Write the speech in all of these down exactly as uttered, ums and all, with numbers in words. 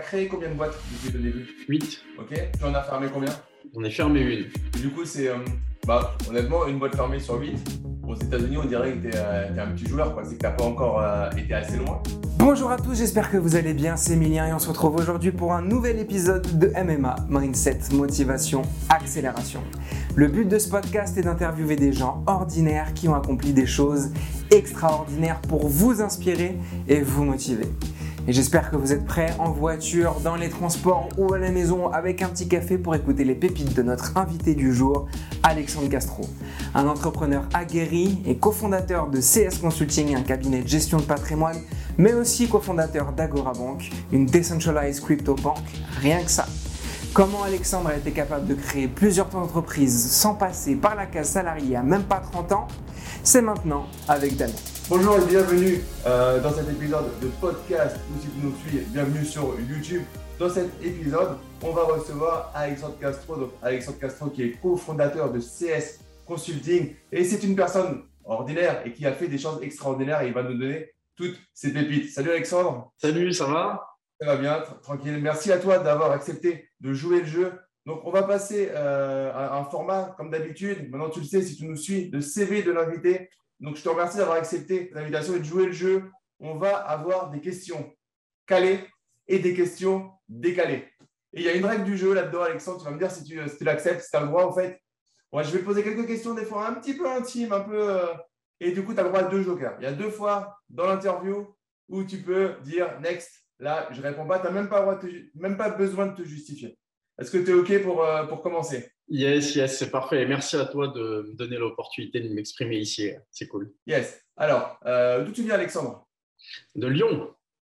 créé combien de boîtes depuis le début? huit. Ok. Tu en as fermé combien? J'en ai fermé une. Et du coup, c'est euh, bah, honnêtement, une boîte fermée sur huit. Aux États-Unis, on dirait que tu es euh, un petit joueur, quoi. C'est que tu n'as pas encore euh, été assez loin. Bonjour à tous, j'espère que vous allez bien, c'est Emilien et on se retrouve aujourd'hui pour un nouvel épisode de M M A, Mindset, Motivation, Accélération. Le but de ce podcast est d'interviewer des gens ordinaires qui ont accompli des choses extraordinaires pour vous inspirer et vous motiver. Et j'espère que vous êtes prêts en voiture, dans les transports ou à la maison avec un petit café pour écouter les pépites de notre invité du jour, Alexandre Castro. Un entrepreneur aguerri et cofondateur de C S Consulting, un cabinet de gestion de patrimoine, mais aussi cofondateur d'Agora Bank, une decentralized crypto bank, rien que ça. Comment Alexandre a été capable de créer plusieurs entreprises sans passer par la case salariée à même pas trente ans? C'est maintenant avec Damien. Bonjour et bienvenue euh, dans cet épisode de podcast, ou si vous nous suivez, bienvenue sur YouTube. Dans cet épisode, on va recevoir Alexandre Castro, donc Alexandre Castro qui est cofondateur de C S Consulting, et c'est une personne ordinaire et qui a fait des choses extraordinaires et il va nous donner toutes ses pépites. Salut Alexandre. Salut, ça va? Ça va bien, t- tranquille. Merci à toi d'avoir accepté de jouer le jeu. Donc, on va passer euh, à un format comme d'habitude. Maintenant, tu le sais, si tu nous suis, le C V de l'invité. Donc, je te remercie d'avoir accepté l'invitation et de jouer le jeu. On va avoir des questions calées et des questions décalées. Et il y a une règle du jeu là-dedans, Alexandre. Tu vas me dire si tu, si tu l'acceptes, si tu as le droit, en fait. Ouais, je vais te poser quelques questions, des fois un petit peu intimes, un peu. euh, Et du coup, tu as le droit à deux jokers. Il y a deux fois dans l'interview où tu peux dire next. Là, je ne réponds pas. Tu n'as même pas, le droit de te ju- même pas besoin de te justifier. Est-ce que tu es OK pour, euh, pour commencer? Yes, yes, c'est parfait. Et merci à toi de me donner l'opportunité de m'exprimer ici. C'est cool. Yes. Alors, euh, d'où tu viens, Alexandre? De Lyon,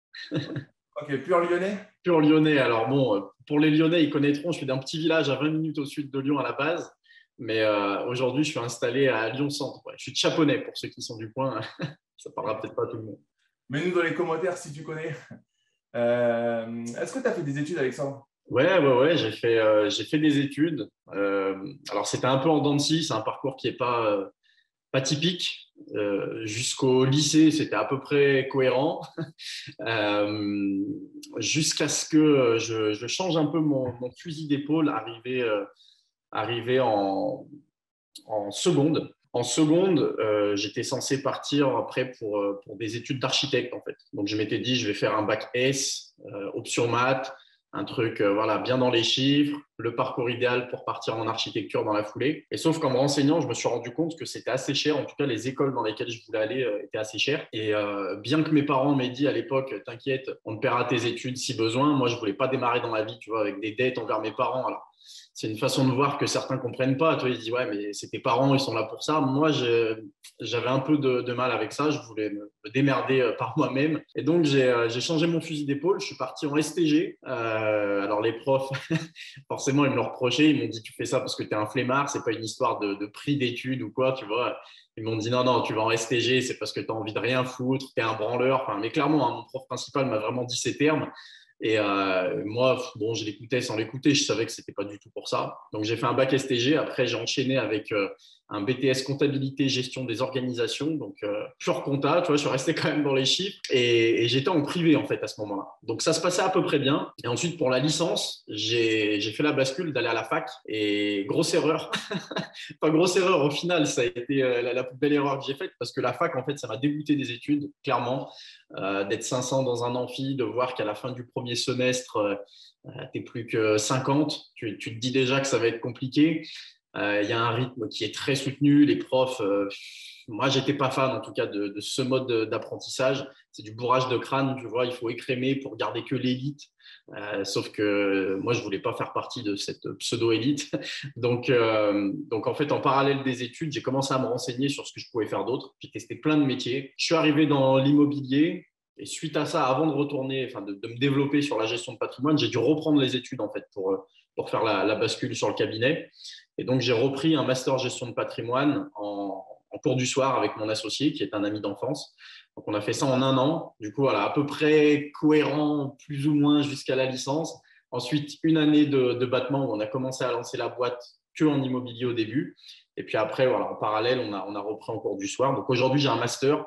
OK, pur lyonnais? pur lyonnais. Alors bon, euh, pour les Lyonnais, ils connaîtront, je suis d'un petit village à vingt minutes au sud de Lyon à la base. Mais euh, aujourd'hui, je suis installé à Lyon-Centre. Ouais. Je suis de Chaponnay pour ceux qui sont du coin. Ça parlera peut-être pas à tout le monde. Mets-nous dans les commentaires si tu connais. Euh, Est-ce que tu as fait des études, Alexandre? Ouais, ouais, ouais, j'ai fait, euh, j'ai fait des études. Euh, alors, c'était un peu en dents de scie, c'est un parcours qui n'est pas, euh, pas typique. Euh, jusqu'au lycée, c'était à peu près cohérent. Euh, jusqu'à ce que je, je change un peu mon, mon fusil d'épaule, arrivé, euh, arrivé en, en seconde. En seconde, euh, j'étais censé partir après pour, euh, pour des études d'architecte, en fait. Donc, je m'étais dit, je vais faire un bac S, euh, option maths, un truc euh, voilà, bien dans les chiffres, le parcours idéal pour partir en architecture dans la foulée. Et sauf qu'en me renseignant, je me suis rendu compte que c'était assez cher. En tout cas, les écoles dans lesquelles je voulais aller euh, étaient assez chères. Et euh, bien que mes parents m'aient dit à l'époque, t'inquiète, on te paiera tes études si besoin, moi, je voulais pas démarrer dans la vie, tu vois, avec des dettes envers mes parents. Alors, c'est une façon de voir que certains comprennent pas. Toi, ils disent, ouais, mais c'est tes parents, ils sont là pour ça. Moi, je, j'avais un peu de, de mal avec ça. Je voulais me, me démerder euh, par moi-même. Et donc, j'ai, euh, j'ai changé mon fusil d'épaule. Je suis parti en S T G. Euh, alors, les profs, forcément, ils me l'ont reproché. Ils m'ont dit, tu fais ça parce que tu es un flemmard. C'est pas une histoire de, de prix d'études ou quoi, tu vois. Ils m'ont dit, non, non, tu vas en S T G, c'est parce que tu as envie de rien foutre, tu es un branleur. Enfin, mais clairement, hein, mon prof principal m'a vraiment dit ces termes. Et euh, moi, bon, je l'écoutais sans l'écouter, je savais que c'était pas du tout pour ça. Donc, j'ai fait un bac S T G. Après, j'ai enchaîné avec euh, un B T S comptabilité, gestion des organisations. Donc, euh, pure compta, tu vois, je suis resté quand même dans les chiffres. Et, et j'étais en privé, en fait, à ce moment-là. Donc, ça se passait à peu près bien. Et ensuite, pour la licence, j'ai, j'ai fait la bascule d'aller à la fac. Et grosse erreur. Enfin, grosse erreur, au final, ça a été euh, la, la plus belle erreur que j'ai faite parce que la fac, en fait, ça m'a dégoûté des études, clairement. Euh, d'être cinq cents dans un amphi, de voir qu'à la fin du premier semestre, euh, tu n'es plus que cinquante, tu, tu te dis déjà que ça va être compliqué. Il euh, y a un rythme qui est très soutenu. Les profs, euh, moi, je n'étais pas fan en tout cas de, de ce mode d'apprentissage. C'est du bourrage de crâne, tu vois, il faut écrémer pour garder que l'élite. Euh, sauf que moi, je ne voulais pas faire partie de cette pseudo-élite. Donc, euh, donc, en fait, en parallèle des études, j'ai commencé à me renseigner sur ce que je pouvais faire d'autre. J'ai testé plein de métiers. Je suis arrivé dans l'immobilier. Et suite à ça, avant de retourner, enfin de, de me développer sur la gestion de patrimoine, j'ai dû reprendre les études en fait pour, pour faire la, la bascule sur le cabinet. Et donc, j'ai repris un master gestion de patrimoine en, en cours du soir avec mon associé qui est un ami d'enfance. Donc, on a fait ça en un an. Du coup, voilà, à peu près cohérent, plus ou moins jusqu'à la licence. Ensuite, une année de, de battement où on a commencé à lancer la boîte que en immobilier au début. Et puis après, voilà, en parallèle, on a, on a repris en cours du soir. Donc, aujourd'hui, j'ai un master.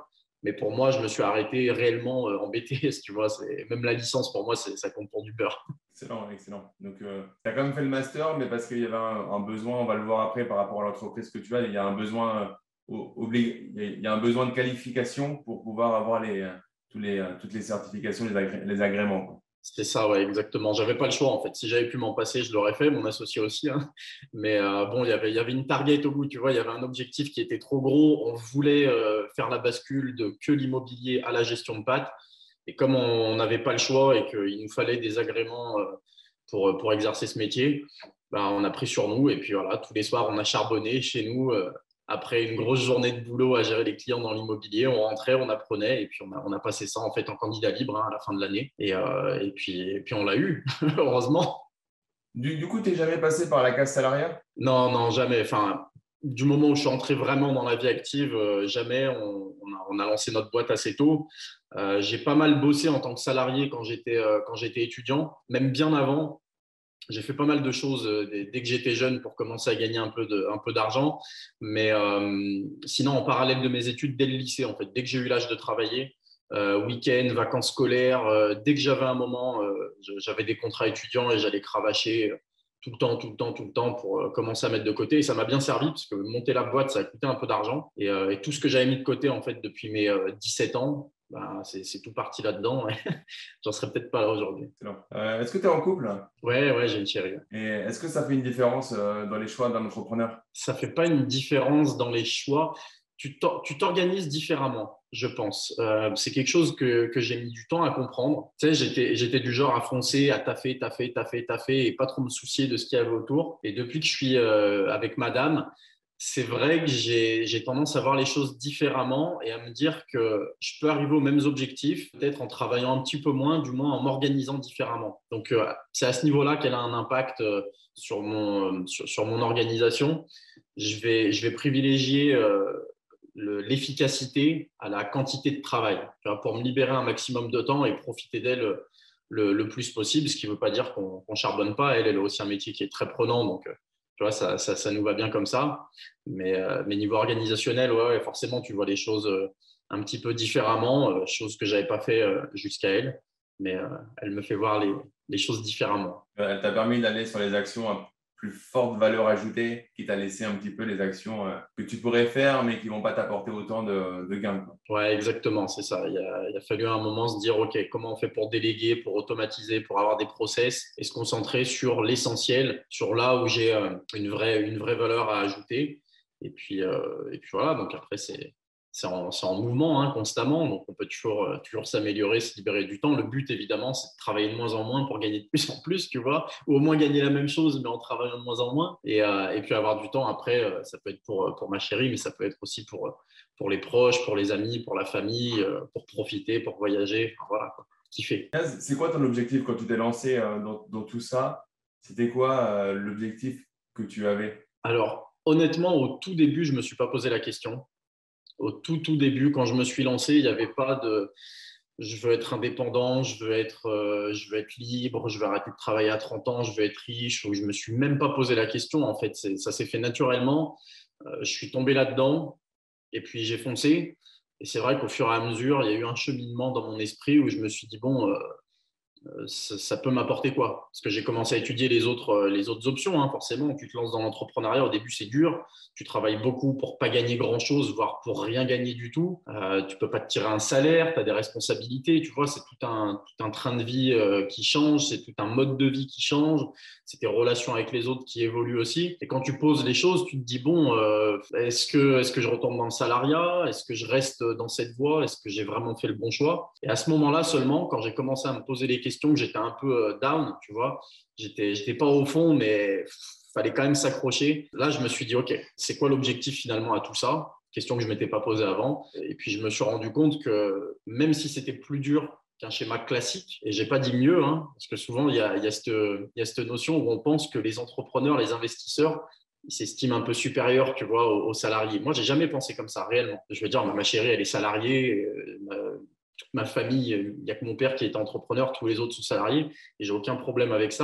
Mais pour moi, je me suis arrêté réellement euh, en B T S, tu vois. C'est, même la licence, pour moi, c'est, ça compte pour du beurre. Excellent, excellent. Donc, euh, tu as quand même fait le master, mais parce qu'il y avait un, un besoin, on va le voir après par rapport à l'entreprise que tu as, il y a un besoin, euh, obli- il y a un besoin de qualification pour pouvoir avoir les, euh, tous les, euh, toutes les certifications, les, agré- les agréments, quoi. C'est ça, ouais, exactement. J'avais pas le choix, en fait. Si j'avais pu m'en passer, je l'aurais fait, mon associé aussi, hein. Mais euh, bon, il y avait, il y avait une target au bout, tu vois. Il y avait un objectif qui était trop gros. On voulait euh, faire la bascule de que l'immobilier à la gestion de pattes. Et comme on n'avait pas le choix et qu'il nous fallait des agréments euh, pour, pour exercer ce métier, ben, on a pris sur nous. Et puis voilà, tous les soirs, on a charbonné chez nous. Euh, après une grosse journée de boulot à gérer les clients dans l'immobilier, on rentrait, on apprenait et puis on a, on a passé ça en fait en candidat libre, hein, à la fin de l'année. Et, euh, et, puis, et puis on l'a eu, heureusement. Du, du coup, tu n'es jamais passé par la case salariale? Non, non, jamais. Enfin, du moment où je suis entré vraiment dans la vie active, euh, jamais. On, on, a, on a lancé notre boîte assez tôt. Euh, j'ai pas mal bossé en tant que salarié quand j'étais euh, quand j'étais étudiant, même bien avant. J'ai fait pas mal de choses euh, dès, dès que j'étais jeune pour commencer à gagner un peu, de, un peu d'argent. Mais euh, sinon, en parallèle de mes études, dès le lycée, en fait, dès que j'ai eu l'âge de travailler, euh, week-end, vacances scolaires, euh, dès que j'avais un moment, euh, j'avais des contrats étudiants et j'allais cravacher euh, tout le temps, tout le temps, tout le temps pour euh, commencer à mettre de côté. Et ça m'a bien servi parce que monter la boîte, ça a coûté un peu d'argent. Et, euh, et tout ce que j'avais mis de côté, en fait, depuis mes euh, dix-sept ans, ben, c'est, c'est tout parti là-dedans. J'en serais peut-être pas là aujourd'hui. Excellent. Euh, est-ce que tu es en couple? Ouais, ouais, j'ai une chérie. Et est-ce que ça fait une différence euh, dans les choix d'un entrepreneur? Ça ne fait pas une différence dans les choix. Tu t'or- tu t'organises différemment, je pense. Euh, c'est quelque chose que, que j'ai mis du temps à comprendre. Tu sais, j'étais, j'étais du genre à foncer, à taffer, taffer, taffer, taffer et pas trop me soucier de ce qu'il y avait autour. Et depuis que je suis euh, avec madame, c'est vrai que j'ai, j'ai tendance à voir les choses différemment et à me dire que je peux arriver aux mêmes objectifs, peut-être en travaillant un petit peu moins, du moins en m'organisant différemment. Donc, euh, c'est à ce niveau-là qu'elle a un impact euh, sur mon, sur, sur mon organisation. Je vais, je vais privilégier euh, le- l'efficacité à la quantité de travail, tu vois, pour me libérer un maximum de temps et profiter d'elle le, le plus possible, ce qui ne veut pas dire qu'on ne charbonne pas. Elle, elle a aussi un métier qui est très prenant, donc euh, tu vois, ça, ça, ça nous va bien comme ça. Mais, euh, mais niveau organisationnel, ouais, ouais, forcément, tu vois les choses euh, un petit peu différemment, euh, chose que je n'avais pas fait euh, jusqu'à elle. Mais euh, elle me fait voir les, les choses différemment. Euh, Elle t'a permis d'aller sur les actions à plus forte valeur ajoutée, qui t'a laissé un petit peu les actions euh, que tu pourrais faire, mais qui ne vont pas t'apporter autant de, de gains, quoi. Ouais, exactement, c'est ça. Il a, il a fallu à un moment se dire, OK, comment on fait pour déléguer, pour automatiser, pour avoir des process et se concentrer sur l'essentiel, sur là où j'ai euh, une vraie, une vraie valeur à ajouter. Et puis, euh, et puis voilà, donc après, c'est, c'est en, c'est en mouvement, hein, constamment. Donc, on peut toujours, euh, toujours s'améliorer, se libérer du temps. Le but, évidemment, c'est de travailler de moins en moins pour gagner de plus en plus, tu vois, ou au moins gagner la même chose, mais en travaillant de moins en moins. Et, euh, et puis avoir du temps après, euh, ça peut être pour, pour ma chérie, mais ça peut être aussi pour pour les proches, pour les amis, pour la famille, euh, pour profiter, pour voyager. Enfin, voilà, quoi. Kiffer. C'est quoi ton objectif quand tu t'es lancé euh, dans, dans tout ça? C'était quoi euh, l'objectif que tu avais? Alors, honnêtement, au tout début, je ne me suis pas posé la question. Au tout, tout début, quand je me suis lancé, il n'y avait pas de je veux être indépendant, je veux être, euh, je veux être libre, je veux arrêter de travailler à trente ans, je veux être riche. Ou je ne me suis même pas posé la question. En fait, c'est, ça s'est fait naturellement. Euh, je suis tombé là-dedans et puis j'ai foncé. Et c'est vrai qu'au fur et à mesure, il y a eu un cheminement dans mon esprit où je me suis dit, bon, euh, ça, ça peut m'apporter quoi? Parce que j'ai commencé à étudier les autres, euh, les autres options, hein, forcément. Tu te lances dans l'entrepreneuriat, au début, c'est dur. Tu travailles beaucoup pour pas gagner grand-chose, voire pour rien gagner du tout. Euh, tu peux pas te tirer un salaire, tu as des responsabilités. Tu vois, c'est tout un, tout un train de vie euh, qui change, c'est tout un mode de vie qui change, c'est tes relations avec les autres qui évoluent aussi. Et quand tu poses les choses, tu te dis, bon, euh, est-ce que, est-ce que je retombe dans le salariat? Est-ce que je reste dans cette voie? Est-ce que j'ai vraiment fait le bon choix? Et à ce moment-là seulement, quand j'ai commencé à me poser les questions, que j'étais un peu down, tu vois, j'étais, j'étais pas au fond, mais fallait quand même s'accrocher. Là, je me suis dit, OK, c'est quoi l'objectif finalement à tout ça? Question que je ne m'étais pas posée avant. Et puis, je me suis rendu compte que même si c'était plus dur qu'un schéma classique, et je n'ai pas dit mieux, hein, parce que souvent, il y a, il y a cette, il y a cette notion où on pense que les entrepreneurs, les investisseurs, ils s'estiment un peu supérieurs, tu vois, aux, aux salariés. Moi, j'ai jamais pensé comme ça, réellement. Je veux dire, ma chérie, elle est salariée, euh, ma, toute ma famille, il n'y a que mon père qui est entrepreneur, tous les autres sont salariés, et j'ai aucun problème avec ça.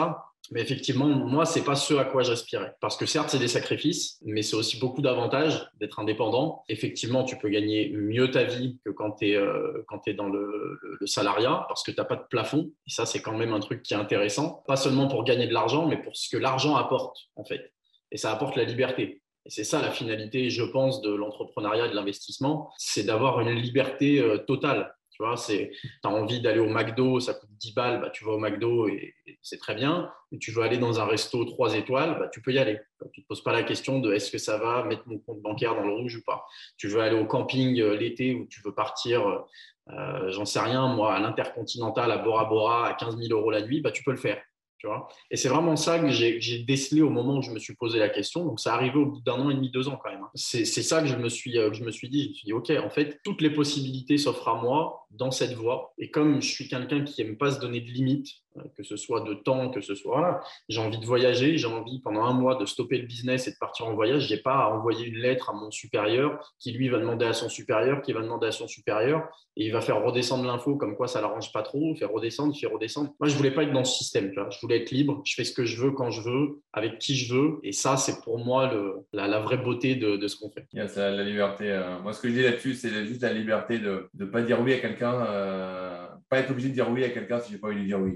Mais effectivement, moi, ce n'est pas ce à quoi j'aspirais. Parce que certes, c'est des sacrifices, mais c'est aussi beaucoup d'avantages d'être indépendant. Effectivement, tu peux gagner mieux ta vie que quand tu es, euh, quand tu es dans le, le, le salariat, parce que tu n'as pas de plafond. Et ça, c'est quand même un truc qui est intéressant. Pas seulement pour gagner de l'argent, mais pour ce que l'argent apporte, en fait. Et ça apporte la liberté. Et c'est ça la finalité, je pense, de l'entrepreneuriat et de l'investissement, c'est d'avoir une liberté euh, totale. Tu vois, tu as envie d'aller au McDo, ça coûte dix balles, bah, tu vas au McDo et, et c'est très bien. Et tu veux aller dans un resto trois étoiles, bah, tu peux y aller. Tu ne te poses pas la question de est-ce que ça va mettre mon compte bancaire dans le rouge ou pas. Tu veux aller au camping euh, l'été ou tu veux partir, euh, j'en sais rien, moi, à l'Intercontinental, à Bora Bora, à quinze mille euros la nuit, bah, tu peux le faire. Tu vois, et c'est vraiment ça que j'ai, j'ai décelé au moment où je me suis posé la question. Donc, ça arrivait au bout d'un an et demi, deux ans quand même. C'est, c'est ça que je me suis, que je me suis dit. Je me suis dit, OK, en fait, toutes les possibilités s'offrent à moi dans cette voie. Et comme je suis quelqu'un qui n'aime pas se donner de limites, que ce soit de temps, que ce soit… Voilà, j'ai envie de voyager, j'ai envie pendant un mois de stopper le business et de partir en voyage. Je n'ai pas à envoyer une lettre à mon supérieur qui, lui, va demander à son supérieur, qui va demander à son supérieur. Et il va faire redescendre l'info comme quoi ça ne l'arrange pas trop, faire redescendre, faire redescendre. Moi, je ne voulais pas être dans ce système. Tu vois. Je voulais être libre, je fais ce que je veux quand je veux, avec qui je veux. Et ça, c'est pour moi le, la, la vraie beauté de, de ce qu'on fait. Yeah, c'est la, la liberté. Euh, moi, ce que je dis là-dessus, c'est juste la liberté de ne pas dire oui à quelqu'un, euh, pas être obligé de dire oui à quelqu'un si je n'ai pas envie de dire oui.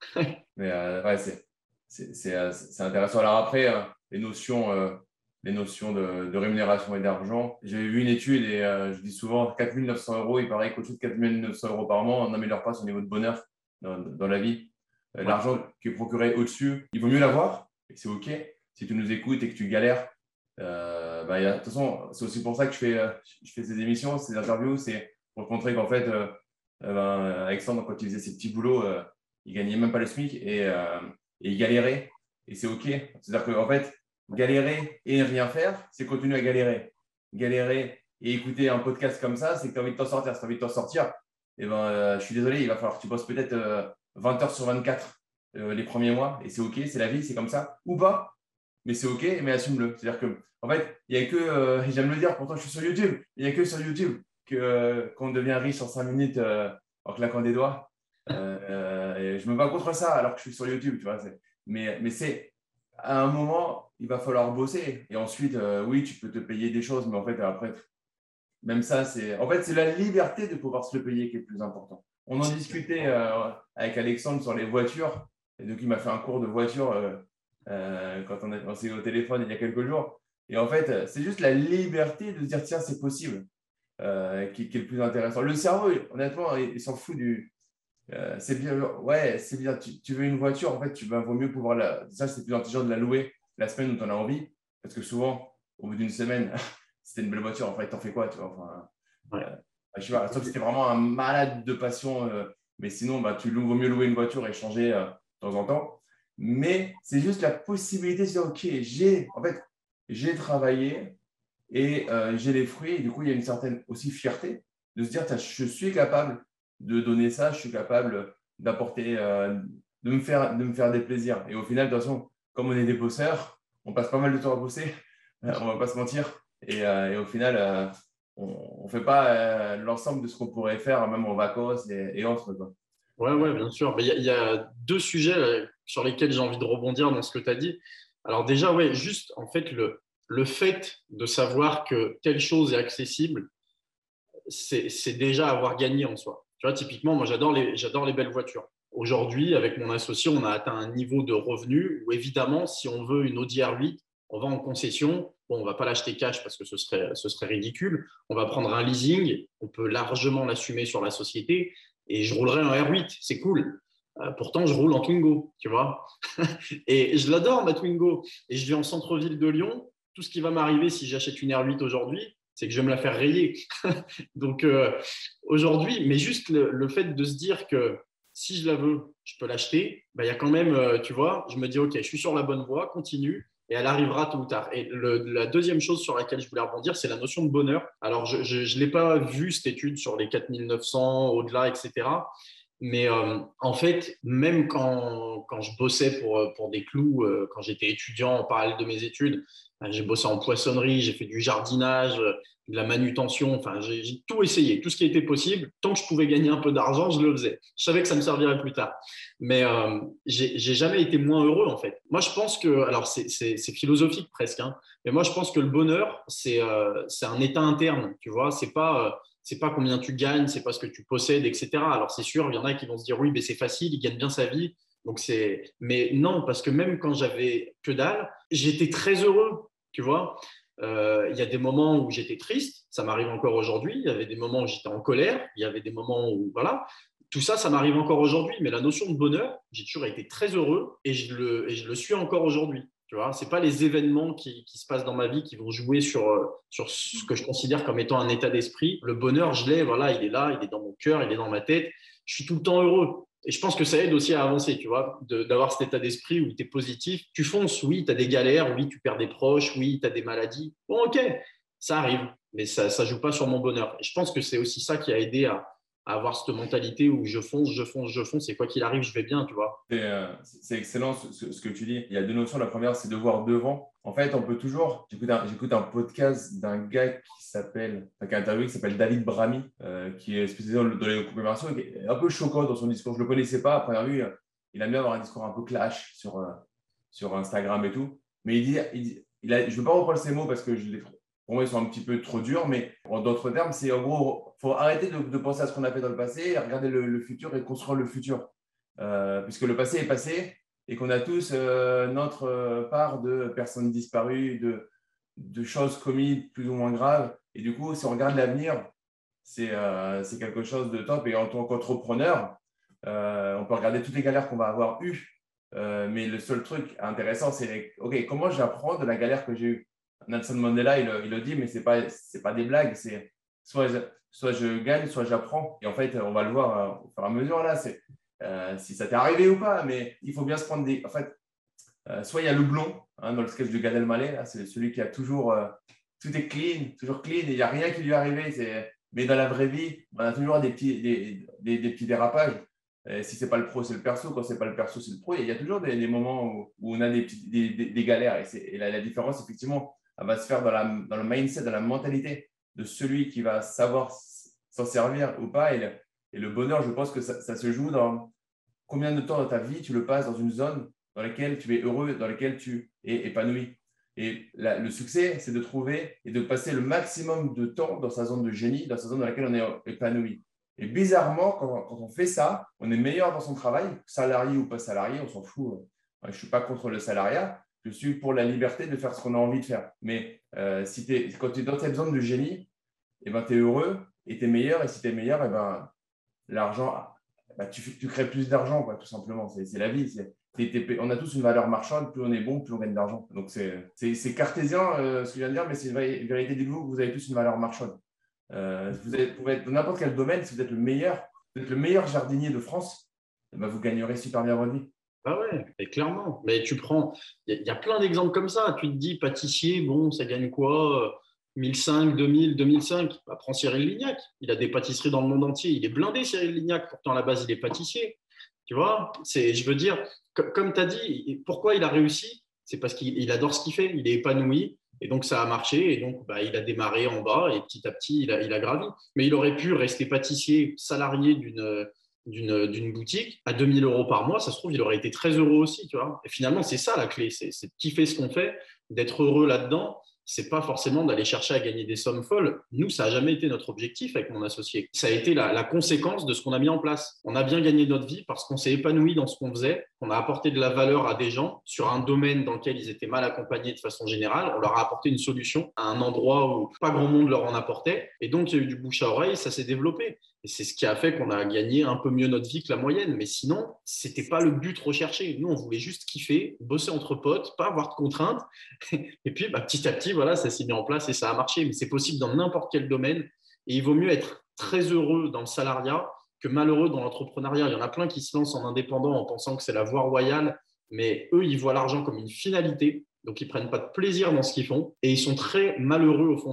Mais euh, ouais, c'est, c'est, c'est, c'est intéressant. Alors après, euh, les notions, euh, les notions de, de rémunération et d'argent, j'avais vu une étude et euh, je dis souvent quatre mille neuf cents euros, il paraît qu'au-dessus de quatre mille neuf cents euros par mois, on n'améliore pas son niveau de bonheur dans, dans la vie. Euh, l'argent qui est procuré au-dessus, il vaut mieux l'avoir, et c'est OK. Si tu nous écoutes et que tu galères, euh, bah, y a, de toute façon, c'est aussi pour ça que je fais, euh, je fais ces émissions, ces interviews, c'est pour te montrer qu'en fait, euh, euh, ben, Alexandre, quand il faisait ses petits boulots, euh, il ne gagnait même pas le SMIC et, euh, et il galérait. Et c'est OK. C'est-à-dire qu'en fait, galérer et rien faire, c'est continuer à galérer. Galérer et écouter un podcast comme ça, c'est que tu as envie de t'en sortir. Si tu as envie de t'en sortir, eh ben, euh, je suis désolé, il va falloir que tu bosses peut-être euh, vingt heures sur vingt-quatre euh, les premiers mois. Et c'est OK, c'est la vie, c'est comme ça. Ou pas, mais c'est OK, mais assume-le. C'est-à-dire que, en fait, il n'y a que, euh, j'aime le dire, pourtant je suis sur YouTube, il n'y a que sur YouTube que, euh, qu'on devient riche en cinq minutes euh, en claquant des doigts. Euh, et je me bats contre ça alors que je suis sur YouTube, tu vois. C'est, mais, mais c'est à un moment, il va falloir bosser. Et ensuite, euh, oui, tu peux te payer des choses, mais en fait, après, même ça, c'est en fait, c'est la liberté de pouvoir se le payer qui est le plus important. On en discutait euh, avec Alexandre sur les voitures. Et donc, il m'a fait un cours de voiture euh, euh, quand on, a, on s'est eu au téléphone il y a quelques jours. Et en fait, c'est juste la liberté de se dire, tiens, c'est possible, euh, qui, qui est le plus intéressant. Le cerveau, honnêtement, il, il s'en fout du… Euh, c'est bien, ouais, c'est bien. Tu, tu veux une voiture, en fait, tu vas vaut mieux pouvoir la. Ça, c'est plus intelligent de la louer la semaine où tu en as envie. Parce que souvent, au bout d'une semaine, c'était une belle voiture. En fait, t'en fais quoi, tu vois, enfin, ouais. euh, je sais pas, sauf que c'était vraiment un malade de passion. Euh, mais sinon, bah, tu vaut mieux louer une voiture et changer euh, de temps en temps. Mais c'est juste la possibilité de se dire, OK, j'ai, en fait, j'ai travaillé et euh, j'ai les fruits. Et du coup, il y a une certaine aussi fierté de se dire, je suis capable de donner ça, je suis capable d'apporter, euh, de, me faire, de me faire des plaisirs. Et au final, de toute façon, comme on est des bosseurs, on passe pas mal de temps à bosser, euh, on va pas se mentir. Et, euh, et au final, euh, on ne fait pas euh, l'ensemble de ce qu'on pourrait faire, même en vacances et, et autres, quoi. Ouais, ouais, bien sûr. Mais il y, a, il y a deux sujets là, sur lesquels j'ai envie de rebondir dans ce que tu as dit. Alors déjà, ouais, juste en fait, le, le fait de savoir que telle chose est accessible, c'est, c'est déjà avoir gagné en soi. Tu vois, typiquement, moi, j'adore les, j'adore les belles voitures. Aujourd'hui, avec mon associé, on a atteint un niveau de revenu où, évidemment, si on veut une Audi R huit, on va en concession. Bon, on ne va pas l'acheter cash parce que ce serait, ce serait ridicule. On va prendre un leasing. On peut largement l'assumer sur la société. Et je roulerai un R huit. C'est cool. Euh, pourtant, je roule en Twingo, tu vois. Et je l'adore, ma Twingo. Et je vis en centre-ville de Lyon. Tout ce qui va m'arriver si j'achète une R huit aujourd'hui, c'est que je vais me la faire rayer. Donc, euh, aujourd'hui, mais juste le, le fait de se dire que si je la veux, je peux l'acheter, ben, y a quand même, euh, tu vois, je me dis, OK, je suis sur la bonne voie, continue, et elle arrivera tôt ou tard. Et le, la deuxième chose sur laquelle je voulais rebondir, c'est la notion de bonheur. Alors, je ne l'ai pas vu, cette étude sur les quatre mille neuf cents, au-delà, et cetera. Mais euh, en fait, même quand, quand je bossais pour, pour des clous, euh, quand j'étais étudiant en parallèle de mes études, euh, j'ai bossé en poissonnerie, j'ai fait du jardinage, euh, de la manutention, enfin, j'ai, j'ai tout essayé, tout ce qui était possible. Tant que je pouvais gagner un peu d'argent, je le faisais. Je savais que ça me servirait plus tard. Mais euh, j'ai, j'ai jamais été moins heureux, en fait. Moi, je pense que, alors c'est, c'est, c'est philosophique presque, hein, mais moi, je pense que le bonheur, c'est, euh, c'est un état interne, tu vois, c'est pas… Euh, c'est pas combien tu gagnes, c'est pas ce que tu possèdes, et cetera. Alors c'est sûr, il y en a qui vont se dire oui, mais c'est facile, il gagne bien sa vie. Donc c'est, mais non, parce que même quand j'avais que dalle, j'étais très heureux, tu vois. Euh, il y a des moments où j'étais triste, ça m'arrive encore aujourd'hui. Il y avait des moments où j'étais en colère, il y avait des moments où voilà. Tout ça, ça m'arrive encore aujourd'hui. Mais la notion de bonheur, j'ai toujours été très heureux et je le, et je le suis encore aujourd'hui. Tu vois, c'est pas les événements qui, qui se passent dans ma vie qui vont jouer sur, sur ce que je considère comme étant un état d'esprit. Le bonheur, je l'ai, voilà, il est là, il est dans mon cœur, il est dans ma tête. Je suis tout le temps heureux. Et je pense que ça aide aussi à avancer, tu vois, de, d'avoir cet état d'esprit où tu es positif. Tu fonces, oui, tu as des galères, oui, tu perds des proches, oui, tu as des maladies. Bon, ok, ça arrive, mais ça ne joue pas sur mon bonheur. Et je pense que c'est aussi ça qui a aidé à, à avoir cette mentalité où je fonce, je fonce, je fonce, et quoi qu'il arrive, je vais bien, tu vois. C'est, euh, c'est excellent ce, ce, ce que tu dis. Il y a deux notions. La première, c'est de voir devant. En fait, on peut toujours… J'écoute un, j'écoute un podcast d'un gars qui s'appelle, enfin, qui a interviewé, qui s'appelle David Bramy, euh, qui est spécialisé dans, le, dans les commémorations, et qui est un peu choquant dans son discours. Je ne le connaissais pas. À première vue, il aime bien avoir un discours un peu clash sur, euh, sur Instagram et tout. Mais il dit, il dit il a, je ne veux pas reprendre ces mots parce que je les, pour moi, ils sont un petit peu trop durs, mais en d'autres termes, c'est en gros, il faut arrêter de, de penser à ce qu'on a fait dans le passé, regarder le, le futur et construire le futur. Euh, puisque le passé est passé et qu'on a tous euh, notre part de personnes disparues, de, de choses commises plus ou moins graves. Et du coup, si on regarde l'avenir, c'est, euh, c'est quelque chose de top. Et en tant qu'entrepreneur, euh, on peut regarder toutes les galères qu'on va avoir eues. Euh, mais le seul truc intéressant, c'est OK, comment j'apprends de la galère que j'ai eue? Nelson Mandela, il, il le dit, mais ce n'est pas, c'est pas des blagues. C'est soit je, soit je gagne, soit j'apprends. Et en fait, on va le voir euh, au fur et à mesure. Là, c'est, euh, si ça t'est arrivé ou pas, mais il faut bien se prendre des… En fait, euh, soit il y a le blond, hein, dans le sketch de Gad Elmaleh, là, c'est celui qui a toujours… Euh, tout est clean, toujours clean, et il n'y a rien qui lui est arrivé. C'est… Mais dans la vraie vie, on a toujours des petits, des, des, des petits dérapages. Et si ce n'est pas le pro, c'est le perso. Quand ce n'est pas le perso, c'est le pro. Il y a toujours des, des moments où, où on a des, petits, des, des, des galères. Et, c'est, et la, la différence, effectivement, elle va se faire dans, la, dans le mindset, dans la mentalité de celui qui va savoir s'en servir ou pas. Et le, et le bonheur, je pense que ça, ça se joue dans combien de temps dans ta vie tu le passes dans une zone dans laquelle tu es heureux, dans laquelle tu es épanoui. Et la, le succès, c'est de trouver et de passer le maximum de temps dans sa zone de génie, dans sa zone dans laquelle on est épanoui. Et bizarrement, quand, quand on fait ça, on est meilleur dans son travail, salarié ou pas salarié, on s'en fout. Je ne suis pas contre le salariat, je suis pour la liberté de faire ce qu'on a envie de faire. Mais euh, si t'es, quand tu es dans cette zone de génie, eh ben, tu es heureux et tu es meilleur. Et si tu es meilleur, eh ben, l'argent, eh ben, tu, tu crées plus d'argent, quoi, tout simplement. C'est, c'est la vie. C'est, t'es, t'es, on a tous une valeur marchande. Plus on est bon, plus on gagne d'argent. Donc, c'est, c'est, c'est cartésien euh, ce que je viens de dire, mais c'est une vérité. Dites-vous que vous avez tous une valeur marchande. Euh, vous, êtes, vous pouvez être dans n'importe quel domaine. Si vous êtes le meilleur, vous êtes le meilleur jardinier de France, eh ben, vous gagnerez super bien votre vie. Ah ouais, mais clairement. Mais tu prends, il y, y a plein d'exemples comme ça. Tu te dis, pâtissier, bon, ça gagne quoi? mille cinq, deux mille, deux mille cinq. Bah, prends Cyril Lignac. Il a des pâtisseries dans le monde entier. Il est blindé, Cyril Lignac. Pourtant, à la base, il est pâtissier. Tu vois, c'est, je veux dire, comme, comme tu as dit, pourquoi il a réussi? C'est parce qu'il il adore ce qu'il fait. Il est épanoui. Et donc, ça a marché. Et donc, bah, il a démarré en bas. Et petit à petit, il a, il a gravi. Mais il aurait pu rester pâtissier, salarié d'une… D'une, d'une boutique à deux mille euros par mois, ça se trouve, il aurait été très heureux aussi, tu vois. Et finalement, c'est ça la clé, c'est, c'est de kiffer ce qu'on fait, d'être heureux là-dedans. C'est pas forcément d'aller chercher à gagner des sommes folles. Nous, ça n'a jamais été notre objectif avec mon associé. Ça a été la, la conséquence de ce qu'on a mis en place. On a bien gagné notre vie parce qu'on s'est épanoui dans ce qu'on faisait, on a apporté de la valeur à des gens sur un domaine dans lequel ils étaient mal accompagnés de façon générale. On leur a apporté une solution à un endroit où pas grand monde leur en apportait. Et donc, il y a eu du bouche à oreille, ça s'est développé. Et c'est ce qui a fait qu'on a gagné un peu mieux notre vie que la moyenne. Mais sinon, ce n'était pas le but recherché. Nous, on voulait juste kiffer, bosser entre potes, pas avoir de contraintes. Et puis, bah, petit à petit, voilà, ça s'est mis en place et ça a marché. Mais c'est possible dans n'importe quel domaine. Et il vaut mieux être très heureux dans le salariat que malheureux dans l'entrepreneuriat. Il y en a plein qui se lancent en indépendant en pensant que c'est la voie royale. Mais eux, ils voient l'argent comme une finalité. Donc, ils ne prennent pas de plaisir dans ce qu'ils font. Et ils sont très malheureux au fond d'eux.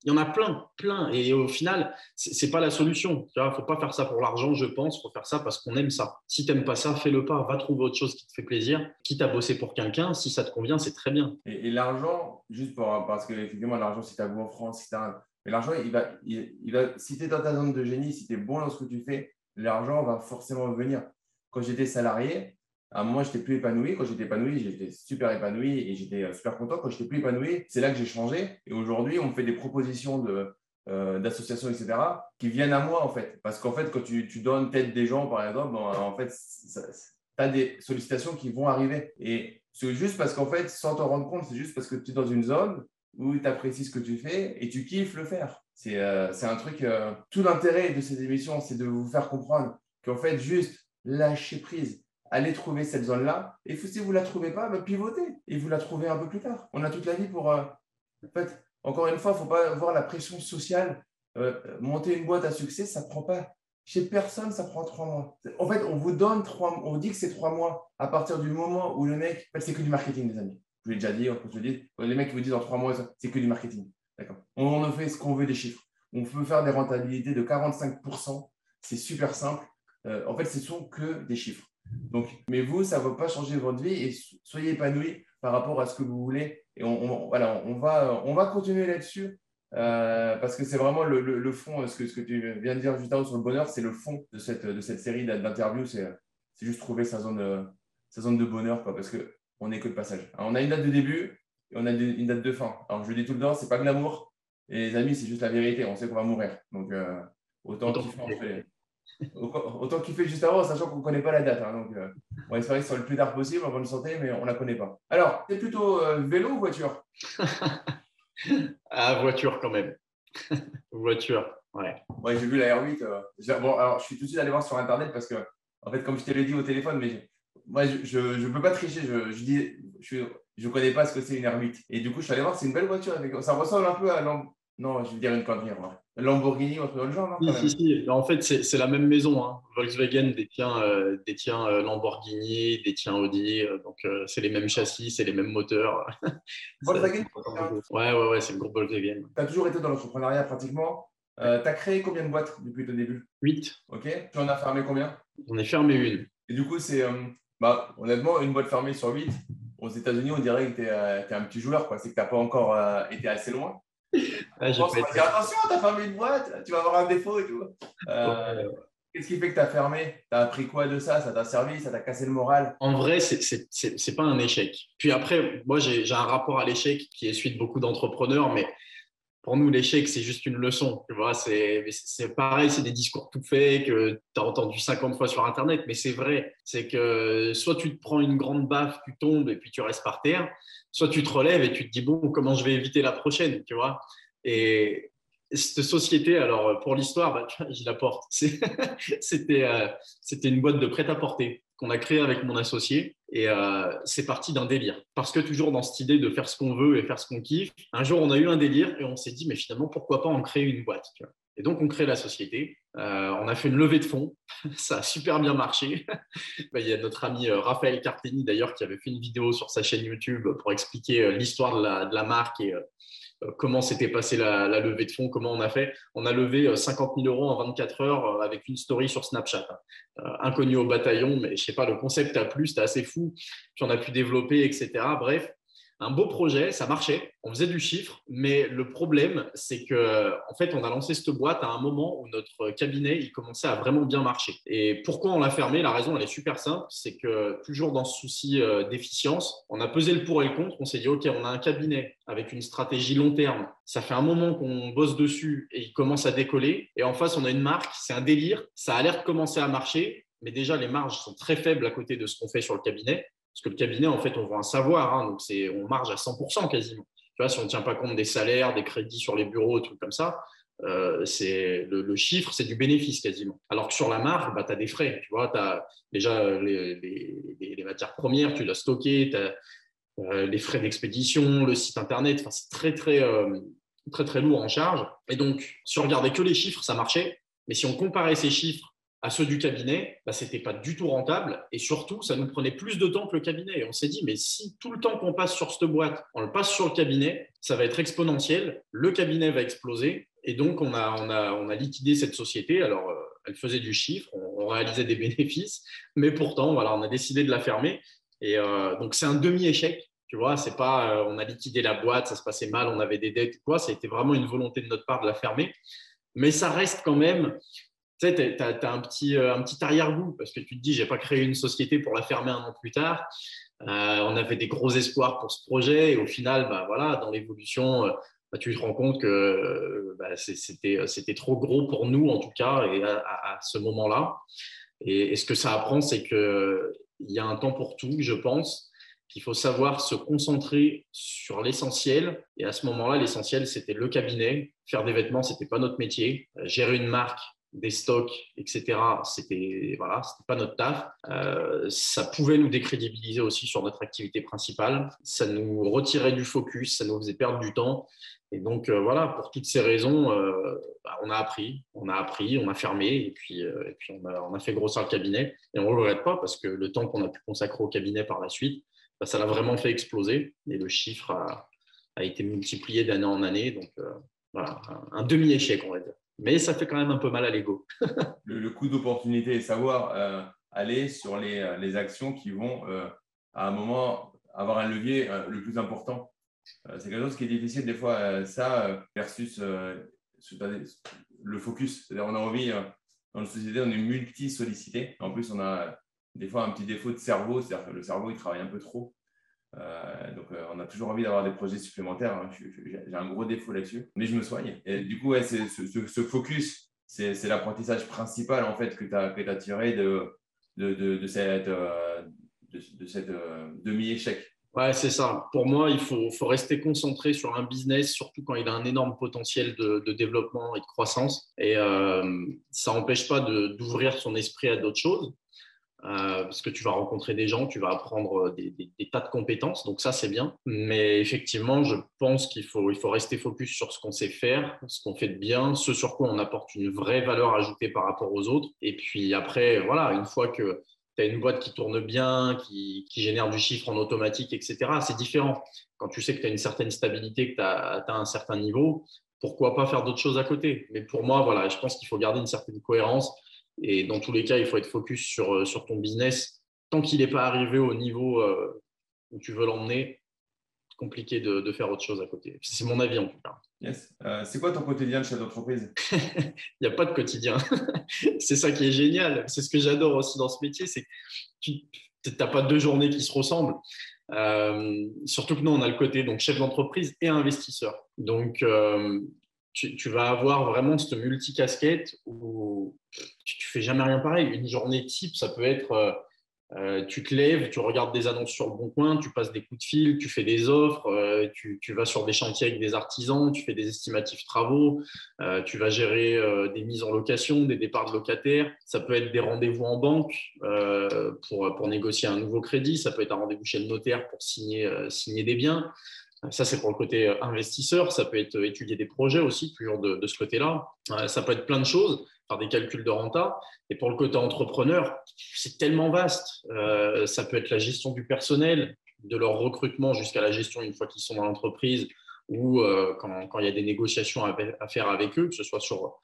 Il y en a plein, plein. Et au final, ce n'est pas la solution. Il ne faut pas faire ça pour l'argent, je pense. Il faut faire ça parce qu'on aime ça. Si tu n'aimes pas ça, fais-le pas. Va trouver autre chose qui te fait plaisir. Quitte à bosser pour quelqu'un, si ça te convient, c'est très bien. Et, et l'argent, juste pour, parce qu'effectivement, l'argent, si tu as en France, si tu as un... Mais l'argent, il va, il, il va, si tu es dans ta zone de génie, si tu es bon dans ce que tu fais, l'argent va forcément venir. Quand j'étais salarié, à un moment, je n'étais plus épanoui. Quand j'étais épanoui, j'étais super épanoui et j'étais super content. Quand je n'étais plus épanoui, c'est là que j'ai changé. Et aujourd'hui, on me fait des propositions de, euh, d'associations, et cetera, qui viennent à moi, en fait. Parce qu'en fait, quand tu, tu donnes tête des gens, par exemple, en fait, tu as des sollicitations qui vont arriver. Et c'est juste parce qu'en fait, sans t'en rendre compte, c'est juste parce que tu es dans une zone où tu apprécies ce que tu fais et tu kiffes le faire. C'est, euh, c'est un truc… Euh, tout l'intérêt de ces émissions, c'est de vous faire comprendre qu'en fait, juste lâcher prise. Allez trouver cette zone-là. Et si vous ne la trouvez pas, bah, pivotez. Et vous la trouvez un peu plus tard. On a toute la vie pour… Euh, en fait, encore une fois, il ne faut pas voir la pression sociale. Euh, monter une boîte à succès, ça ne prend pas… Chez personne, ça prend trois mois. En fait, on vous donne trois mois. On dit que c'est trois mois à partir du moment où le mec… En fait, c'est que du marketing, les amis. Je vous l'ai déjà dit. On peut dire, les mecs qui vous disent en trois mois, c'est que du marketing. D'accord. On, on fait ce qu'on veut des chiffres. On peut faire des rentabilités de quarante-cinq pour cent. C'est super simple. Euh, en fait, ce ne sont que des chiffres. Donc, mais vous, ça ne va pas changer votre vie et soyez épanoui par rapport à ce que vous voulez. Et on, on, voilà, on, va, on va continuer là-dessus euh, parce que c'est vraiment le, le, le fond, ce que, ce que tu viens de dire juste avant sur le bonheur, c'est le fond de cette, de cette série d'interviews. C'est, c'est juste trouver sa zone, sa zone de bonheur, quoi, parce qu'on n'est que de passage. Alors, on a une date de début et on a une date de fin. Alors, je le dis tout le temps, ce n'est pas de l'amour. Et les amis, c'est juste la vérité. On sait qu'on va mourir. Donc, euh, autant kiffer en fait. Autant kiffer juste avant, sachant qu'on ne connaît pas la date. Hein, donc, euh, on va espérer que ce soit le plus tard possible en bonne santé, mais on ne la connaît pas. Alors, c'est plutôt euh, vélo ou voiture? Ah, voiture quand même. Voiture, ouais. Ouais, j'ai vu la R huit. Euh, bon, alors, je suis tout de suite allé voir sur Internet parce que, en fait, comme je te l'ai dit au téléphone, mais moi, je ne peux pas tricher. Je, je dis, je ne connais pas ce que c'est une R huit. Et du coup, je suis allé voir, c'est une belle voiture. Avec, ça ressemble un peu à… Non, je vais dire une connerie. Lamborghini, autre dans le genre, non? Si, si, si. En fait, c'est, c'est la même maison. Hein. Volkswagen détient, euh, détient euh, Lamborghini, détient Audi. Euh, donc, euh, c'est les mêmes châssis, c'est les mêmes moteurs. Volkswagen? Ouais, ouais, ouais, c'est le groupe Volkswagen. Tu as toujours été dans l'entrepreneuriat pratiquement. Euh, tu as créé combien de boîtes depuis le début? Huit. Ok. Tu en as fermé combien? J'en ai fermé une. Et du coup, c'est… Euh, bah, honnêtement, une boîte fermée sur huit, aux États-Unis, on dirait que tu es euh, un petit joueur, quoi. C'est que tu n'as pas encore euh, été assez loin. Ah, pense, on va dire, attention, tu as fermé une boîte, tu vas avoir un défaut et tout. Euh, ouais. Qu'est-ce qui fait que tu as fermé? Tu as appris quoi de ça? Ça t'a servi? Ça t'a cassé le moral? En vrai, ce n'est pas un échec. Puis après, moi, j'ai, j'ai un rapport à l'échec qui est celui de beaucoup d'entrepreneurs, mais pour nous, l'échec, c'est juste une leçon. Tu vois, c'est, c'est pareil, c'est des discours tout faits que tu as entendu cinquante fois sur Internet, mais c'est vrai. C'est que soit tu te prends une grande baffe, tu tombes et puis tu restes par terre, soit tu te relèves et tu te dis, bon, comment je vais éviter la prochaine, tu vois? Et cette société, alors pour l'histoire, bah, je la porte. C'était, euh, c'était une boîte de prêt-à-porter qu'on a créée avec mon associé et euh, c'est parti d'un délire. Parce que toujours dans cette idée de faire ce qu'on veut et faire ce qu'on kiffe, un jour on a eu un délire et on s'est dit mais finalement pourquoi pas en créer une boîte, tu vois. Et donc on crée la société, euh, on a fait une levée de fonds, ça a super bien marché. Il y a notre ami Raphaël Carteni d'ailleurs qui avait fait une vidéo sur sa chaîne YouTube pour expliquer l'histoire de la, de la marque et comment s'était passée la, la levée de fonds, comment on a fait. On a levé cinquante mille euros en vingt-quatre heures avec une story sur Snapchat. Euh, inconnu au bataillon, mais je ne sais pas, le concept a plu, c'était assez fou. Puis on a pu développer, et cetera. Bref, un beau projet, ça marchait, on faisait du chiffre, mais le problème, c'est qu'en fait, on a lancé cette boîte à un moment où notre cabinet, il commençait à vraiment bien marcher. Et pourquoi on l'a fermé? La raison, elle est super simple, c'est que toujours dans ce souci d'efficience, on a pesé le pour et le contre, on s'est dit, OK, on a un cabinet avec une stratégie long terme, ça fait un moment qu'on bosse dessus et il commence à décoller, et en face, on a une marque, c'est un délire, ça a l'air de commencer à marcher, mais déjà, les marges sont très faibles à côté de ce qu'on fait sur le cabinet. Parce que le cabinet, en fait, on vend un savoir, hein, donc c'est, on marge à cent pour cent quasiment. Tu vois, si on ne tient pas compte des salaires, des crédits sur les bureaux, des trucs comme ça, euh, c'est, le, le chiffre, c'est du bénéfice quasiment. Alors que sur la marque, bah, tu as des frais. Tu vois, tu as déjà les, les, les matières premières, tu dois stocker, tu as euh, les frais d'expédition, le site internet. Enfin, c'est très, très, euh, très, très lourd en charge. Et donc, si on regardait que les chiffres, ça marchait. Mais si on comparait ces chiffres à ceux du cabinet, bah, ce n'était pas du tout rentable et surtout, ça nous prenait plus de temps que le cabinet. Et on s'est dit, mais si tout le temps qu'on passe sur cette boîte, on le passe sur le cabinet, ça va être exponentiel, le cabinet va exploser. Et donc, on a, on a, on a liquidé cette société. Alors, euh, elle faisait du chiffre, on, on réalisait des bénéfices, mais pourtant, voilà, on a décidé de la fermer. Et euh, donc, c'est un demi-échec. Tu vois, c'est pas, euh, on a liquidé la boîte, ça se passait mal, on avait des dettes, quoi. Ça a été vraiment une volonté de notre part de la fermer. Mais ça reste quand même, tu sais, tu as un petit, un petit arrière-goût parce que tu te dis, je n'ai pas créé une société pour la fermer un an plus tard. Euh, on avait des gros espoirs pour ce projet et au final, bah, voilà, dans l'évolution, bah, tu te rends compte que bah, c'était, c'était trop gros pour nous, en tout cas, et à, à, à ce moment-là. Et, et ce que ça apprend, c'est qu'il y a un temps pour tout, je pense, qu'il faut savoir se concentrer sur l'essentiel. Et à ce moment-là, l'essentiel, c'était le cabinet. Faire des vêtements, ce n'était pas notre métier. Gérer une marque, des stocks, et cetera, c'était voilà, c'était pas notre taf. Euh, ça pouvait nous décrédibiliser aussi sur notre activité principale. Ça nous retirait du focus, ça nous faisait perdre du temps. Et donc, euh, voilà, pour toutes ces raisons, euh, bah, on a appris, on a appris, on a fermé et puis, euh, et puis on, a, on a fait grossir le cabinet. Et on ne regrette pas parce que le temps qu'on a pu consacrer au cabinet par la suite, bah, ça l'a vraiment fait exploser et le chiffre a, a été multiplié d'année en année. Donc, euh, voilà, un, un demi-échec, on va dire. Mais ça fait quand même un peu mal à l'ego. le, le coût d'opportunité, savoir euh, aller sur les, les actions qui vont, euh, à un moment, avoir un levier euh, le plus important. Euh, c'est quelque chose qui est difficile des fois, euh, ça, euh, versus euh, le focus. C'est-à-dire on a envie, euh, dans une société, on est multi-sollicité. En plus, on a des fois un petit défaut de cerveau, c'est-à-dire que le cerveau, il travaille un peu trop. Euh, donc, euh, on a toujours envie d'avoir des projets supplémentaires. Hein. J'ai un gros défaut là-dessus, mais je me soigne. Et du coup, ouais, ce, ce, ce focus, c'est l'apprentissage principal en fait, que tu as, as tiré de, de, de, de cette, euh, de, de cette euh, demi-échec. Ouais, c'est ça. Pour moi, il faut, faut rester concentré sur un business, surtout quand il a un énorme potentiel de, de développement et de croissance. Et euh, ça n'empêche pas d'ouvrir son esprit à d'autres choses. Euh, parce que tu vas rencontrer des gens, tu vas apprendre des, des, des tas de compétences, donc ça c'est bien. Mais effectivement, je pense qu'il faut, il faut rester focus sur ce qu'on sait faire, ce qu'on fait de bien, ce sur quoi on apporte une vraie valeur ajoutée par rapport aux autres. Et puis après, voilà, une fois que tu as une boîte qui tourne bien, qui, qui génère du chiffre en automatique, et cetera, c'est différent. Quand tu sais que tu as une certaine stabilité, que tu as atteint un certain niveau, pourquoi pas faire d'autres choses à côté? Mais pour moi, voilà, je pense qu'il faut garder une certaine cohérence. Et dans tous les cas, il faut être focus sur, sur ton business. Tant qu'il n'est pas arrivé au niveau euh, où tu veux l'emmener, compliqué de, de faire autre chose à côté. C'est mon avis en tout cas. Yes. Euh, c'est quoi ton quotidien de chef d'entreprise? Il n'y a pas de quotidien. C'est ça qui est génial. C'est ce que j'adore aussi dans ce métier, c'est que tu n'as pas deux journées qui se ressemblent. Euh, surtout que nous, on a le côté donc, chef d'entreprise et investisseur. Donc, euh, Tu, tu vas avoir vraiment cette multicasquette où tu ne fais jamais rien pareil. Une journée type, ça peut être euh, euh, tu te lèves, tu regardes des annonces sur le bon coin, tu passes des coups de fil, tu fais des offres, euh, tu, tu vas sur des chantiers avec des artisans, tu fais des estimatifs travaux, euh, tu vas gérer euh, des mises en location, des départs de locataires. Ça peut être des rendez-vous en banque euh, pour, pour négocier un nouveau crédit, ça peut être un rendez-vous chez le notaire pour signer, euh, signer des biens. Ça, c'est pour le côté investisseur. Ça peut être étudier des projets aussi, toujours de, de ce côté-là. Ça peut être plein de choses, faire des calculs de renta. Et pour le côté entrepreneur, c'est tellement vaste. Euh, ça peut être la gestion du personnel, de leur recrutement jusqu'à la gestion une fois qu'ils sont dans l'entreprise ou euh, quand, quand il y a des négociations à, à faire avec eux, que ce soit sur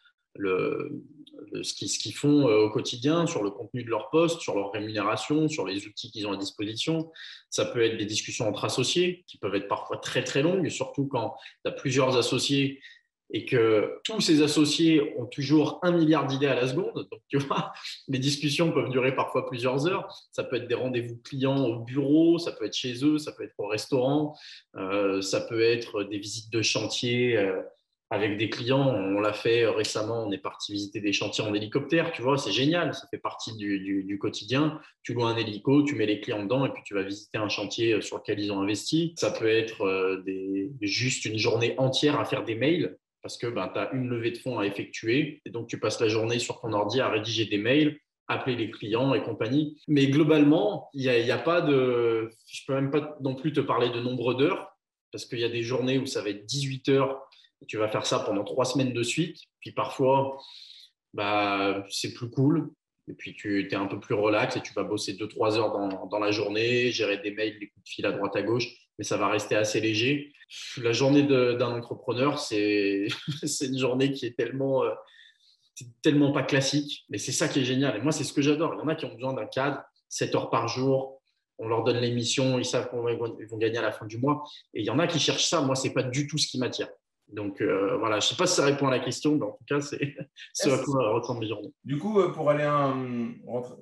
le, le, ce qu'ils ce qu'ils font euh, au quotidien, sur le contenu de leur poste, sur leur rémunération, sur les outils qu'ils ont à disposition. Ça peut être des discussions entre associés qui peuvent être parfois très très longues, surtout quand tu as plusieurs associés et que tous ces associés ont toujours un milliard d'idées à la seconde. Donc, tu vois, les discussions peuvent durer parfois plusieurs heures. Ça peut être des rendez-vous clients au bureau, ça peut être chez eux, ça peut être au restaurant, euh, ça peut être des visites de chantier euh, avec des clients. On l'a fait récemment, on est parti visiter des chantiers en hélicoptère, tu vois, c'est génial, ça fait partie du, du, du quotidien. Tu loues un hélico, tu mets les clients dedans et puis tu vas visiter un chantier sur lequel ils ont investi. Ça peut être euh, des, juste une journée entière à faire des mails parce que ben, tu as une levée de fonds à effectuer et donc tu passes la journée sur ton ordi à rédiger des mails, appeler les clients et compagnie. Mais globalement, il n'y a, y a pas de… Je ne peux même pas non plus te parler de nombre d'heures parce qu'il y a des journées où ça va être dix-huit heures. Tu vas faire ça pendant trois semaines de suite. Puis parfois, bah, c'est plus cool. Et puis, tu es un peu plus relax et tu vas bosser deux trois heures dans, dans la journée, gérer des mails, des coups de fil à droite à gauche, mais ça va rester assez léger. La journée de, d'un entrepreneur, c'est, c'est une journée qui est tellement, euh, tellement pas classique, mais c'est ça qui est génial. Et moi, c'est ce que j'adore. Il y en a qui ont besoin d'un cadre, sept heures par jour. On leur donne l'émission, ils savent qu'ils vont gagner à la fin du mois. Et il y en a qui cherchent ça. Moi, ce n'est pas du tout ce qui m'attire. Donc, euh, voilà, je ne sais pas si ça répond à la question, mais en tout cas, c'est ce à quoi ressemblent mes journées. Du coup, pour aller un,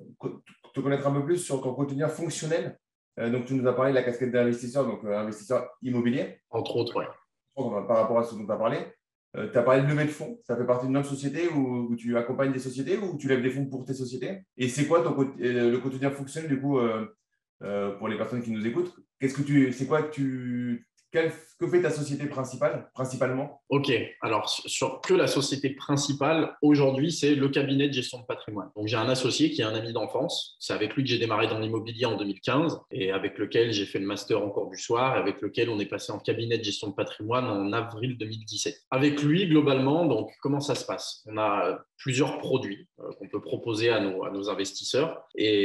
te connaître un peu plus sur ton quotidien fonctionnel, euh, donc tu nous as parlé de la casquette d'investisseur, donc euh, investisseur immobilier. Entre autres, oui. Par rapport à ce dont tu as parlé, euh, tu as parlé de levée de fonds. Ça fait partie d'une autre société où, où tu accompagnes des sociétés ou tu lèves des fonds pour tes sociétés. Et c'est quoi ton, le quotidien fonctionnel, du coup, euh, euh, pour les personnes qui nous écoutent? Qu'est-ce que tu, c'est quoi que tu… Quel, que fait ta société principale, principalement? Ok, alors sur que la société principale, aujourd'hui, c'est le cabinet de gestion de patrimoine. Donc, j'ai un associé qui est un ami d'enfance. C'est avec lui que j'ai démarré dans l'immobilier en deux mille quinze et avec lequel j'ai fait le master en cours du soir et avec lequel on est passé en cabinet de gestion de patrimoine en avril deux mille dix-sept. Avec lui, globalement, donc, comment ça se passe? On a plusieurs produits euh, qu'on peut proposer à nos, à nos investisseurs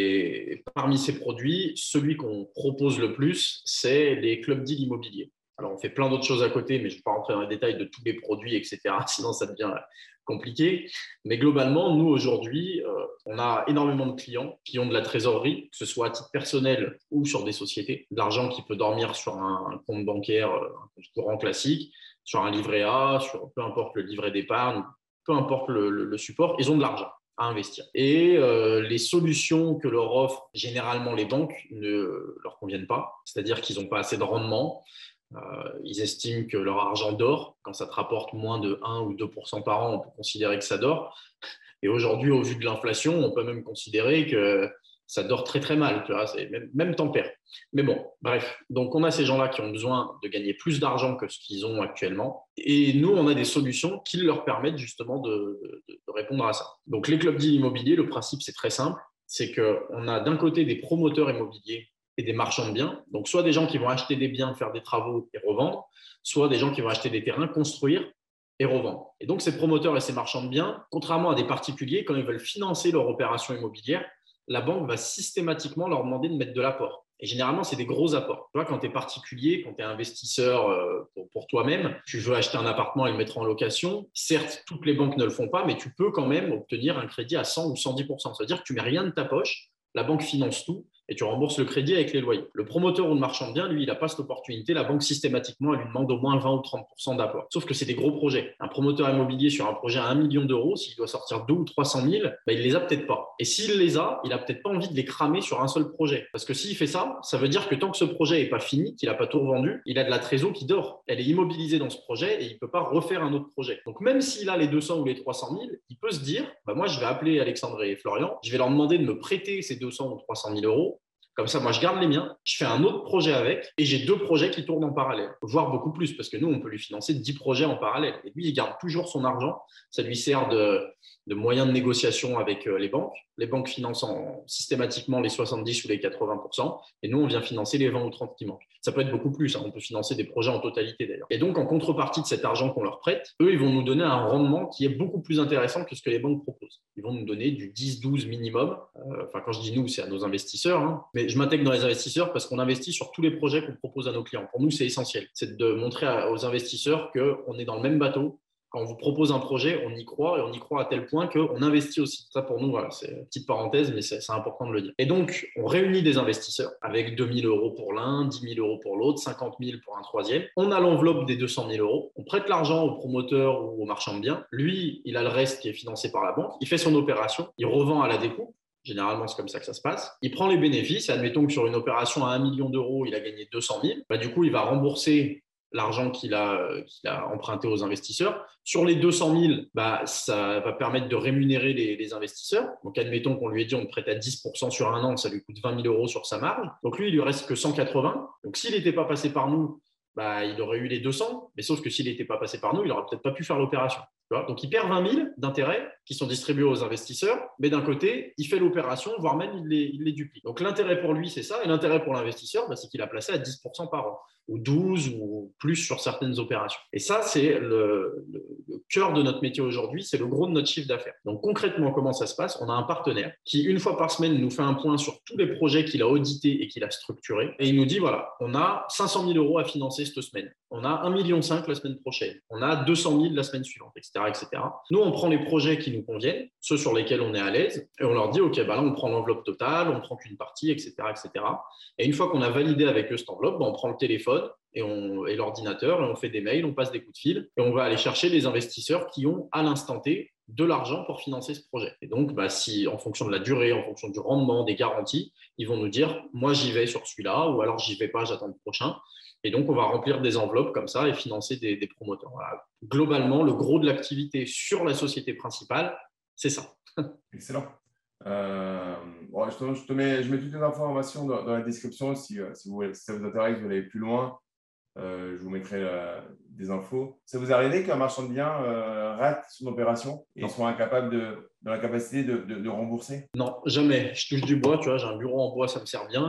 et parmi ces produits, celui qu'on propose le plus, c'est les club deals immobiliers. Alors, on fait plein d'autres choses à côté, mais je ne vais pas rentrer dans les détails de tous les produits, et cetera. Sinon, ça devient compliqué. Mais globalement, nous, aujourd'hui, euh, on a énormément de clients qui ont de la trésorerie, que ce soit à titre personnel ou sur des sociétés. De l'argent qui peut dormir sur un, un compte bancaire, un compte courant classique, sur un livret A, sur peu importe le livret d'épargne, peu importe le, le, le support, ils ont de l'argent à investir. Et euh, les solutions que leur offrent généralement les banques ne leur conviennent pas, c'est-à-dire qu'ils n'ont pas assez de rendement. Euh, ils estiment que leur argent dort. Quand ça te rapporte moins de un ou deux pour cent par an, on peut considérer que ça dort. Et aujourd'hui, au vu de l'inflation, on peut même considérer que ça dort très très mal. Tu vois, c'est même, même tempère. Mais bon, bref. Donc, on a ces gens-là qui ont besoin de gagner plus d'argent que ce qu'ils ont actuellement. Et nous, on a des solutions qui leur permettent justement de, de, de répondre à ça. Donc, les clubs deals immobiliers, le principe, c'est très simple. C'est qu'on a d'un côté des promoteurs immobiliers et des marchands de biens. Donc, soit des gens qui vont acheter des biens, faire des travaux et revendre, soit des gens qui vont acheter des terrains, construire et revendre. Et donc, ces promoteurs et ces marchands de biens, contrairement à des particuliers, quand ils veulent financer leur opération immobilière, la banque va systématiquement leur demander de mettre de l'apport. Et généralement, c'est des gros apports. Tu vois, quand tu es particulier, quand tu es investisseur euh, pour, pour toi-même, tu veux acheter un appartement et le mettre en location. Certes, toutes les banques ne le font pas, mais tu peux quand même obtenir un crédit à cent ou cent dix pour cent. C'est-à-dire que tu ne mets rien de ta poche, la banque finance tout et tu rembourses le crédit avec les loyers. Le promoteur ou le marchand de biens, lui, il n'a pas cette opportunité. La banque, systématiquement, elle lui demande au moins vingt ou trente pour cent d'apport. Sauf que c'est des gros projets. Un promoteur immobilier sur un projet à un million d'euros, s'il doit sortir deux ou trois cent mille, bah, il les a peut-être pas. Et s'il les a, il n'a peut-être pas envie de les cramer sur un seul projet. Parce que s'il fait ça, ça veut dire que tant que ce projet n'est pas fini, qu'il n'a pas tout revendu, il a de la trésor qui dort. Elle est immobilisée dans ce projet et il ne peut pas refaire un autre projet. Donc, même s'il a les deux cents ou les trois cent mille, il peut se dire, bah, moi, je vais appeler Alexandre et Florian, je vais leur demander de me prêter ces deux cents ou trois cent mille euros. Comme ça, moi, je garde les miens, je fais un autre projet avec et j'ai deux projets qui tournent en parallèle, voire beaucoup plus, parce que nous, on peut lui financer dix projets en parallèle. Et lui, il garde toujours son argent. Ça lui sert de, de moyen de négociation avec les banques. Les banques financent en, systématiquement les soixante-dix ou les quatre-vingts pour cent et nous, on vient financer les vingt ou trente qui manquent. Ça peut être beaucoup plus. Hein. On peut financer des projets en totalité, d'ailleurs. Et donc, en contrepartie de cet argent qu'on leur prête, eux, ils vont nous donner un rendement qui est beaucoup plus intéressant que ce que les banques proposent. Ils vont nous donner du dix douze minimum. Euh, enfin, quand je dis nous, c'est à nos investisseurs. Hein. Mais je m'intègre dans les investisseurs parce qu'on investit sur tous les projets qu'on propose à nos clients. Pour nous, c'est essentiel. C'est de montrer à, aux investisseurs qu'on est dans le même bateau. Quand on vous propose un projet, on y croit et on y croit à tel point qu'on investit aussi. Ça, pour nous, voilà, c'est une petite parenthèse, mais c'est, c'est important de le dire. Et donc, on réunit des investisseurs avec deux mille euros pour l'un, dix mille euros pour l'autre, cinquante mille pour un troisième. On a l'enveloppe des deux cent mille euros. On prête l'argent au promoteur ou au marchand de biens. Lui, il a le reste qui est financé par la banque. Il fait son opération. Il revend à la découpe. Généralement, c'est comme ça que ça se passe. Il prend les bénéfices. Admettons que sur une opération à un million d'euros, il a gagné deux cent mille. Bah, du coup, il va rembourser l'argent qu'il a, qu'il a emprunté aux investisseurs. Sur les deux cent mille, bah, ça va permettre de rémunérer les, les investisseurs. Donc, admettons qu'on lui ait dit on te prête à dix pour cent sur un an, ça lui coûte vingt mille euros sur sa marge. Donc, lui, il lui reste que cent quatre-vingts. Donc, s'il n'était pas passé par nous, bah, il aurait eu les deux cents. Mais sauf que s'il n'était pas passé par nous, il n'aurait peut-être pas pu faire l'opération. Tu vois, donc, il perd vingt mille d'intérêts qui sont distribués aux investisseurs, mais d'un côté, il fait l'opération, voire même il les, il les duplique. Donc, l'intérêt pour lui, c'est ça. Et l'intérêt pour l'investisseur, bah, c'est qu'il a placé à dix pour cent par an, ou douze ou plus sur certaines opérations. Et ça, c'est le, le, le cœur de notre métier aujourd'hui, c'est le gros de notre chiffre d'affaires. Donc, concrètement, comment ça se passe? On a un partenaire qui, une fois par semaine, nous fait un point sur tous les projets qu'il a audités et qu'il a structurés. Et il nous dit, voilà, on a cinq cent mille euros à financer cette semaine. On a un virgule cinq million la semaine prochaine. On a deux cent mille la semaine suivante, et cetera, et cetera. Nous, on prend les projets qui nous conviennent, ceux sur lesquels on est à l'aise, et on leur dit, OK, bah là, on prend l'enveloppe totale, on prend qu'une partie, et cetera, et cetera. Et une fois qu'on a validé avec eux cette enveloppe, bah, on prend le téléphone et, on, et l'ordinateur, et on fait des mails, on passe des coups de fil, et on va aller chercher les investisseurs qui ont, à l'instant T, de l'argent pour financer ce projet. Et donc, bah, si, en fonction de la durée, en fonction du rendement, des garanties, ils vont nous dire, moi, j'y vais sur celui-là, ou alors j'y vais pas, j'attends le prochain. Et donc, on va remplir des enveloppes comme ça et financer des, des promoteurs. Voilà. Globalement, le gros de l'activité sur la société principale, c'est ça. Excellent. Euh, bon, je, te, je, te mets, je mets toutes les informations dans, dans la description. Si, si, vous, si ça vous intéresse, vous allez plus loin. Euh, je vous mettrai euh, des infos. Ça vous arrive qu'un marchand de biens euh, rate son opération et soit incapable de, dans la capacité de, de, de rembourser? Non, jamais. Je touche du bois, tu vois, j'ai un bureau en bois, ça me sert bien.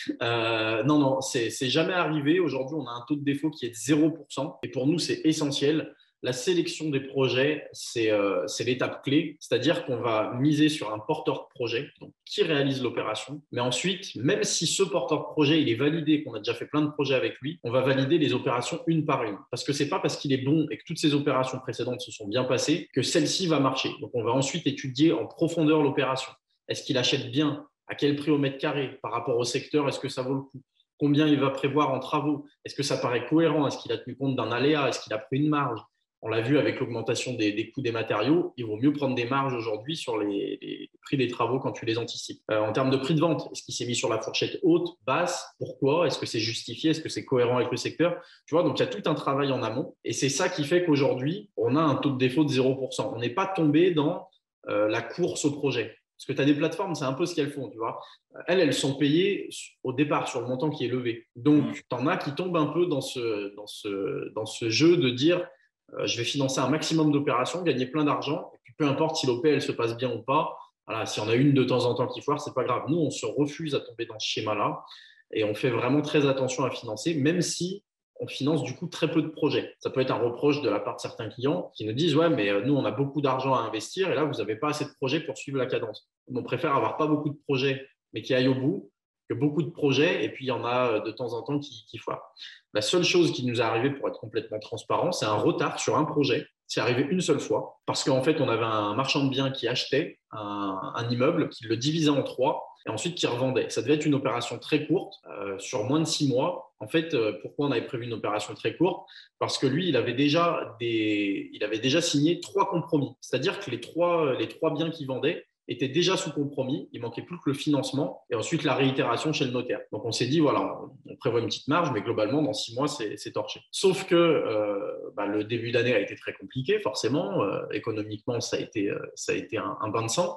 euh, non, non, c'est, c'est jamais arrivé. Aujourd'hui, on a un taux de défaut qui est de zéro pour cent et pour nous, c'est essentiel. La sélection des projets, c'est, euh, c'est l'étape clé, c'est-à-dire qu'on va miser sur un porteur de projet donc, qui réalise l'opération. Mais ensuite, même si ce porteur de projet il est validé, qu'on a déjà fait plein de projets avec lui, on va valider les opérations une par une. Parce que ce n'est pas parce qu'il est bon et que toutes ces opérations précédentes se sont bien passées que celle-ci va marcher. Donc, on va ensuite étudier en profondeur l'opération. Est-ce qu'il achète bien? À quel prix au mètre carré? Par rapport au secteur, est-ce que ça vaut le coup? Combien il va prévoir en travaux? Est-ce que ça paraît cohérent? Est-ce qu'il a tenu compte d'un aléa? Est-ce qu'il a pris une marge? On l'a vu avec l'augmentation des, des coûts des matériaux, il vaut mieux prendre des marges aujourd'hui sur les, les prix des travaux quand tu les anticipes. Euh, en termes de prix de vente, est-ce qu'il s'est mis sur la fourchette haute, basse? Pourquoi? Est-ce que c'est justifié? Est-ce que c'est cohérent avec le secteur? Tu vois, donc il y a tout un travail en amont et c'est ça qui fait qu'aujourd'hui, on a un taux de défaut de zéro pour cent. On n'est pas tombé dans euh, la course au projet. Parce que tu as des plateformes, c'est un peu ce qu'elles font, tu vois. Elles, elles sont payées au départ sur le montant qui est levé. Donc, tu en as qui tombent un peu dans ce, dans ce, dans ce jeu de dire Euh, je vais financer un maximum d'opérations, gagner plein d'argent, et puis peu importe si l'O P elle se passe bien ou pas, voilà, si on a une de temps en temps qui foire, c'est pas grave. Nous, on se refuse à tomber dans ce schéma-là et on fait vraiment très attention à financer, même si on finance du coup très peu de projets. Ça peut être un reproche de la part de certains clients qui nous disent « Ouais, mais nous, on a beaucoup d'argent à investir et là, vous n'avez pas assez de projets pour suivre la cadence. » On préfère avoir pas beaucoup de projets, mais qui aillent au bout, que beaucoup de projets et puis il y en a de temps en temps qui, qui foirent. La seule chose qui nous est arrivée, pour être complètement transparent, c'est un retard sur un projet. C'est arrivé une seule fois parce qu'en fait, on avait un marchand de biens qui achetait un, un immeuble, qui le divisait en trois et ensuite qui revendait. Ça devait être une opération très courte, euh, sur moins de six mois. En fait, euh, pourquoi on avait prévu une opération très courte? Parce que lui, il avait déjà, des, il avait déjà signé trois compromis. C'est-à-dire que les trois, les trois biens qu'il vendait était déjà sous compromis, il manquait plus que le financement et ensuite la réitération chez le notaire. Donc on s'est dit, voilà, on prévoit une petite marge, mais globalement, dans six mois, c'est, c'est torché. Sauf que euh, bah, le début d'année a été très compliqué, forcément. Euh, économiquement, ça a été, euh, ça a été un, un bain de sang.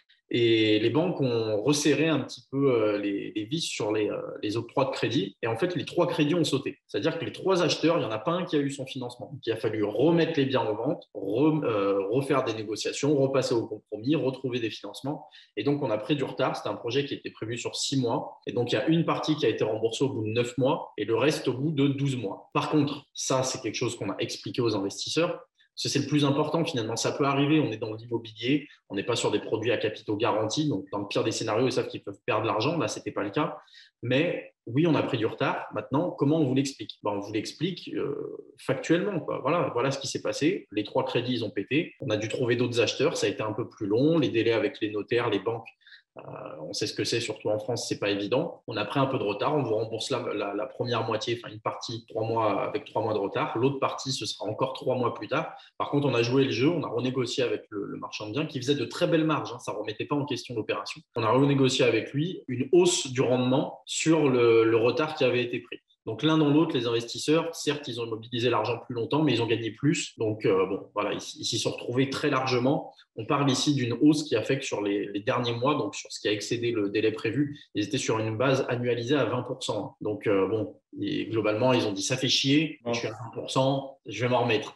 Et les banques ont resserré un petit peu les, les vis sur les, les octrois de crédit. Et en fait, les trois crédits ont sauté. C'est-à-dire que les trois acheteurs, il n'y en a pas un qui a eu son financement. Donc, il a fallu remettre les biens en vente, re, euh, refaire des négociations, repasser au compromis, retrouver des financements. Et donc, on a pris du retard. C'était un projet qui était prévu sur six mois. Et donc, il y a une partie qui a été remboursée au bout de neuf mois et le reste au bout de douze mois. Par contre, ça, c'est quelque chose qu'on a expliqué aux investisseurs. C'est le plus important finalement. Ça peut arriver, on est dans l'immobilier, on n'est pas sur des produits à capitaux garantis. Donc, dans le pire des scénarios, ils savent qu'ils peuvent perdre de l'argent. Là, ce n'était pas le cas. Mais oui, on a pris du retard. Maintenant, comment on vous l'explique? Ben, on vous l'explique euh, factuellement, quoi. Voilà, voilà ce qui s'est passé. Les trois crédits, ils ont pété. On a dû trouver d'autres acheteurs. Ça a été un peu plus long. Les délais avec les notaires, les banques, Euh, on sait ce que c'est, surtout en France, c'est pas évident. On a pris un peu de retard, on vous rembourse la, la, la première moitié, enfin une partie trois mois avec trois mois de retard. L'autre partie, ce sera encore trois mois plus tard. Par contre, on a joué le jeu, on a renégocié avec le, le marchand de biens qui faisait de très belles marges, hein, ça ne remettait pas en question l'opération. On a renégocié avec lui une hausse du rendement sur le, le retard qui avait été pris. Donc, l'un dans l'autre, les investisseurs, certes, ils ont mobilisé l'argent plus longtemps, mais ils ont gagné plus. Donc, euh, bon, voilà, ils, ils s'y sont retrouvés très largement. On parle ici d'une hausse qui a fait que sur les, les derniers mois, donc sur ce qui a excédé le délai prévu, ils étaient sur une base annualisée à vingt pour cent. Donc, euh, bon, et globalement, ils ont dit ça fait chier, je suis à vingt pour cent, je vais m'en remettre.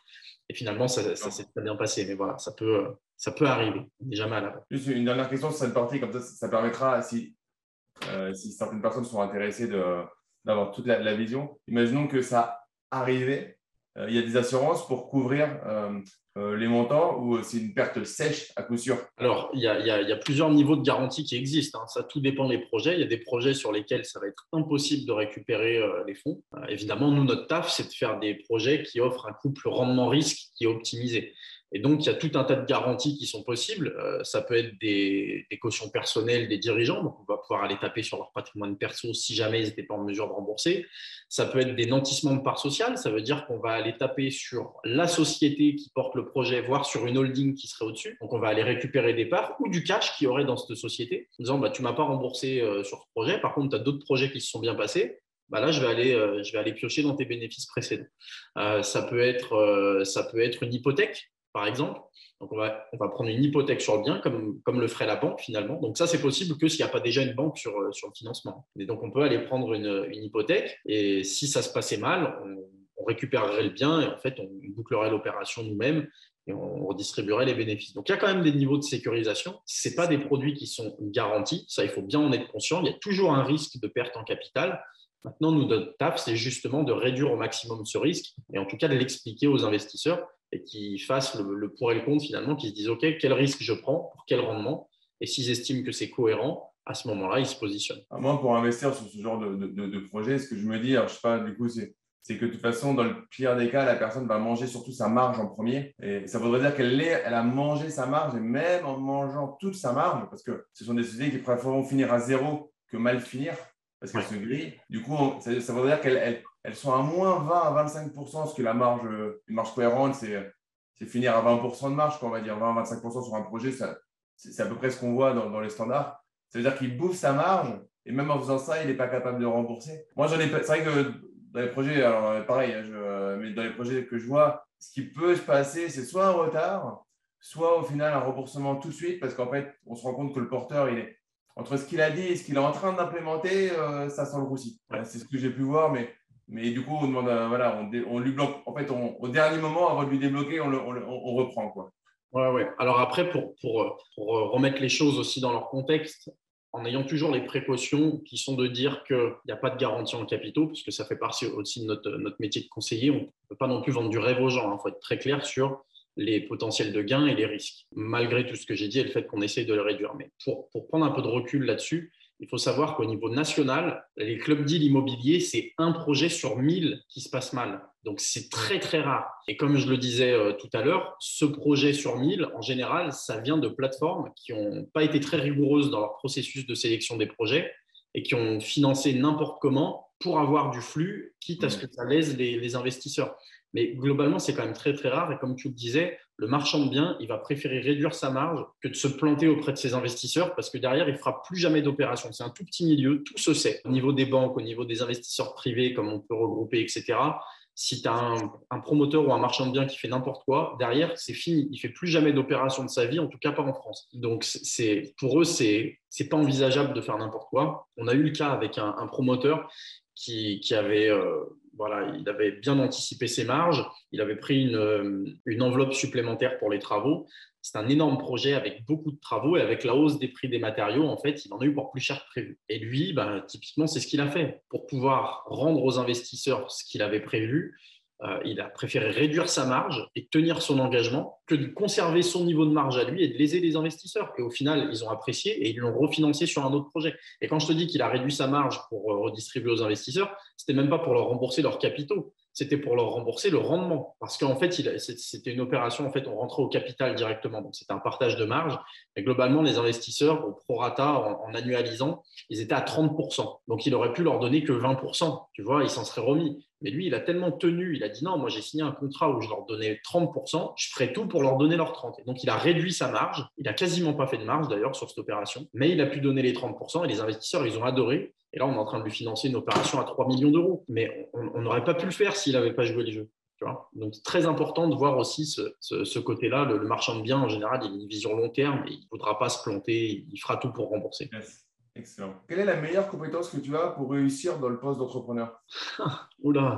Et finalement, ça, ça s'est très bien passé. Mais voilà, ça peut, ça peut arriver. On n'est jamais à l'abri. Juste une dernière question sur cette partie, comme ça, ça permettra, si, euh, si certaines personnes sont intéressées de, d'avoir toute la, la vision. Imaginons que ça arrivait, euh, il y a des assurances pour couvrir euh, euh, les montants ou c'est une perte sèche à coup sûr? Alors, il y a, il y a, il y a plusieurs niveaux de garantie qui existent. Hein. Ça, tout dépend des projets. Il y a des projets sur lesquels ça va être impossible de récupérer euh, les fonds. Euh, évidemment, nous, notre taf, c'est de faire des projets qui offrent un couple rendement-risque qui est optimisé. Et donc, il y a tout un tas de garanties qui sont possibles. Euh, ça peut être des, des cautions personnelles des dirigeants. Donc, on va pouvoir aller taper sur leur patrimoine perso si jamais ils n'étaient pas en mesure de rembourser. Ça peut être des nantissements de parts sociales. Ça veut dire qu'on va aller taper sur la société qui porte le projet, voire sur une holding qui serait au-dessus. Donc, on va aller récupérer des parts ou du cash qu'il y aurait dans cette société en disant bah, tu ne m'as pas remboursé euh, sur ce projet. Par contre, tu as d'autres projets qui se sont bien passés. Bah là, je vais, aller, euh, je vais aller piocher dans tes bénéfices précédents. Euh, ça peut être, euh, ça peut être une hypothèque, par exemple. Donc, on va, on va prendre une hypothèque sur le bien, comme, comme le ferait la banque, finalement. Donc, ça, c'est possible que s'il n'y a pas déjà une banque sur, sur le financement. Et donc, on peut aller prendre une, une hypothèque et si ça se passait mal, on, on récupérerait le bien et en fait, on bouclerait l'opération nous-mêmes et on redistribuerait les bénéfices. Donc, il y a quand même des niveaux de sécurisation. Ce n'est pas des produits qui sont garantis. Ça, il faut bien en être conscient. Il y a toujours un risque de perte en capital. Maintenant, nous, notre taf, c'est justement de réduire au maximum ce risque et en tout cas de l'expliquer aux investisseurs et qu'ils fassent le, le pour et le contre finalement, qu'ils se disent « Ok, quel risque je prends pour quel rendement ?» Et s'ils estiment que c'est cohérent, à ce moment-là, ils se positionnent. Moi, pour investir sur ce genre de, de, de projet, ce que je me dis, alors, je sais pas, du coup, c'est, c'est que de toute façon, dans le pire des cas, la personne va manger surtout sa marge en premier. Et ça voudrait dire qu'elle est, elle a mangé sa marge et même en mangeant toute sa marge, parce que ce sont des sociétés qui préfèrent finir à zéro que mal finir, parce qu'elles ouais. se grillent. Du coup, on, ça, ça voudrait dire qu'elles elles, elles sont à moins vingt à vingt-cinq pour cent, parce que la marge, une marge cohérente, c'est, c'est finir à vingt pour cent de marge, on va dire vingt à vingt-cinq pour cent sur un projet, ça, c'est, c'est à peu près ce qu'on voit dans, dans les standards. Ça veut dire qu'il bouffe sa marge et même en faisant ça, il n'est pas capable de rembourser. Moi, j'en ai, c'est vrai que dans les projets, alors pareil, je, mais dans les projets que je vois, ce qui peut se passer, c'est soit un retard, soit au final un remboursement tout de suite, parce qu'en fait, on se rend compte que le porteur, il est entre ce qu'il a dit et ce qu'il est en train d'implémenter, euh, ça sent le roussi. Ouais. C'est ce que j'ai pu voir, mais, mais du coup, on demande, à, voilà, on, dé, on lui bloque. En fait, on, au dernier moment, avant de lui débloquer, on, le, on, on reprend, quoi. Ouais, ouais. Alors après, pour, pour, pour remettre les choses aussi dans leur contexte, en ayant toujours les précautions qui sont de dire qu'il n'y a pas de garantie en capitaux, parce que ça fait partie aussi de notre, notre métier de conseiller. On ne peut pas non plus vendre du rêve aux gens. Il faut être très clair sur les potentiels de gains et les risques, malgré tout ce que j'ai dit et le fait qu'on essaye de les réduire. Mais pour, pour prendre un peu de recul là-dessus, il faut savoir qu'au niveau national, les club deals immobiliers, c'est un projet sur mille qui se passe mal. Donc, c'est très, très rare. Et comme je le disais euh, tout à l'heure, ce projet sur mille, en général, ça vient de plateformes qui n'ont pas été très rigoureuses dans leur processus de sélection des projets et qui ont financé n'importe comment pour avoir du flux, quitte à ce que ça lèse les, les investisseurs. Mais globalement, c'est quand même très, très rare. Et comme tu le disais, le marchand de biens, il va préférer réduire sa marge que de se planter auprès de ses investisseurs parce que derrière, il ne fera plus jamais d'opération. C'est un tout petit milieu, tout se sait. Au niveau des banques, au niveau des investisseurs privés, comme on peut regrouper, et cetera. Si tu as un, un promoteur ou un marchand de biens qui fait n'importe quoi, derrière, c'est fini. Il ne fait plus jamais d'opération de sa vie, en tout cas pas en France. Donc, c'est, pour eux, ce n'est c'est pas envisageable de faire n'importe quoi. On a eu le cas avec un, un promoteur qui, qui avait… Euh, Voilà, il avait bien anticipé ses marges, il avait pris une, une enveloppe supplémentaire pour les travaux. C'est un énorme projet avec beaucoup de travaux et avec la hausse des prix des matériaux, en fait, il en a eu pour plus cher que prévu. Et lui, ben, typiquement, c'est ce qu'il a fait. Pour pouvoir rendre aux investisseurs ce qu'il avait prévu, euh, il a préféré réduire sa marge et tenir son engagement que de conserver son niveau de marge à lui et de léser les investisseurs. Et au final, ils ont apprécié et ils l'ont refinancé sur un autre projet. Et quand je te dis qu'il a réduit sa marge pour redistribuer aux investisseurs, c'était même pas pour leur rembourser leurs capitaux, c'était pour leur rembourser le rendement. Parce qu'en fait, il, c'était une opération, en fait, on rentrait au capital directement. Donc, c'était un partage de marge. Mais globalement, les investisseurs, au prorata, en, en annualisant, ils étaient à trente pour cent. Donc, il aurait pu leur donner que vingt pour cent. Tu vois, il s'en serait remis. Mais lui, il a tellement tenu, il a dit non, moi j'ai signé un contrat où je leur donnais trente pour cent, je ferai tout pour leur donner leurs trente pour cent. Et donc il a réduit sa marge, il n'a quasiment pas fait de marge d'ailleurs sur cette opération, mais il a pu donner les trente pour cent et les investisseurs, ils ont adoré. Et là, on est en train de lui financer une opération à trois millions d'euros. Mais on n'aurait pas pu le faire s'il n'avait pas joué les jeux. Tu vois, donc c'est très important de voir aussi ce, ce, ce côté-là. Le, le marchand de biens, en général, il a une vision long terme et il ne voudra pas se planter, il fera tout pour rembourser. Yes. Excellent. Quelle est la meilleure compétence que tu as pour réussir dans le poste d'entrepreneur? Oula,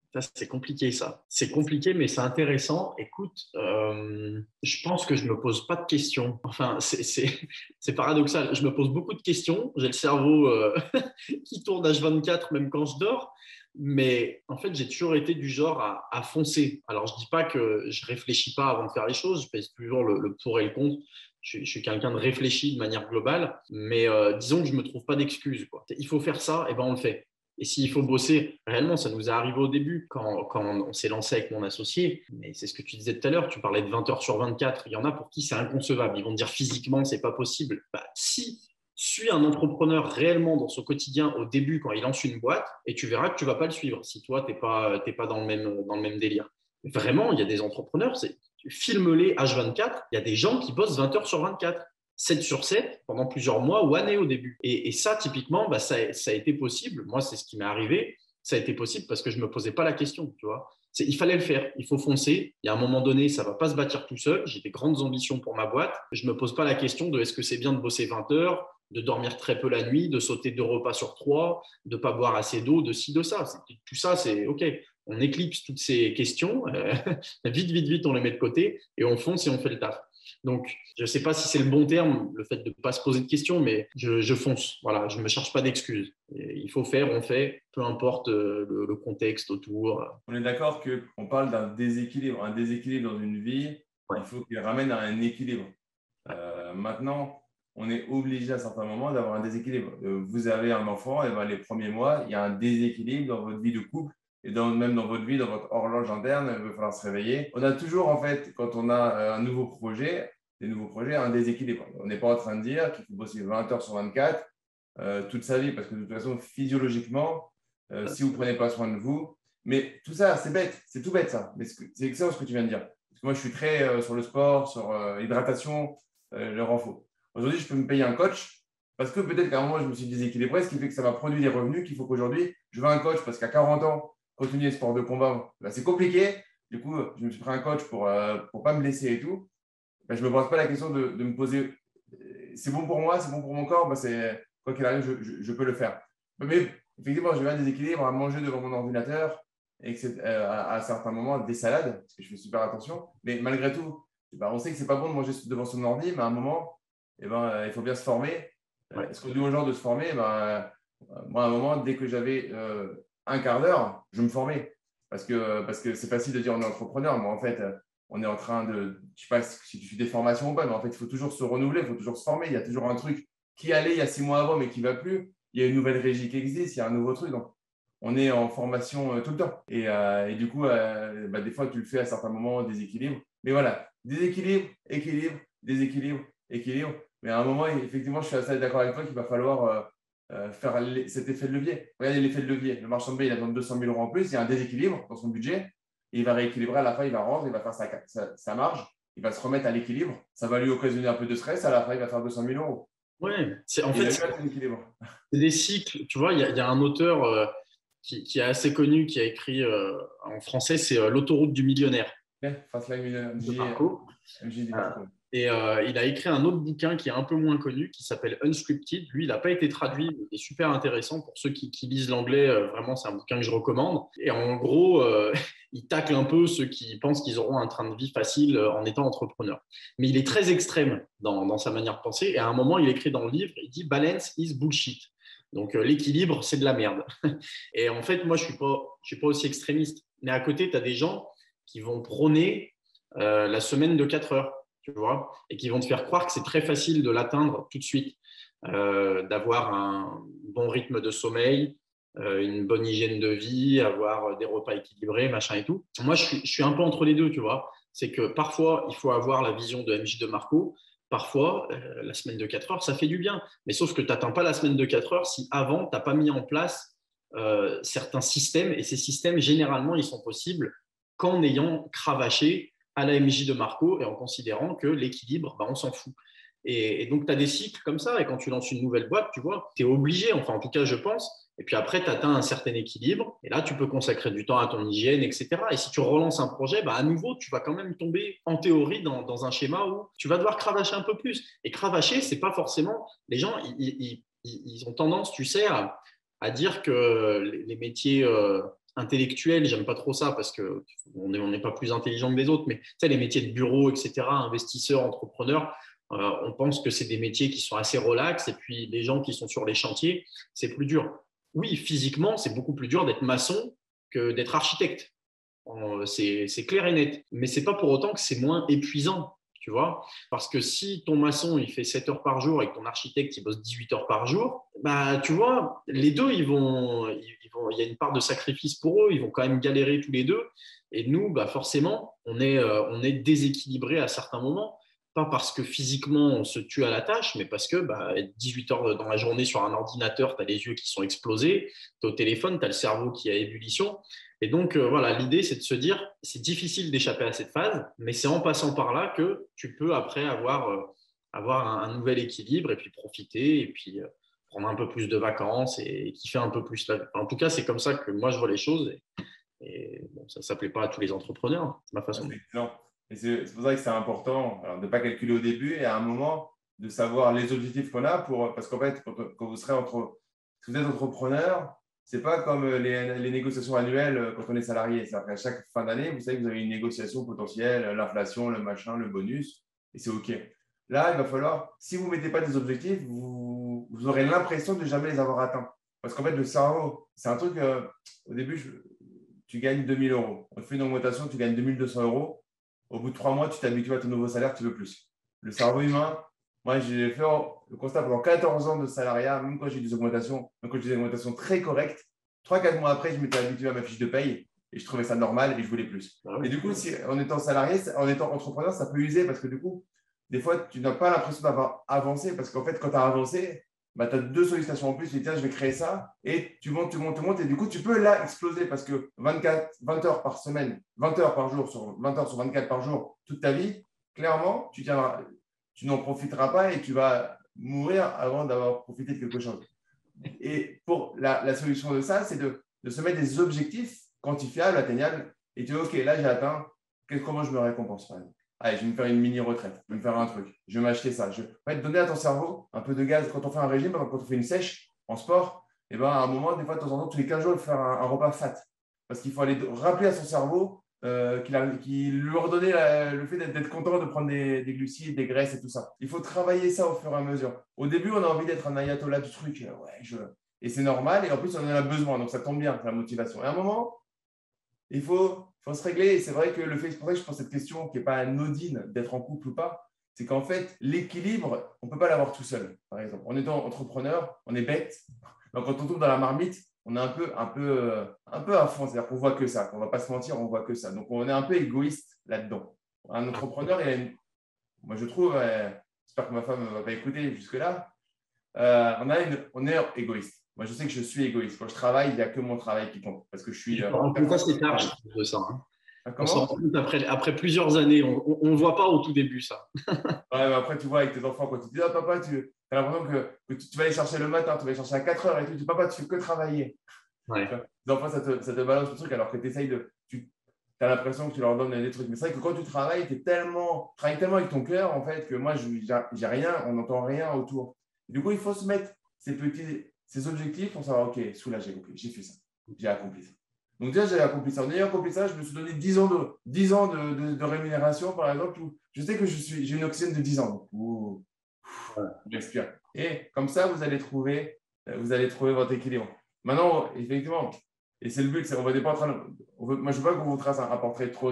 Ça, c'est compliqué, ça. C'est compliqué, mais c'est intéressant. Écoute, euh, je pense que je ne me pose pas de questions. Enfin, c'est, c'est, c'est paradoxal. Je me pose beaucoup de questions. J'ai le cerveau euh, qui tourne H vingt-quatre, même quand je dors. Mais en fait, j'ai toujours été du genre à, à foncer. Alors, je ne dis pas que je ne réfléchis pas avant de faire les choses. Je pèse toujours le, le pour et le contre. Je, je suis quelqu'un de réfléchi de manière globale. Mais euh, disons que je ne me trouve pas d'excuses, quoi. Il faut faire ça, et ben on le fait. Et s'il faut bosser, réellement, ça nous est arrivé au début quand, quand on s'est lancé avec mon associé. Mais c'est ce que tu disais tout à l'heure, tu parlais de vingt heures sur vingt-quatre. Il y en a pour qui c'est inconcevable. Ils vont te dire physiquement, c'est pas possible. Bah, si suis un entrepreneur réellement dans son quotidien au début quand il lance une boîte et tu verras que tu ne vas pas le suivre si toi, tu n'es pas, t'es pas dans, le même, dans le même délire. Vraiment, il y a des entrepreneurs, c'est, filme-les H vingt-quatre, il y a des gens qui bossent vingt heures sur vingt-quatre. sept sur sept pendant plusieurs mois ou années au début. Et, et ça, typiquement, bah, ça, ça a été possible. Moi, c'est ce qui m'est arrivé. Ça a été possible parce que je ne me posais pas la question, tu vois. C'est, il fallait le faire. Il faut foncer. Il y a un moment donné, ça ne va pas se bâtir tout seul. J'ai des grandes ambitions pour ma boîte. Je ne me pose pas la question de est-ce que c'est bien de bosser vingt heures, de dormir très peu la nuit, de sauter deux repas sur trois, de ne pas boire assez d'eau, de ci, de ça. C'est, tout ça, c'est OK. On éclipse toutes ces questions. Euh, vite, vite, vite, on les met de côté et on fonce et on fait le taf. Donc, je ne sais pas si c'est le bon terme, le fait de ne pas se poser de questions, mais je, je fonce. Voilà, je ne me cherche pas d'excuses. Et il faut faire, on fait, peu importe le, le contexte autour. On est d'accord qu'on parle d'un déséquilibre. Un déséquilibre dans une vie, ouais. Il faut qu'il ramène à un équilibre. Euh, maintenant, on est obligé à certains moments d'avoir un déséquilibre. Vous avez un enfant, et ben les premiers mois, il y a un déséquilibre dans votre vie de couple. Et dans, même dans votre vie, dans votre horloge interne, il va falloir se réveiller. On a toujours, en fait, quand on a un nouveau projet, des nouveaux projets, un déséquilibre. On n'est pas en train de dire qu'il faut bosser vingt heures sur vingt-quatre euh, toute sa vie, parce que de toute façon, physiologiquement, euh, si vous ne prenez pas soin de vous, mais tout ça, c'est bête, c'est tout bête ça. Mais c'est excellent ce que tu viens de dire. Parce que moi, je suis très euh, sur le sport, sur euh, l'hydratation, euh, le renfort. Aujourd'hui, je peux me payer un coach parce que peut-être qu'à un moment, je me suis déséquilibré, ce qui fait que ça m'a produit des revenus qu'il faut qu'aujourd'hui, je veux un coach parce qu'à quarante ans, continuer le sport de combat, ben, c'est compliqué. Du coup, je me suis pris un coach pour ne euh, pas me blesser et tout. Ben, je ne me pose pas la question de, de me poser c'est bon pour moi, c'est bon pour mon corps, ben, c'est, quoi qu'il arrive, je, je, je peux le faire. Mais effectivement, j'ai eu un déséquilibre à manger devant mon ordinateur et que c'est, euh, à, à certains moments des salades, parce que je fais super attention. Mais malgré tout, ben, on sait que ce n'est pas bon de manger devant son ordi, mais à un moment, eh ben, euh, il faut bien se former. Ouais. Ce qu'on dit aux gens de se former, ben, euh, moi, à un moment, dès que j'avais euh, un quart d'heure, je me formais. Parce que, parce que c'est facile de dire on est entrepreneur, mais en fait, on est en train de, je ne sais pas si tu fais des formations ou pas, mais en fait, il faut toujours se renouveler, il faut toujours se former. Il y a toujours un truc qui allait il y a six mois avant, mais qui ne va plus. Il y a une nouvelle régie qui existe, il y a un nouveau truc. Donc, on est en formation euh, tout le temps. Et, euh, et du coup, euh, bah, des fois, tu le fais à certains moments, déséquilibre. Mais voilà, déséquilibre, équilibre, déséquilibre, équilibre. Mais à un moment, effectivement, je suis assez d'accord avec toi qu'il va falloir euh, euh, faire cet effet de levier. Regardez l'effet de levier. Le marchand de biais, il a besoin de deux cent mille euros en plus. Il y a un déséquilibre dans son budget. Et il va rééquilibrer à la fin, il va rendre, il va faire sa, sa, sa marge, il va se remettre à l'équilibre. Ça va lui occasionner un peu de stress. À la fin, il va faire deux cent mille euros. Oui, c'est, en fait, c'est, c'est des cycles. Tu vois, il y, y a un auteur euh, qui, qui est assez connu, qui a écrit euh, en français, c'est euh, L'autoroute du millionnaire. Ouais, Fastline Millionnaire. M J Marco. Et euh, il a écrit un autre bouquin qui est un peu moins connu, qui s'appelle Unscripted. Lui, il n'a pas été traduit, mais il est super intéressant pour ceux qui, qui lisent l'anglais. Euh, vraiment, c'est un bouquin que je recommande. Et en gros, euh, il tacle un peu ceux qui pensent qu'ils auront un train de vie facile en étant entrepreneur. Mais il est très extrême dans, dans sa manière de penser. Et à un moment, il écrit dans le livre, il dit « Balance is bullshit ». Donc, euh, l'équilibre, c'est de la merde. Et en fait, moi, je ne suis pas, je suis pas aussi extrémiste. Mais à côté, tu as des gens qui vont prôner euh, la semaine de quatre heures. Tu vois, et qui vont te faire croire que c'est très facile de l'atteindre tout de suite, euh, d'avoir un bon rythme de sommeil, euh, une bonne hygiène de vie, avoir des repas équilibrés, machin et tout. Moi, je suis, je suis un peu entre les deux, tu vois. C'est que parfois, il faut avoir la vision de M J de Marco. Parfois, euh, la semaine de quatre heures, ça fait du bien. Mais sauf que tu n'atteins pas la semaine de quatre heures si avant, tu n'as pas mis en place euh, certains systèmes. Et ces systèmes, généralement, ils sont possibles qu'en ayant cravaché à la M J de Marco et en considérant que l'équilibre, bah, on s'en fout. Et, et donc, tu as des cycles comme ça. Et quand tu lances une nouvelle boîte, tu vois, tu es obligé, enfin, en tout cas, je pense. Et puis après, tu atteins un certain équilibre. Et là, tu peux consacrer du temps à ton hygiène, et cetera. Et si tu relances un projet, bah, à nouveau, tu vas quand même tomber, en théorie, dans, dans un schéma où tu vas devoir cravacher un peu plus. Et cravacher, c'est pas forcément… Les gens, ils, ils, ils ont tendance, tu sais, à, à dire que les, les métiers… Euh, intellectuels, j'aime pas trop ça parce qu'on n'est on n'est pas plus intelligent que les autres, mais tu sais, les métiers de bureau, et cetera, investisseurs, entrepreneurs, euh, on pense que c'est des métiers qui sont assez relax et puis les gens qui sont sur les chantiers, c'est plus dur. Oui, physiquement, c'est beaucoup plus dur d'être maçon que d'être architecte. C'est, c'est clair et net, mais c'est pas pour autant que c'est moins épuisant. Tu vois, parce que si ton maçon il fait sept heures par jour et que ton architecte il bosse dix-huit heures par jour, bah tu vois, les deux ils vont, ils vont, il y a une part de sacrifice pour eux, ils vont quand même galérer tous les deux. Et nous, bah forcément, on est, euh, on est déséquilibré à certains moments, pas parce que physiquement on se tue à la tâche, mais parce que bah, dix-huit heures dans la journée sur un ordinateur, tu as les yeux qui sont explosés, tu es au téléphone, tu as le cerveau qui est à ébullition. Et donc, euh, voilà, l'idée, c'est de se dire, c'est difficile d'échapper à cette phase, mais c'est en passant par là que tu peux après avoir, euh, avoir un, un nouvel équilibre et puis profiter et puis euh, prendre un peu plus de vacances et, et kiffer un peu plus la vie. Enfin, en tout cas, c'est comme ça que moi, je vois les choses. Et, et bon, ça ne s'appelait pas à tous les entrepreneurs, c'est ma façon de voir. Et c'est, c'est pour ça que c'est important alors, de ne pas calculer au début et à un moment de savoir les objectifs qu'on a pour, parce qu'en fait, quand, quand vous serez entre, si vous êtes entrepreneur, ce n'est pas comme les, les négociations annuelles quand on est salarié. C'est après chaque fin d'année, vous savez que vous avez une négociation potentielle, l'inflation, le machin, le bonus, et c'est OK. Là, il va falloir, si vous ne mettez pas des objectifs, vous, vous aurez l'impression de jamais les avoir atteints. Parce qu'en fait, le cerveau, c'est un truc, euh, au début, je, tu gagnes deux mille euros. On te fait une augmentation, tu gagnes deux mille deux cents euros. Au bout de trois mois, tu t'habitues à ton nouveau salaire, tu veux plus. Le cerveau humain, moi, j'ai fait le constat pendant quatorze ans de salariat, même quand j'ai eu des augmentations, même quand j'ai eu des augmentations très correctes, trois quatre mois après, je m'étais habitué à ma fiche de paye et je trouvais ça normal et je voulais plus. Ah oui. Et du coup, si, en étant salarié, en étant entrepreneur, ça peut user parce que du coup, des fois, tu n'as pas l'impression d'avoir avancé parce qu'en fait, quand tu as avancé, bah, tu as deux sollicitations en plus, tu dis tiens, je vais créer ça et tu montes, tu montes, tu montes et du coup, tu peux là exploser parce que vingt-quatre, vingt heures par semaine, vingt heures par jour, sur vingt heures sur vingt-quatre par jour, toute ta vie, clairement, tu, tiendras, tu n'en profiteras pas et tu vas mourir avant d'avoir profité de quelque chose. Et pour la, la solution de ça, c'est de, de se mettre des objectifs quantifiables, atteignables et tu dis ok, là j'ai atteint, comment je me récompense par exemple. Allez, je vais me faire une mini-retraite, je vais me faire un truc, je vais m'acheter ça. Je vais donner à ton cerveau un peu de gaz. Quand on fait un régime, quand on fait une sèche en sport, et ben, à un moment, des fois, de temps en temps, tous les quinze jours, il faut faire un, un repas fat. Parce qu'il faut aller rappeler à son cerveau euh, qu'il, a, qu'il lui redonner la, le fait d'être, d'être content de prendre des, des glucides, des graisses et tout ça. Il faut travailler ça au fur et à mesure. Au début, on a envie d'être un ayatollah du truc. Ouais, je... Et c'est normal. Et en plus, on en a besoin. Donc, ça tombe bien, c'est la motivation. Et à un moment, il faut, faut se régler. Et c'est vrai que le fait, c'est pour ça que je pose cette question qui n'est pas anodine d'être en couple ou pas, c'est qu'en fait, l'équilibre, on ne peut pas l'avoir tout seul. Par exemple, en étant entrepreneur, on est bête. Donc, quand on tombe dans la marmite, on est un peu, un peu, un peu à fond. C'est-à-dire qu'on ne voit que ça. On ne va pas se mentir, on ne voit que ça. Donc, on est un peu égoïste là-dedans. Un entrepreneur, il a une... moi, je trouve, euh, j'espère que ma femme ne va pas écouter jusque-là, euh, on, a une... on est égoïste. Moi, je sais que je suis égoïste. Quand je travaille, il n'y a que mon travail qui compte. Parce que je suis. En tout cas, c'est tard, je trouve, de ça. Hein. Ah, on s'en rend compte après, après plusieurs années. On ne voit pas au tout début ça. Ouais, mais après, tu vois, avec tes enfants, quand tu dis ah, papa, tu as l'impression que, que tu, tu vas aller chercher le matin, tu vas aller chercher à quatre heures et tout. Tu dis papa, tu fais que travailler. Ouais. Les enfants, ça te, ça te balance le truc alors que tu essayes de. Tu as l'impression que tu leur donnes des trucs. Mais c'est vrai que quand tu travailles, tu tellement, travailles tellement avec ton cœur, en fait, que moi, je n'ai rien, on n'entend rien autour. Et du coup, il faut se mettre ces petits. Ces objectifs pour savoir, OK, celui-là, j'ai accompli, j'ai fait ça, j'ai accompli ça. Donc déjà, j'ai accompli ça. En ayant accompli ça, je me suis donné dix ans de, dix ans de, de, de rémunération, par exemple, où je sais que je suis, j'ai une oxygène de dix ans. Donc, j'expire. Et comme ça, vous allez trouver, vous allez trouver votre équilibre. Maintenant, effectivement, et c'est le but, c'est on va pas en train de, on veut, moi, je ne veux pas qu'on vous trace un, un portrait trop,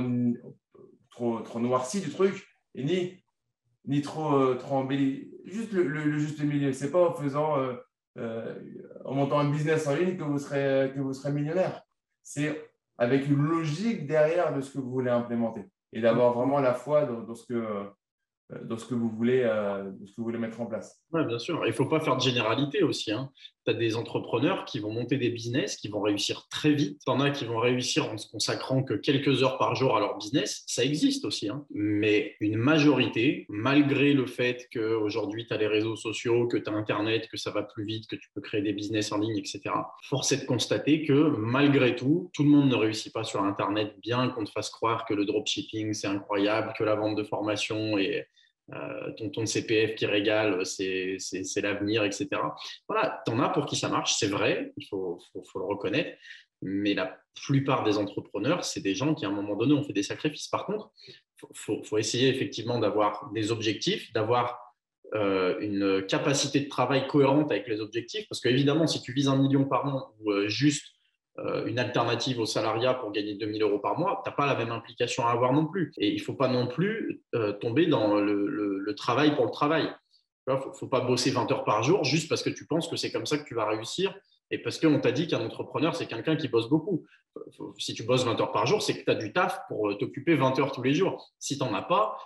trop, trop noirci du truc, et ni, ni trop, trop embelli. Juste le, le, le juste milieu. Ce n'est pas en faisant... Euh, Euh, en montant un business en ligne que vous serez, que vous serez millionnaire. C'est avec une logique derrière de ce que vous voulez implémenter et d'avoir vraiment la foi dans, dans, ce, que, dans, ce, que vous voulez, euh, dans ce que vous voulez mettre en place. Oui, bien sûr. Il ne faut pas faire de généralité aussi. Hein. Tu as des entrepreneurs qui vont monter des business, qui vont réussir très vite. Tu en as qui vont réussir en se consacrant que quelques heures par jour à leur business. Ça existe aussi. Hein. Mais une majorité, malgré le fait qu'aujourd'hui, tu as les réseaux sociaux, que tu as Internet, que ça va plus vite, que tu peux créer des business en ligne, et cetera, force est de constater que malgré tout, tout le monde ne réussit pas sur Internet, bien qu'on te fasse croire que le dropshipping, c'est incroyable, que la vente de formation est… Euh, ton, ton C P F qui régale, c'est, c'est, c'est l'avenir, et cetera. Voilà, tu en as pour qui ça marche, c'est vrai, il faut, faut, faut le reconnaître, Mais la plupart des entrepreneurs, c'est des gens qui, à un moment donné, ont fait des sacrifices. Par contre, il faut, faut essayer effectivement d'avoir des objectifs, d'avoir euh, une capacité de travail cohérente avec les objectifs. Parce qu'évidemment, si tu vises un million par an ou euh, juste euh, une alternative au salariat pour gagner deux mille euros par mois, tu n'as pas la même implication à avoir non plus. Et il ne faut pas non plus euh, tomber dans le, le, le travail pour le travail. Il ne faut, faut pas bosser vingt heures par jour juste parce que tu penses que c'est comme ça que tu vas réussir et parce qu'on t'a dit qu'un entrepreneur, c'est quelqu'un qui bosse beaucoup. Si tu bosses vingt heures par jour, c'est que tu as du taf pour t'occuper vingt heures tous les jours. Si tu n'en as pas,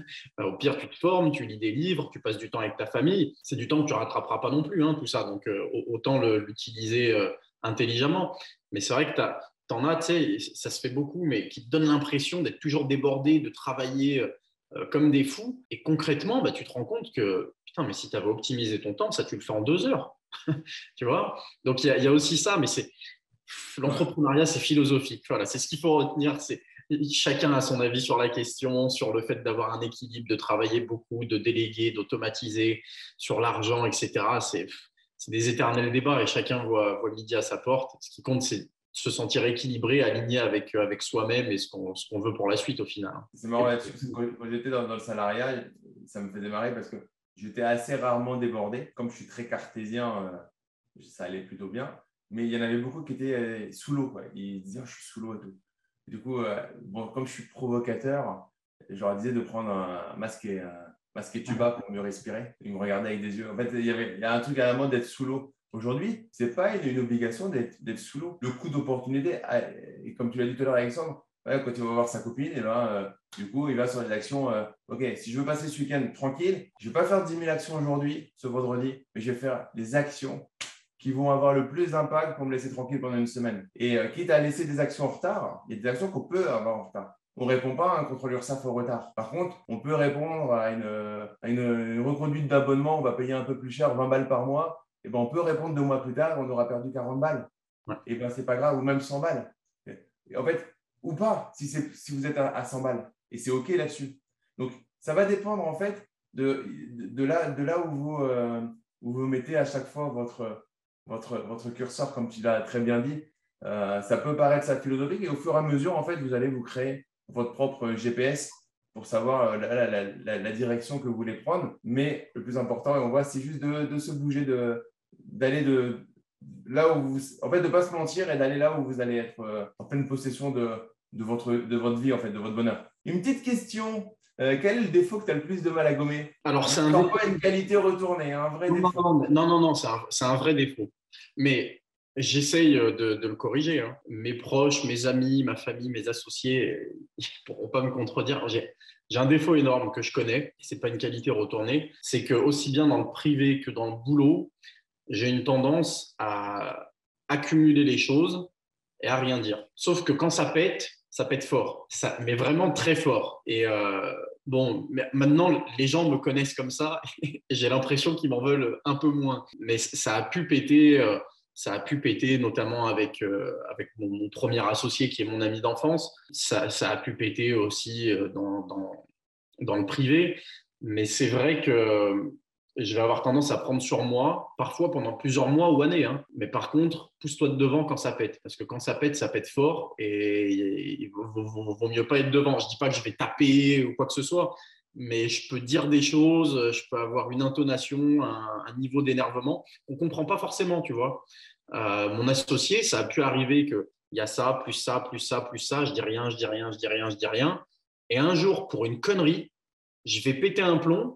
au pire, tu te formes, tu lis des livres, tu passes du temps avec ta famille. C'est du temps que tu ne rattraperas pas non plus, hein, tout ça. Donc, euh, autant le, l'utiliser euh, intelligemment. Mais c'est vrai que tu en as, tu sais, ça se fait beaucoup, mais qui te donnent l'impression d'être toujours débordé, de travailler euh, comme des fous. Et concrètement, bah, tu te rends compte que, putain, mais si tu avais optimisé ton temps, ça, tu le fais en deux heures. Tu vois? Donc, il y, y a aussi ça, mais c'est l'entrepreneuriat, c'est philosophique. Voilà, c'est ce qu'il faut retenir. C'est, chacun a son avis sur la question, sur le fait d'avoir un équilibre, de travailler beaucoup, de déléguer, d'automatiser, sur l'argent, et cetera. C'est, c'est des éternels débats et chacun voit, voit midi à sa porte. Ce qui compte, c'est se sentir équilibré, aligné avec, avec soi-même et ce qu'on, ce qu'on veut pour la suite au final. C'est marrant là-dessus, parce que quand j'étais dans, dans le salariat, ça me fait démarrer parce que j'étais assez rarement débordé. Comme je suis très cartésien, euh, ça allait plutôt bien. Mais il y en avait beaucoup qui étaient euh, sous l'eau. Quoi. Ils disaient oh, « je suis sous l'eau » et tout. Et du coup, euh, bon, comme je suis provocateur, je leur disais de prendre un masque et, un masque et tuba pour mieux respirer. Ils me regardaient avec des yeux. En fait, il y, avait, il y a un truc à la mode d'être sous l'eau. Aujourd'hui, ce n'est pas une, une obligation d'être, d'être sous l'eau. Le coût d'opportunité, et comme tu l'as dit tout à l'heure, Alexandre, ouais, quand il va voir sa copine, et ben, euh, du coup, il va sur les actions. Euh, ok, si je veux passer ce week-end tranquille, je ne vais pas faire dix mille actions aujourd'hui, ce vendredi, mais je vais faire les actions qui vont avoir le plus d'impact pour me laisser tranquille pendant une semaine. Et euh, quitte à laisser des actions en retard, il y a des actions qu'on peut avoir en retard. On ne répond pas à un contrôle URSSAF au retard. Par contre, on peut répondre à une, à une, une reconduite d'abonnement, on va payer un peu plus cher, vingt balles par mois. Et ben, on peut répondre deux mois plus tard, on aura perdu quarante balles. Ouais. Et ben, ce n'est pas grave, ou même cent balles. Et en fait, ou pas, si, c'est, si vous êtes à, à cent balles. Et c'est OK là-dessus. Donc, ça va dépendre en fait de, de, de, là, de là où vous, euh, où vous mettez à chaque fois votre, votre, votre curseur, comme tu l'as très bien dit. Euh, ça peut paraître ça philosophique et au fur et à mesure, en fait, vous allez vous créer votre propre G P S pour savoir la, la, la, la direction que vous voulez prendre. Mais le plus important, et on voit, c'est juste de, de se bouger, de, d'aller de là où vous… En fait, de ne pas se mentir et d'aller là où vous allez être euh, en pleine possession de, de, votre, de votre vie, en fait, de votre bonheur. Une petite question. Euh, quel est le défaut que tu as le plus de mal à gommer? Alors, c'est un défaut. Pas une qualité retournée, un vrai non, défaut. Non, non, non, non c'est, un, c'est un vrai défaut. Mais j'essaye de, de le corriger. Hein. Mes proches, mes amis, ma famille, mes associés, ils ne pourront pas me contredire. J'ai, j'ai un défaut énorme que je connais, ce n'est pas une qualité retournée, c'est que aussi bien dans le privé que dans le boulot, j'ai une tendance à accumuler les choses et à rien dire. Sauf que quand ça pète, ça pète fort, ça, mais vraiment très fort. Et euh, bon, maintenant, les gens me connaissent comme ça et j'ai l'impression qu'ils m'en veulent un peu moins. Mais ça a pu péter, euh, ça a pu péter notamment avec, euh, avec mon, mon premier associé qui est mon ami d'enfance. Ça, ça a pu péter aussi dans, dans, dans le privé. Mais c'est vrai que je vais avoir tendance à prendre sur moi, parfois pendant plusieurs mois ou années. Hein. Mais par contre, pousse-toi de devant quand ça pète. Parce que quand ça pète, ça pète fort et il vaut, vaut, vaut mieux pas être devant. Je ne dis pas que je vais taper ou quoi que ce soit, mais je peux dire des choses, je peux avoir une intonation, un, un niveau d'énervement qu'on ne comprend pas forcément, tu vois. Euh, mon associé, ça a pu arriver qu'il y a ça, plus ça, plus ça, plus ça. Je dis rien, je dis rien, je dis rien, je dis rien. Et un jour, pour une connerie, je vais péter un plomb.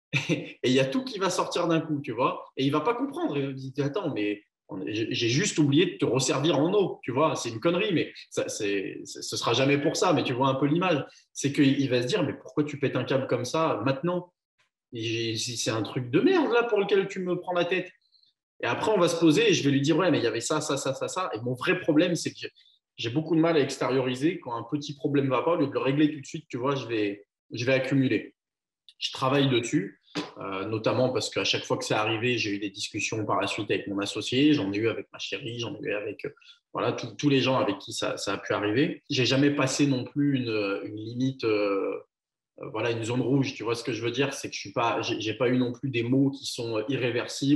Et il y a tout qui va sortir d'un coup, tu vois. Et il ne va pas comprendre. Il va dire, attends, mais j'ai juste oublié de te resservir en eau, tu vois. C'est une connerie, mais ça, c'est, ce ne sera jamais pour ça. Mais tu vois un peu l'image. C'est qu'il va se dire, mais pourquoi tu pètes un câble comme ça maintenant? Et c'est un truc de merde là pour lequel tu me prends la tête. Et après, on va se poser et je vais lui dire, ouais, mais il y avait ça, ça, ça, ça, ça. Et mon vrai problème, c'est que j'ai beaucoup de mal à extérioriser. Quand un petit problème ne va pas, au lieu de le régler tout de suite, tu vois, je vais, je vais accumuler. Je travaille dessus, euh, notamment parce qu'à chaque fois que c'est arrivé, j'ai eu des discussions par la suite avec mon associé, j'en ai eu avec ma chérie, j'en ai eu avec euh, voilà, tous les gens avec qui ça, ça a pu arriver. Je n'ai jamais passé non plus une, une limite, euh, euh, voilà, une zone rouge. Tu vois ce que je veux dire? C'est que je n'ai pas, j'ai, j'ai pas eu non plus des mots qui sont irréversibles.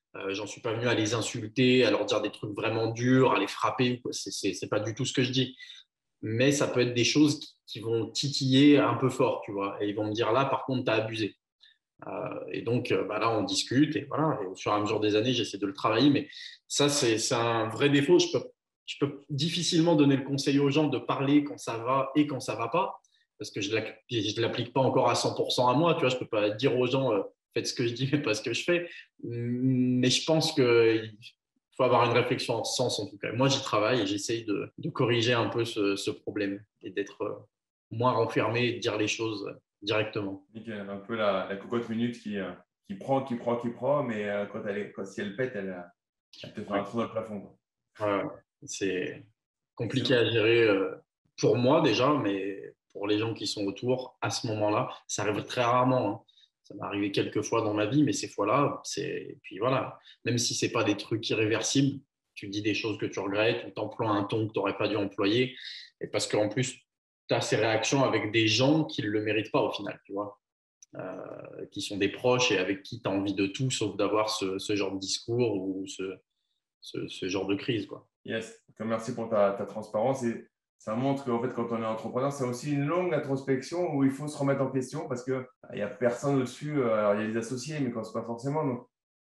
Euh, j'en suis pas venu à les insulter, à leur dire des trucs vraiment durs, à les frapper. C'est, c'est, c'est pas du tout ce que je dis. Mais ça peut être des choses qui, qui vont titiller un peu fort, tu vois. Et ils vont me dire là, par contre, tu as abusé. Euh, et donc, euh, bah là, on discute. Et voilà. Et au fur et à mesure des années, j'essaie de le travailler. Mais ça, c'est, c'est un vrai défaut. Je peux, je peux difficilement donner le conseil aux gens de parler quand ça va et quand ça va pas. Parce que je ne l'applique pas encore à cent pour cent à moi. Tu vois, je ne peux pas dire aux gens euh, faites ce que je dis, mais pas ce que je fais. Mais je pense qu'il faut avoir une réflexion en ce sens, en tout cas. Moi, j'y travaille et j'essaye de, de corriger un peu ce, ce problème et d'être euh, moins renfermé et de dire les choses directement. Nickel. Un peu la, la cocotte minute qui, euh, qui prend, qui prend, qui prend, mais euh, quand elle est, quand, si elle pète, elle, euh, elle te fait un trou dans le plafond, quoi. Ouais, c'est compliqué à gérer euh, pour moi déjà, mais pour les gens qui sont autour à ce moment-là, ça arrive très rarement. Hein. Ça m'est arrivé quelques fois dans ma vie, mais ces fois-là, c'est. Et puis voilà, même si ce n'est pas des trucs irréversibles, tu dis des choses que tu regrettes ou tu emploies un ton que tu n'aurais pas dû employer. Et parce qu'en plus, tu as ces réactions avec des gens qui ne le méritent pas au final, tu vois, euh, qui sont des proches et avec qui tu as envie de tout sauf d'avoir ce, ce genre de discours ou ce, ce, ce genre de crise, quoi. Yes. Merci pour ta, ta transparence. Et ça montre qu'en fait, quand on est entrepreneur, c'est aussi une longue introspection où il faut se remettre en question parce qu'il n'y a personne au-dessus. Alors, il y a les associés, mais quand ce n'est pas forcément. Donc,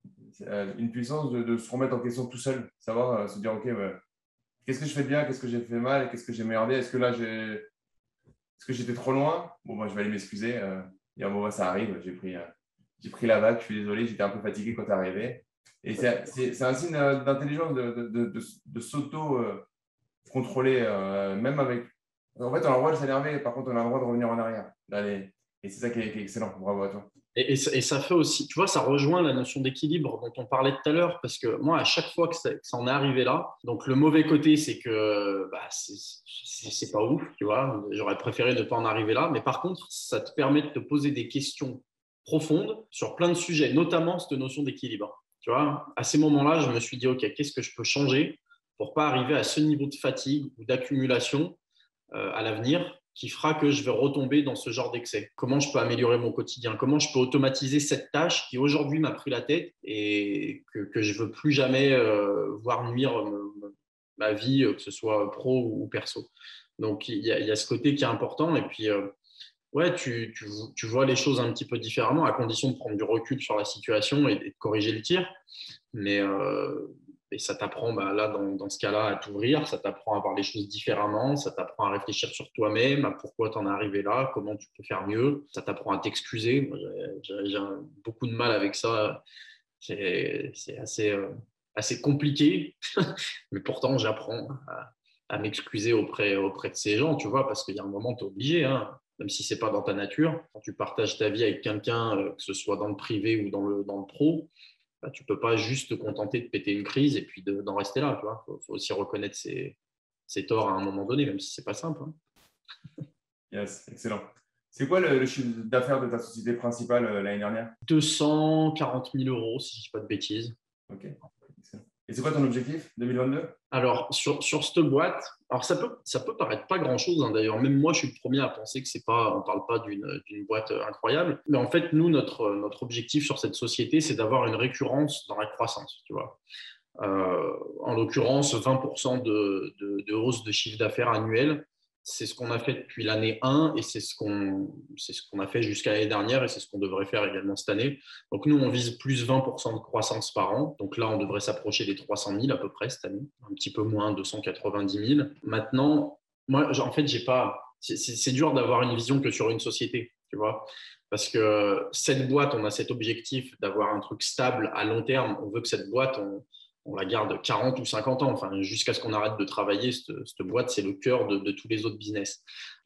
une puissance de, de se remettre en question tout seul, savoir euh, se dire, OK, bah, qu'est-ce que je fais bien, qu'est-ce que j'ai fait mal, qu'est-ce que j'ai merdé, est-ce que là, j'ai... est-ce que j'étais trop loin? Bon, moi, je vais aller m'excuser. Euh, dire, bon, bah, ça arrive, j'ai pris, euh, j'ai pris la vague, je suis désolé, j'étais un peu fatigué quand tu es arrivé. Et c'est, c'est, c'est un signe d'intelligence de, de, de, de, de s'auto-contrôler, euh, même avec… En fait, on a le droit de s'énerver, par contre, on a le droit de revenir en arrière. D'aller… Et c'est ça qui est, qui est excellent. Bravo à toi. Et, et, et ça fait aussi, tu vois, ça rejoint la notion d'équilibre dont on parlait tout à l'heure, parce que moi, à chaque fois que ça, que ça en est arrivé là, donc le mauvais côté, c'est que bah, c'est, c'est, c'est pas ouf, tu vois, j'aurais préféré ne pas en arriver là, mais par contre, ça te permet de te poser des questions profondes sur plein de sujets, notamment cette notion d'équilibre. Tu vois, à ces moments-là, je me suis dit, OK, qu'est-ce que je peux changer pour pas arriver à ce niveau de fatigue ou d'accumulation euh, à l'avenir qui fera que je vais retomber dans ce genre d'excès. Comment je peux améliorer mon quotidien? Comment je peux automatiser cette tâche qui aujourd'hui m'a pris la tête et que, que je ne veux plus jamais euh, voir nuire me, me, ma vie, que ce soit pro ou perso. Donc, il y, y a ce côté qui est important. Et puis, euh, ouais, tu, tu, tu vois les choses un petit peu différemment à condition de prendre du recul sur la situation et, et de corriger le tir. Mais euh, et ça t'apprend, bah, là, dans, dans ce cas-là, à t'ouvrir, ça t'apprend à voir les choses différemment, ça t'apprend à réfléchir sur toi-même, à pourquoi tu en es arrivé là, comment tu peux faire mieux, ça t'apprend à t'excuser. Moi, j'ai, j'ai, j'ai beaucoup de mal avec ça. C'est, c'est assez, euh, assez compliqué, mais pourtant, j'apprends à, à m'excuser auprès, auprès de ces gens, tu vois, parce qu'il y a un moment, tu es obligé, hein, même si ce n'est pas dans ta nature. Quand tu partages ta vie avec quelqu'un, euh, que ce soit dans le privé ou dans le, dans le pro, bah, tu ne peux pas juste te contenter de péter une crise et puis de, d'en rester là. Il faut, faut aussi reconnaître ses, ses torts à un moment donné, même si ce n'est pas simple. Hein. Yes, excellent. C'est quoi le, le chiffre d'affaires de ta société principale euh, l'année dernière? deux cent quarante mille euros, si je ne dis pas de bêtises. Ok, excellent. Et c'est quoi ton objectif deux mille vingt-deux? Alors, sur, sur cette boîte, alors ça peut, ça peut paraître pas grand-chose. Hein, d'ailleurs, même moi, je suis le premier à penser que c'est pas, on ne parle pas d'une, d'une boîte incroyable. Mais en fait, nous, notre, notre objectif sur cette société, c'est d'avoir une récurrence dans la croissance. Tu vois. Euh, en l'occurrence, vingt pour cent de, de, de hausse de chiffre d'affaires annuel. C'est ce qu'on a fait depuis l'année un et c'est ce qu'on, c'est ce qu'on a fait jusqu'à l'année dernière et c'est ce qu'on devrait faire également cette année. Donc, nous, on vise plus vingt pour cent de croissance par an. Donc là, on devrait s'approcher des trois cent mille à peu près cette année, un petit peu moins, deux cent quatre-vingt-dix mille. Maintenant, moi, en fait, j'ai pas, c'est, c'est, c'est dur d'avoir une vision que sur une société, tu vois. Parce que cette boîte, on a cet objectif d'avoir un truc stable à long terme. On veut que cette boîte, on, on la garde quarante ou cinquante ans, enfin, jusqu'à ce qu'on arrête de travailler. Cette, cette boîte, c'est le cœur de, de tous les autres business.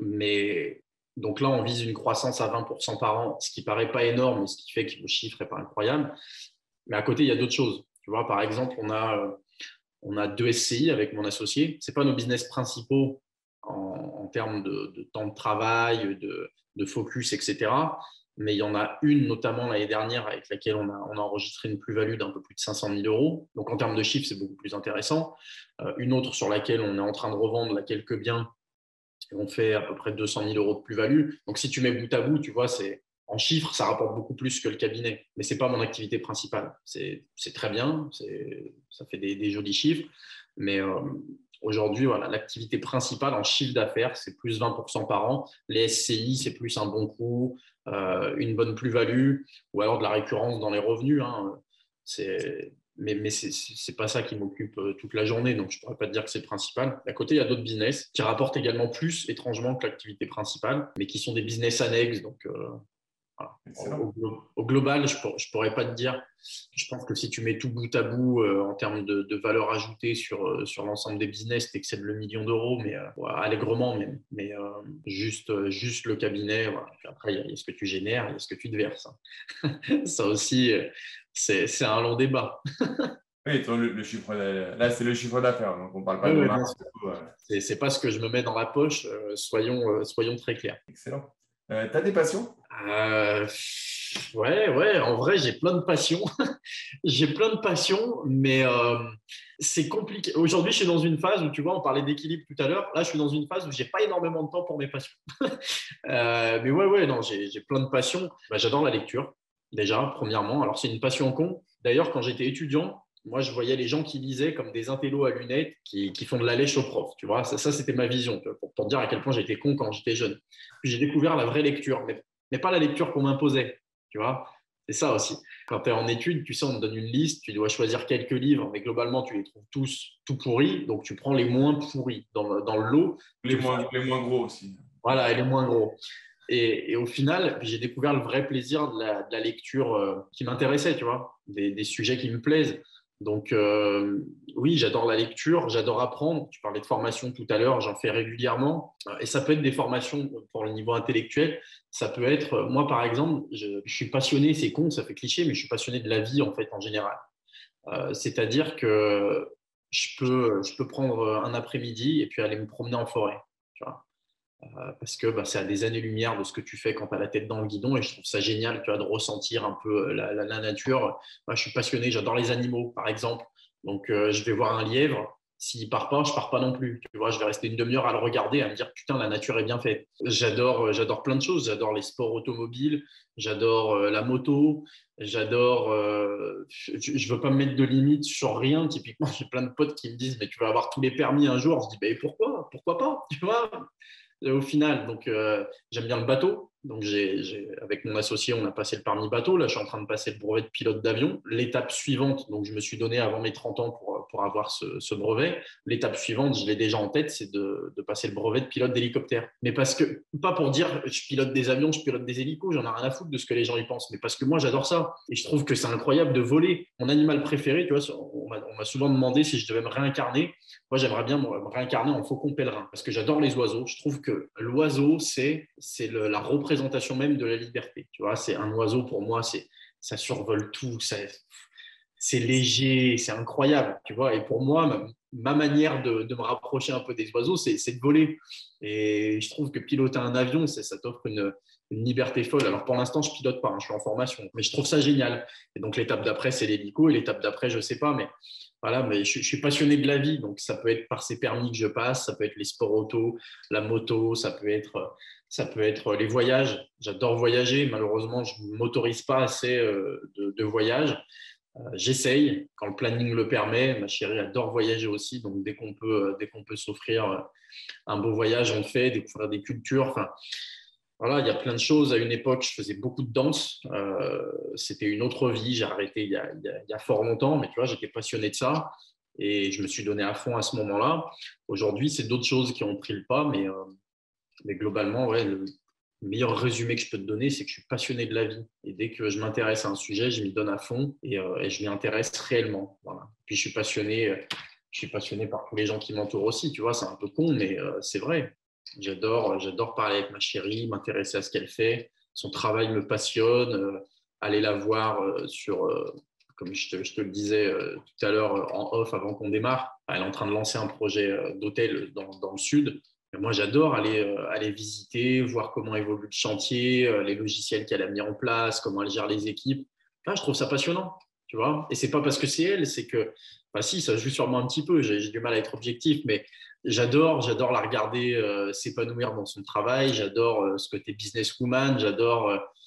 Mais donc là, on vise une croissance à vingt pour cent par an, ce qui ne paraît pas énorme, mais ce qui fait que le chiffre n'est pas incroyable. Mais à côté, il y a d'autres choses. Tu vois, par exemple, on a, on a deux S C I avec mon associé. Ce n'est pas nos business principaux en, en termes de, de temps de travail, de, de focus, et cetera. Mais il y en a une, notamment l'année dernière, avec laquelle on a, on a enregistré une plus-value d'un peu plus de cinq cent mille euros. Donc, en termes de chiffres, c'est beaucoup plus intéressant. Euh, une autre sur laquelle on est en train de revendre là, quelques biens, on fait à peu près deux cent mille euros de plus-value. Donc, si tu mets bout à bout, tu vois, c'est en chiffres, ça rapporte beaucoup plus que le cabinet. Mais ce n'est pas mon activité principale. C'est, c'est très bien, c'est, ça fait des, des jolis chiffres. Mais euh, aujourd'hui, voilà, l'activité principale en chiffre d'affaires, c'est plus vingt pour cent par an. Les S C I, c'est plus un bon coup, euh, une bonne plus-value ou alors de la récurrence dans les revenus. Hein. C'est, mais mais ce n'est pas ça qui m'occupe toute la journée, donc je ne pourrais pas te dire que c'est le principal. À côté, il y a d'autres business qui rapportent également plus, étrangement, que l'activité principale, mais qui sont des business annexes. Donc, euh, voilà. Au, au, au global, je ne pourrais pas te dire. Je pense que si tu mets tout bout à bout euh, en termes de, de valeur ajoutée sur, euh, sur l'ensemble des business, tu excèdes le million d'euros, mais euh, ouais, allègrement même. Mais euh, juste, euh, juste le cabinet. Voilà. Après, il y, y a ce que tu génères, il y a ce que tu te verses. Hein. Ça aussi, euh, c'est, c'est un long débat. Oui, toi, le, le chiffre, là, c'est le chiffre d'affaires, donc on ne parle pas oui, de oui, marge. C'est, c'est pas ce que je me mets dans la poche, euh, soyons, euh, soyons très clairs. Excellent. Euh, tu as des passions? euh, Ouais, ouais, en vrai, j'ai plein de passions. J'ai plein de passions, mais euh, c'est compliqué. Aujourd'hui, je suis dans une phase où, tu vois, on parlait d'équilibre tout à l'heure. Là, je suis dans une phase où j'ai pas énormément de temps pour mes passions. euh, mais ouais, ouais, non, j'ai, j'ai plein de passions. Bah, j'adore la lecture, déjà, premièrement. Alors, c'est une passion con. D'ailleurs, quand j'étais étudiant, moi, je voyais les gens qui lisaient comme des intellos à lunettes qui, qui font de la lèche au prof. Tu vois, ça, ça c'était ma vision, tu vois, pour, pour te dire à quel point j'étais con quand j'étais jeune. Puis j'ai découvert la vraie lecture, mais, mais pas la lecture qu'on m'imposait. Tu vois, c'est ça aussi. Quand tu es en études, tu sais, on te donne une liste, tu dois choisir quelques livres, mais globalement, tu les trouves tous tout pourris, donc tu prends les moins pourris dans le, dans le lot. Les moins, les moins gros aussi. Voilà, et les moins gros. Et, et au final, j'ai découvert le vrai plaisir de la, de la lecture euh, qui m'intéressait, tu vois, des, des sujets qui me plaisent. Donc, euh, oui, j'adore la lecture, j'adore apprendre. Tu parlais de formation tout à l'heure, j'en fais régulièrement. Et ça peut être des formations pour le niveau intellectuel. Ça peut être, moi par exemple, je, je suis passionné, c'est con, ça fait cliché, mais je suis passionné de la vie en fait en général. Euh, c'est-à-dire que je peux, je peux prendre un après-midi et puis aller me promener en forêt. Tu vois. Euh, parce que bah, c'est à des années-lumière de ce que tu fais quand tu as la tête dans le guidon et je trouve ça génial tu vois, de ressentir un peu la, la, la nature. Moi, je suis passionné, j'adore les animaux par exemple. Donc, euh, je vais voir un lièvre. S'il part pas, je pars pas non plus. Tu vois, je vais rester une demi-heure à le regarder, à me dire putain, la nature est bien faite. J'adore, euh, j'adore plein de choses. J'adore les sports automobiles, j'adore euh, la moto, j'adore. Euh, je, je veux pas me mettre de limites sur rien. Typiquement, j'ai plein de potes qui me disent mais tu vas avoir tous les permis un jour. Je dis ben pourquoi, pourquoi pas, tu vois. Au final, donc euh, j'aime bien le bateau. Donc j'ai, j'ai, avec mon associé, on a passé le permis bateau. Là, je suis en train de passer le brevet de pilote d'avion. L'étape suivante, donc je me suis donné avant mes trente ans pour, pour avoir ce, ce brevet. L'étape suivante, je l'ai déjà en tête, c'est de, de passer le brevet de pilote d'hélicoptère. Mais parce que, pas pour dire je pilote des avions, je pilote des hélicos, j'en ai rien à foutre de ce que les gens y pensent, mais parce que moi, j'adore ça. Et je trouve que c'est incroyable de voler. Mon animal préféré, tu vois, on m'a, on m'a souvent demandé si je devais me réincarner. Moi, j'aimerais bien me réincarner en faucon pèlerin parce que j'adore les oiseaux. Je trouve que l'oiseau, c'est, c'est le, la représentation même de la liberté. Tu vois, c'est un oiseau pour moi, c'est, ça survole tout, ça, c'est léger, c'est incroyable. Tu vois, et pour moi, ma, ma manière de, de me rapprocher un peu des oiseaux, c'est, c'est de voler. Et je trouve que piloter un avion, c'est, ça t'offre une, une liberté folle. Alors pour l'instant, je pilote pas, hein, je suis en formation, mais je trouve ça génial. Et donc l'étape d'après, c'est l'hélico, et l'étape d'après, je sais pas, mais voilà, mais je, je suis passionné de la vie, donc ça peut être par ces permis que je passe, ça peut être les sports auto, la moto, ça peut être, ça peut être les voyages. J'adore voyager, malheureusement, je ne m'autorise pas assez euh, de, de voyages. Euh, j'essaye quand le planning le permet. Ma chérie adore voyager aussi, donc dès qu'on peut, euh, dès qu'on peut s'offrir un beau voyage, on le fait, découvrir des cultures. Enfin, voilà, il y a plein de choses. À une époque, je faisais beaucoup de danse. Euh, c'était une autre vie. J'ai arrêté il y, a, il, y a, il y a fort longtemps, mais tu vois, j'étais passionné de ça et je me suis donné à fond à ce moment-là. Aujourd'hui, c'est d'autres choses qui ont pris le pas, mais, euh, mais globalement, ouais, le meilleur résumé que je peux te donner, c'est que je suis passionné de la vie. Et dès que je m'intéresse à un sujet, je m'y donne à fond et, euh, et je m'y intéresse réellement. Voilà. Puis je suis passionné, je suis passionné par tous les gens qui m'entourent aussi. Tu vois, c'est un peu con, mais euh, c'est vrai. J'adore, j'adore parler avec ma chérie, m'intéresser à ce qu'elle fait. Son travail me passionne. Euh, aller la voir euh, sur, euh, comme je te, je te le disais euh, tout à l'heure euh, en off avant qu'on démarre, elle est en train de lancer un projet euh, d'hôtel dans, dans le sud. Et moi, j'adore aller, euh, aller visiter, voir comment évolue le chantier, euh, les logiciels qu'elle a mis en place, comment elle gère les équipes. Là, je trouve ça passionnant, tu vois. Et c'est pas parce que c'est elle, c'est que, bah si, ça joue sur moi un petit peu. J'ai, j'ai du mal à être objectif, mais J'adore, j'adore la regarder euh, s'épanouir dans son travail. J'adore euh, ce côté businesswoman. J'adore, euh,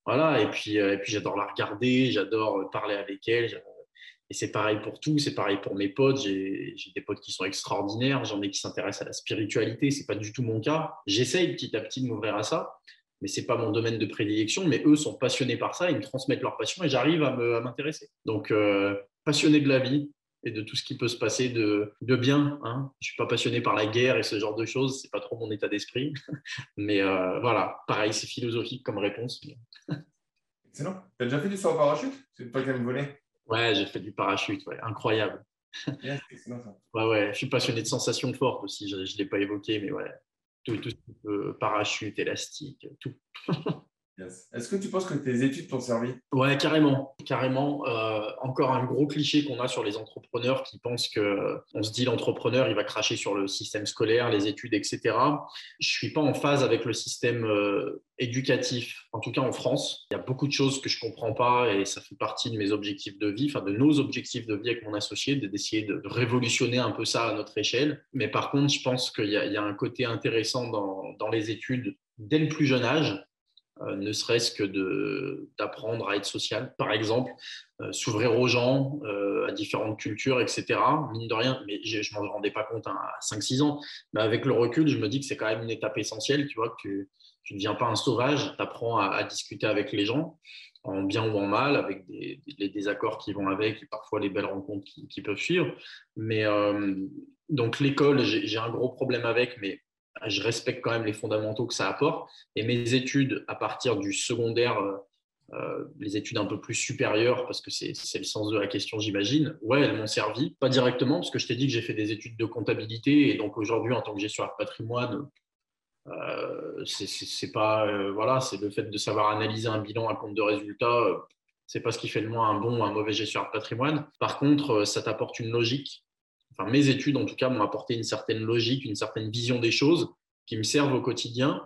Voilà, et puis, euh, et puis j'adore la regarder, j'adore parler avec elle. Et c'est pareil pour tout, c'est pareil pour mes potes. J'ai, j'ai des potes qui sont extraordinaires, j'en ai qui s'intéressent à la spiritualité, c'est pas du tout mon cas. J'essaye petit à petit de m'ouvrir à ça, mais c'est pas mon domaine de prédilection. Mais eux sont passionnés par ça, ils me transmettent leur passion et j'arrive à, me, à m'intéresser. Donc, euh, passionné de la vie et de tout ce qui peut se passer de, de bien. Hein. Je suis pas passionné par la guerre et ce genre de choses, c'est pas trop mon état d'esprit. Mais euh, voilà, pareil, c'est philosophique comme réponse. Excellent. Tu as déjà fait du saut en parachute? C'est toi qui aimes voler? Ouais, j'ai fait du parachute, ouais, incroyable. Yes, excellent ça. Ouais, ouais, je suis passionné de sensations fortes aussi, je ne l'ai pas évoqué, mais ouais, tout, tout ce qui peut, parachute, élastique, tout. Yes. Est-ce que tu penses que tes études t'ont servi? Ouais, carrément, carrément. Euh, encore un gros cliché qu'on a sur les entrepreneurs qui pensent que on se dit l'entrepreneur, il va cracher sur le système scolaire, les études, et cetera. Je suis pas en phase avec le système euh, éducatif, en tout cas en France. Il y a beaucoup de choses que je comprends pas et ça fait partie de mes objectifs de vie, enfin de nos objectifs de vie avec mon associé, d'essayer de révolutionner un peu ça à notre échelle. Mais par contre, je pense qu'il y a, il y a un côté intéressant dans, dans les études dès le plus jeune âge. Euh, ne serait-ce que de, d'apprendre à être social, par exemple, euh, s'ouvrir aux gens, euh, à différentes cultures, et cetera. Mine de rien, mais je ne m'en rendais pas compte hein, à cinq six ans, mais avec le recul, je me dis que c'est quand même une étape essentielle, tu vois, que tu, tu ne deviens pas un sauvage, tu apprends à, à discuter avec les gens, en bien ou en mal, avec des, des, les désaccords qui vont avec et parfois les belles rencontres qui, qui peuvent suivre. Mais euh, donc l'école, j'ai, j'ai un gros problème avec, mais je respecte quand même les fondamentaux que ça apporte. Et mes études, à partir du secondaire, euh, les études un peu plus supérieures, parce que c'est, c'est le sens de la question, j'imagine, ouais, elles m'ont servi. Pas directement, parce que je t'ai dit que j'ai fait des études de comptabilité. Et donc aujourd'hui, en tant que gestionnaire de patrimoine, euh, c'est, c'est, c'est pas, euh, voilà, c'est le fait de savoir analyser un bilan, un compte de résultats. Euh, c'est pas ce qui fait de moi un bon ou un mauvais gestionnaire de patrimoine. Par contre, ça t'apporte une logique. Enfin, mes études, en tout cas, m'ont apporté une certaine logique, une certaine vision des choses qui me servent au quotidien.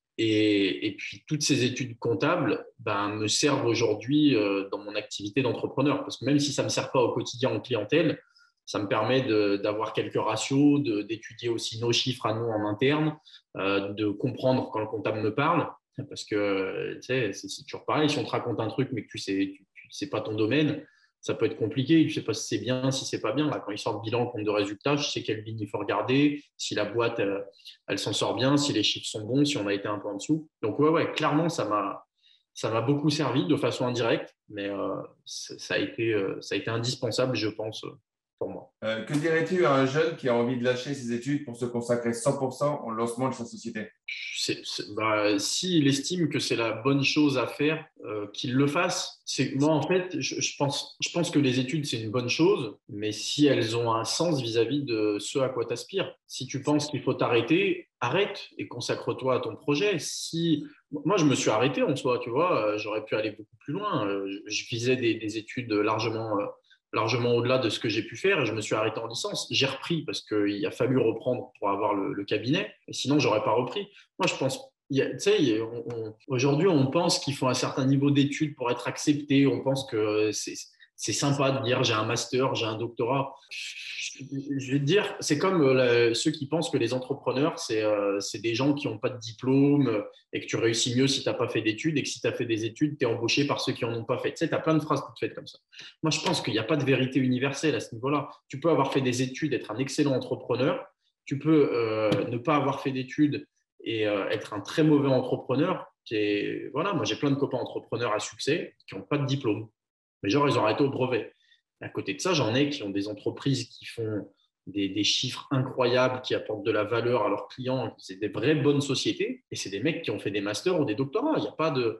Et, et puis, toutes ces études comptables ben, me servent aujourd'hui euh, dans mon activité d'entrepreneur. Parce que même si ça ne me sert pas au quotidien en clientèle, ça me permet de, d'avoir quelques ratios, de, d'étudier aussi nos chiffres à nous en interne, euh, de comprendre quand le comptable me parle. Parce que, tu sais, c'est, c'est toujours pareil. Si on te raconte un truc, mais que tu ne sais, tu, tu sais pas ton domaine, ça peut être compliqué. Je ne sais pas si c'est bien, si c'est pas bien. Là, quand il sort le bilan, le compte de résultat, je sais quelle ligne il faut regarder, si la boîte, elle, elle s'en sort bien, si les chiffres sont bons, si on a été un peu en dessous. Donc, ouais, ouais, clairement, ça m'a, ça m'a beaucoup servi de façon indirecte, mais euh, ça, a été, euh, ça a été indispensable, je pense, pour moi. Euh, que dirais-tu à un jeune qui a envie de lâcher ses études pour se consacrer cent pour cent au lancement de sa société? C'est, c'est, bah, s'il estime que c'est la bonne chose à faire, euh, qu'il le fasse. C'est, moi, en fait, je, je, pense, je pense que les études, c'est une bonne chose, mais si elles ont un sens vis-à-vis de ce à quoi tu aspires. Si tu penses qu'il faut t'arrêter, arrête et consacre-toi à ton projet. Si... Moi, je me suis arrêté en soi, tu vois, j'aurais pu aller beaucoup plus loin. Je visais des, des études largement... Euh, largement au-delà de ce que j'ai pu faire et je me suis arrêté en licence. J'ai repris parce qu'il a fallu reprendre pour avoir le, le cabinet et sinon, je n'aurais pas repris. Moi, je pense, tu sais, on, on, aujourd'hui, on pense qu'il faut un certain niveau d'études pour être accepté. On pense que c'est, c'est sympa de dire j'ai un master, j'ai un doctorat. Je vais te dire, c'est comme euh, ceux qui pensent que les entrepreneurs, c'est, euh, c'est des gens qui n'ont pas de diplôme euh, et que tu réussis mieux si tu n'as pas fait d'études et que si tu as fait des études, tu es embauché par ceux qui n'en ont pas fait. Tu sais, tu as plein de phrases toutes faites comme ça. Moi, je pense qu'il n'y a pas de vérité universelle à ce niveau-là. Tu peux avoir fait des études, être un excellent entrepreneur. Tu peux euh, ne pas avoir fait d'études et euh, être un très mauvais entrepreneur. Et, voilà, moi, j'ai plein de copains entrepreneurs à succès qui n'ont pas de diplôme. Mais genre, ils ont arrêté au brevet. À côté de ça, j'en ai qui ont des entreprises qui font des, des chiffres incroyables, qui apportent de la valeur à leurs clients. C'est des vraies bonnes sociétés. Et c'est des mecs qui ont fait des masters ou des doctorats. Il n'y a pas de...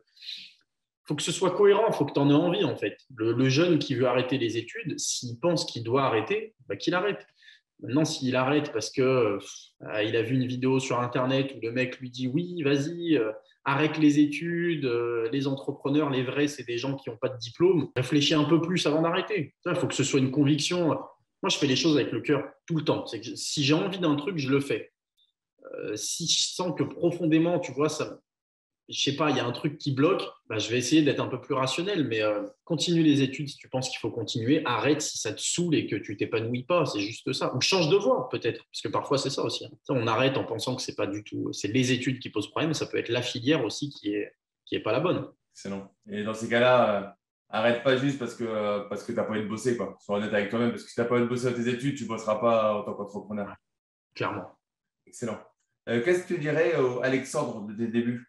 Il faut que ce soit cohérent, il faut que tu en aies envie, en fait. Le, le jeune qui veut arrêter les études, s'il pense qu'il doit arrêter, bah, qu'il arrête. Maintenant, s'il arrête parce qu'il euh, a vu une vidéo sur Internet où le mec lui dit « Oui, vas-y, euh, arrête les études, euh, les entrepreneurs, les vrais, c'est des gens qui n'ont pas de diplôme. » Réfléchis un peu plus avant d'arrêter. Il faut que ce soit une conviction. Moi, je fais les choses avec le cœur tout le temps. C'est que si j'ai envie d'un truc, je le fais. Euh, si je sens que profondément, tu vois, ça... je sais pas, il y a un truc qui bloque, bah, je vais essayer d'être un peu plus rationnel, mais euh, continue les études si tu penses qu'il faut continuer, arrête si ça te saoule et que tu t'épanouis pas, c'est juste ça. Ou change de voie peut-être, parce que parfois c'est ça aussi. Hein. Ça, on arrête en pensant que c'est pas du tout, c'est les études qui posent problème, ça peut être la filière aussi qui est, qui est pas la bonne. Excellent. Et dans ces cas-là, euh, arrête pas juste parce que, euh, parce que tu n'as pas envie de bosser, quoi. Sois honnête avec toi-même, parce que si tu n'as pas envie de bosser dans tes études, tu ne bosseras pas en tant qu'entrepreneur. Clairement. Excellent. Euh, qu'est-ce que tu dirais au Alexandre de tes débuts?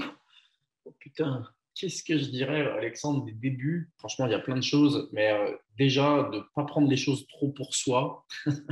Oh putain, qu'est-ce que je dirais, Alexandre, des débuts? Franchement, il y a plein de choses, mais euh, déjà, de ne pas prendre les choses trop pour soi,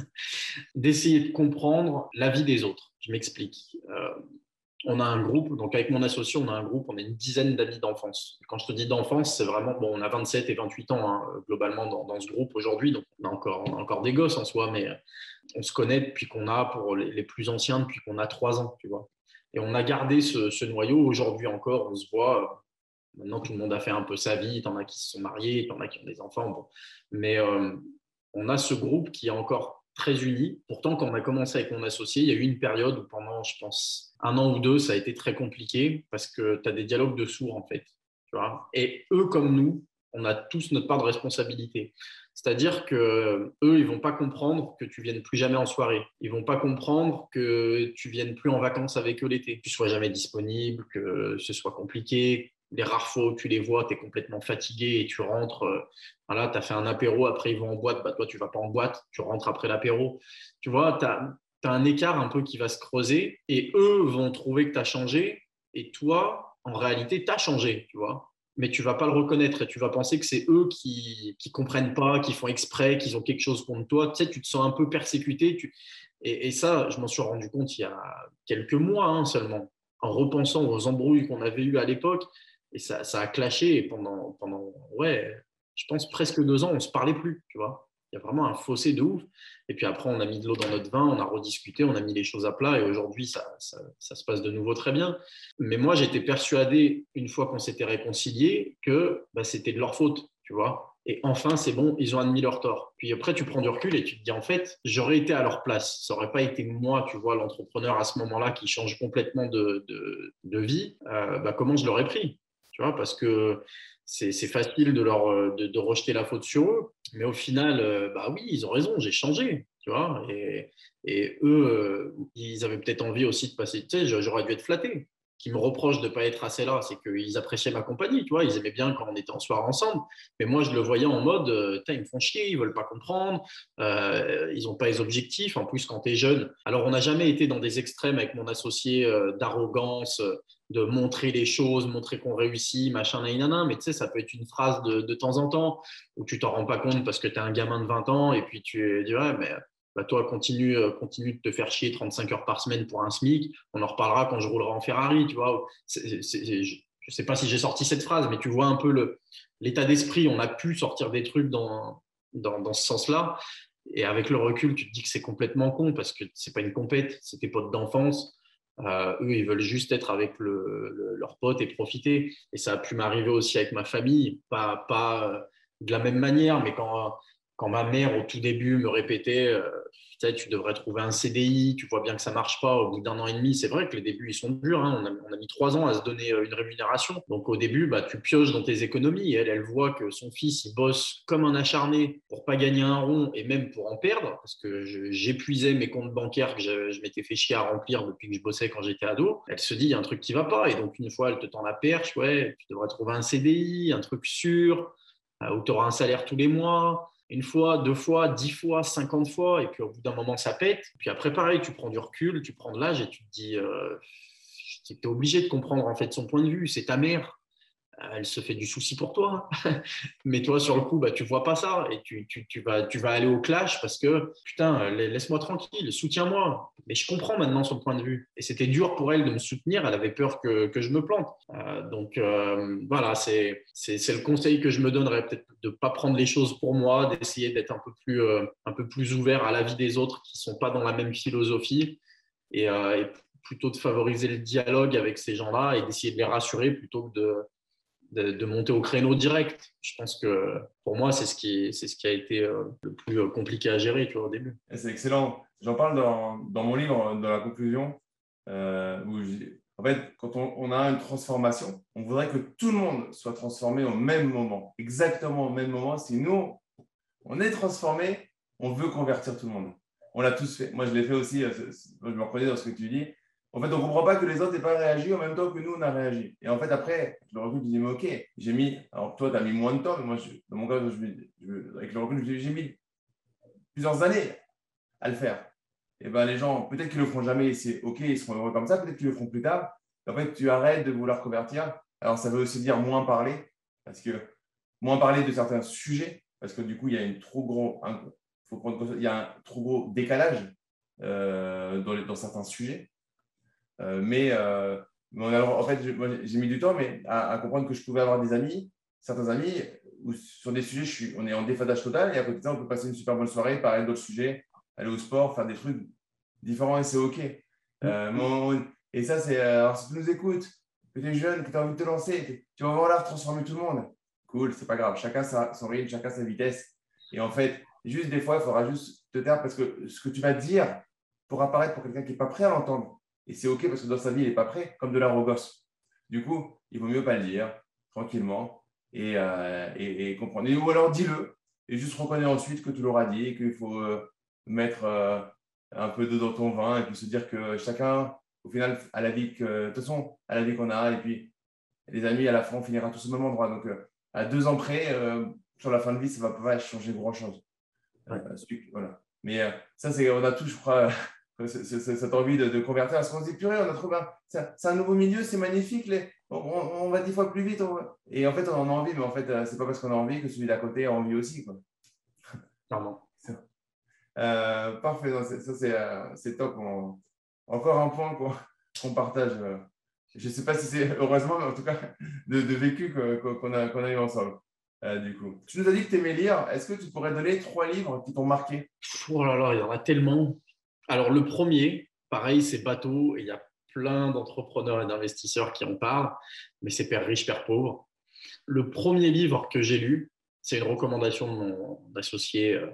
d'essayer de comprendre la vie des autres. Je m'explique. Euh, on a un groupe, donc avec mon associé, on a un groupe, on a une dizaine d'amis d'enfance. Quand je te dis d'enfance, c'est vraiment, bon, on a vingt-sept et vingt-huit ans hein, globalement dans, dans ce groupe aujourd'hui, donc on a, encore, on a encore des gosses en soi, mais on se connaît depuis qu'on a, pour les, les plus anciens, depuis qu'on a trois ans, tu vois. Et on a gardé ce, ce noyau, aujourd'hui encore, on se voit, maintenant tout le monde a fait un peu sa vie, t'en as qui se sont mariés, t'en as qui ont des enfants, bon. Mais euh, on a ce groupe qui est encore très unis. Pourtant, quand on a commencé avec mon associé, il y a eu une période où pendant, je pense, un an ou deux, ça a été très compliqué parce que tu as des dialogues de sourds, en fait. Tu vois. Et eux, comme nous, on a tous notre part de responsabilité. C'est-à-dire qu'eux, ils ne vont pas comprendre que tu ne viennes plus jamais en soirée. Ils ne vont pas comprendre que tu ne viennes plus en vacances avec eux l'été. Que tu ne sois jamais disponible, que ce soit compliqué. Les rares fois où tu les vois, tu es complètement fatigué et tu rentres. Euh, voilà, tu as fait un apéro, après ils vont en boîte. Bah, toi, tu ne vas pas en boîte, tu rentres après l'apéro. Tu vois, tu as, tu as un écart un peu qui va se creuser et eux vont trouver que tu as changé et toi, en réalité, tu as changé, tu vois. Mais tu ne vas pas le reconnaître et tu vas penser que c'est eux qui ne comprennent pas, qui font exprès, qu'ils ont quelque chose contre toi. Tu sais, tu te sens un peu persécuté. Tu... Et, et ça, je m'en suis rendu compte il y a quelques mois hein, seulement, en repensant aux embrouilles qu'on avait eues à l'époque. Et ça, ça a clashé et pendant, pendant, ouais, je pense presque deux ans, on ne se parlait plus, tu vois. Il y a vraiment un fossé de ouf. Et puis après, on a mis de l'eau dans notre vin, on a rediscuté, on a mis les choses à plat et aujourd'hui, ça, ça, ça se passe de nouveau très bien. Mais moi, j'étais persuadé, une fois qu'on s'était réconciliés, que bah, c'était de leur faute, tu vois. Et enfin, c'est bon, ils ont admis leur tort. Puis après, tu prends du recul et tu te dis, en fait, j'aurais été à leur place. Ça n'aurait pas été moi, tu vois, l'entrepreneur à ce moment-là qui change complètement de, de, de vie. Euh, bah, comment je l'aurais pris, tu vois, parce que c'est, c'est facile de, leur, de, de rejeter la faute sur eux. Mais au final, euh, bah oui, ils ont raison, j'ai changé, tu vois. Et, et eux, euh, ils avaient peut-être envie aussi de passer, tu sais, j'aurais dû être flatté. Qui me reprochent de ne pas être assez là, c'est qu'ils appréciaient ma compagnie, tu vois, ils aimaient bien quand on était en soirée ensemble, mais moi, je le voyais en mode, euh, ils me font chier, ils ne veulent pas comprendre, euh, ils n'ont pas les objectifs, en plus, quand tu es jeune. Alors, on n'a jamais été dans des extrêmes avec mon associé euh, d'arrogance, euh, de montrer les choses, montrer qu'on réussit, machin, nanana, mais tu sais, ça peut être une phrase de, de temps en temps où tu t'en rends pas compte parce que tu es un gamin de vingt ans et puis tu dis, ouais, mais bah toi, continue, euh, continue de te faire chier trente-cinq heures par semaine pour un SMIC. On en reparlera quand je roulerai en Ferrari, tu vois. C'est, c'est, je ne sais pas si j'ai sorti cette phrase, mais tu vois un peu le, l'état d'esprit. On a pu sortir des trucs dans, dans, dans ce sens-là. Et avec le recul, tu te dis que c'est complètement con parce que c'est pas une compète, c'est tes potes d'enfance. Euh, eux, ils veulent juste être avec le, le, leurs potes et profiter. Et ça a pu m'arriver aussi avec ma famille, pas, pas de la même manière, mais quand quand ma mère, au tout début, me répétait euh, tu sais, tu devrais trouver un C D I, tu vois bien que ça ne marche pas au bout d'un an et demi. C'est vrai que les débuts, ils sont durs. Hein. On, a, on a mis trois ans à se donner une rémunération. Donc, au début, bah, tu pioches dans tes économies. Et elle, elle voit que son fils, il bosse comme un acharné pour ne pas gagner un rond et même pour en perdre, parce que je, j'épuisais mes comptes bancaires que je, je m'étais fait chier à remplir depuis que je bossais quand j'étais ado. Elle se dit, il y a un truc qui ne va pas. Et donc, une fois, elle te tend la perche. Ouais, tu devrais trouver un C D I, un truc sûr, euh, où tu auras un salaire tous les mois. Une fois, deux fois, dix fois, cinquante fois, et puis au bout d'un moment, ça pète. Puis après, pareil, tu prends du recul, tu prends de l'âge et tu te dis, euh, tu es obligé de comprendre en fait son point de vue. C'est ta mère, elle se fait du souci pour toi. Mais toi, sur le coup, bah, tu ne vois pas ça et tu, tu, tu, vas, tu vas aller au clash parce que, putain, laisse-moi tranquille, soutiens-moi. Mais je comprends maintenant son point de vue. Et c'était dur pour elle de me soutenir, elle avait peur que, que je me plante. Euh, donc euh, voilà, c'est, c'est, c'est le conseil que je me donnerais, peut-être de ne pas prendre les choses pour moi, d'essayer d'être un peu plus, euh, un peu plus ouvert à la vie des autres qui ne sont pas dans la même philosophie et, euh, et plutôt de favoriser le dialogue avec ces gens-là et d'essayer de les rassurer plutôt que de De, de monter au créneau direct. Je pense que pour moi, c'est ce qui, c'est ce qui a été euh, le plus compliqué à gérer tu vois, au début. Et c'est excellent. J'en parle dans, dans mon livre, dans la conclusion, euh, où je, en fait, quand on, on a une transformation, on voudrait que tout le monde soit transformé au même moment, exactement au même moment. Si nous, on est transformé, on veut convertir tout le monde. On l'a tous fait. Moi, je l'ai fait aussi. Je me reconnais dans ce que tu dis. En fait, on ne comprend pas que les autres n'aient pas réagi en même temps que nous, on a réagi. Et en fait, après, je le recul, je me dis, mais ok, j'ai mis, alors toi, tu as mis moins de temps, mais moi, je, dans mon cas, je, je, avec le recul, j'ai mis plusieurs années à le faire. Et ben les gens, peut-être qu'ils ne le feront jamais, et c'est ok, ils seront heureux comme ça, peut-être qu'ils le feront plus tard. En fait, tu arrêtes de vouloir convertir. Alors, ça veut aussi dire moins parler, parce que moins parler de certains sujets, parce que du coup, il y a une trop gros, un, faut prendre, il y a un trop gros décalage euh, dans, les, dans certains sujets. Euh, mais, euh, mais alors, en fait, je, moi, j'ai mis du temps mais à, à comprendre que je pouvais avoir des amis, certains amis, où sur des sujets, je suis, on est en déphasage total, et à côté de ça, on peut passer une super bonne soirée, parler d'autres sujets, aller au sport, faire des trucs différents, et c'est OK. Euh, mon, et ça, c'est, alors si tu nous écoutes, que tu es jeune, que tu as envie de te lancer, tu vas voir là transformer tout le monde. Cool, c'est pas grave. Chacun sa, son rythme, chacun sa vitesse. Et en fait, juste des fois, il faudra juste te taire parce que ce que tu vas dire pourra paraître pour quelqu'un qui n'est pas prêt à l'entendre. Et c'est OK parce que dans sa vie, il n'est pas prêt, comme de l'arrogance. Du coup, il vaut mieux pas le dire tranquillement et, euh, et, et comprendre. Et, ou alors dis-le et juste reconnais ensuite que tu l'auras dit et qu'il faut euh, mettre euh, un peu d'eau dans ton vin et puis se dire que chacun, au final, a la vie que, de toute façon, a la vie qu'on a. Et puis, les amis, à la fin, on finira tous au même endroit. Donc, euh, à deux ans près, euh, sur la fin de vie, ça ne va pas changer grand-chose. Euh, voilà. Mais euh, ça, c'est, on a tous, je crois, c'est, c'est, c'est, cette envie de, de convertir. Parce qu'on se dit, purée, on a trouvé un, c'est, c'est un nouveau milieu, c'est magnifique. Les, on, on, on va dix fois plus vite. On va... Et en fait, on en a envie, mais en fait, euh, ce n'est pas parce qu'on a envie que celui d'à côté a envie aussi. Quoi. Clairement. Euh, parfait, non, c'est, ça c'est, euh, c'est top. On, encore un point qu'on, qu'on partage. Euh, je ne sais pas si c'est heureusement, mais en tout cas, de, de vécu que, qu'on, a, qu'on a eu ensemble. Euh, du coup, tu nous as dit que tu aimais lire. Est-ce que tu pourrais donner trois livres qui t'ont marqué? Oh là là, il y en a tellement. Alors, le premier, pareil, c'est bateau. Et il y a plein d'entrepreneurs et d'investisseurs qui en parlent, mais c'est Père riche, Père pauvre. Le premier livre que j'ai lu, c'est une recommandation de mon associé euh,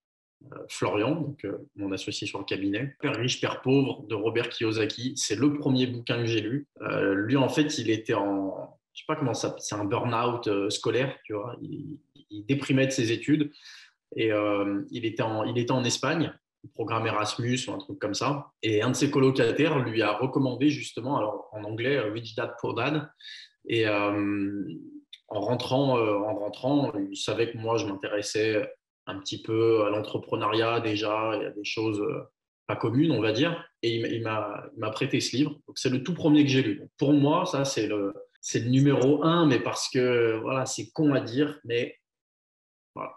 Florian, donc euh, mon associé sur le cabinet. Père riche, Père pauvre de Robert Kiyosaki. C'est le premier bouquin que j'ai lu. Euh, lui, en fait, il était en, je sais pas comment ça, c'est un burn-out euh, scolaire, tu vois. Il, il déprimait de ses études et euh, il était en, il était en Espagne, programme Erasmus ou un truc comme ça. Et un de ses colocataires lui a recommandé justement, alors en anglais, Rich Dad Poor Dad. Et euh, en rentrant, euh, en rentrant, il savait que moi, je m'intéressais un petit peu à l'entrepreneuriat déjà et à des choses euh, pas communes, on va dire. Et il, il, m'a, il m'a prêté ce livre. Donc, c'est le tout premier que j'ai lu. Donc, pour moi, ça, c'est le, c'est le numéro un, mais parce que, voilà, c'est con à dire, mais voilà.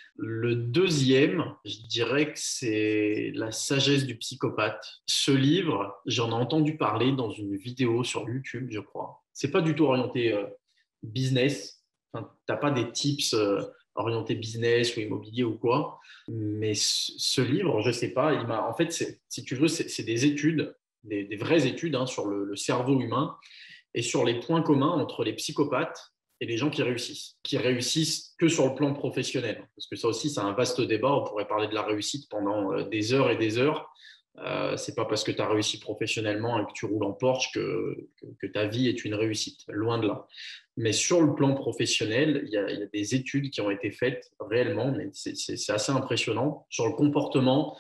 Le deuxième, je dirais que c'est La sagesse du psychopathe. Ce livre, j'en ai entendu parler dans une vidéo sur YouTube, je crois. C'est pas du tout orienté euh, business. Enfin, t'as pas des tips euh, orientés business ou immobilier ou quoi. Mais ce, ce livre, je sais pas, il m'a. En fait, c'est, si tu veux, c'est, c'est des études, des, des vraies études hein, sur le, le cerveau humain et sur les points communs entre les psychopathes et les gens qui réussissent, qui réussissent que sur le plan professionnel. Parce que ça aussi, c'est un vaste débat. On pourrait parler de la réussite pendant des heures et des heures. Euh, c'est pas parce que tu as réussi professionnellement et que tu roules en Porsche que, que, que ta vie est une réussite. Loin de là. Mais sur le plan professionnel, il y a, il y a des études qui ont été faites réellement, mais c'est, c'est, c'est assez impressionnant, sur le comportement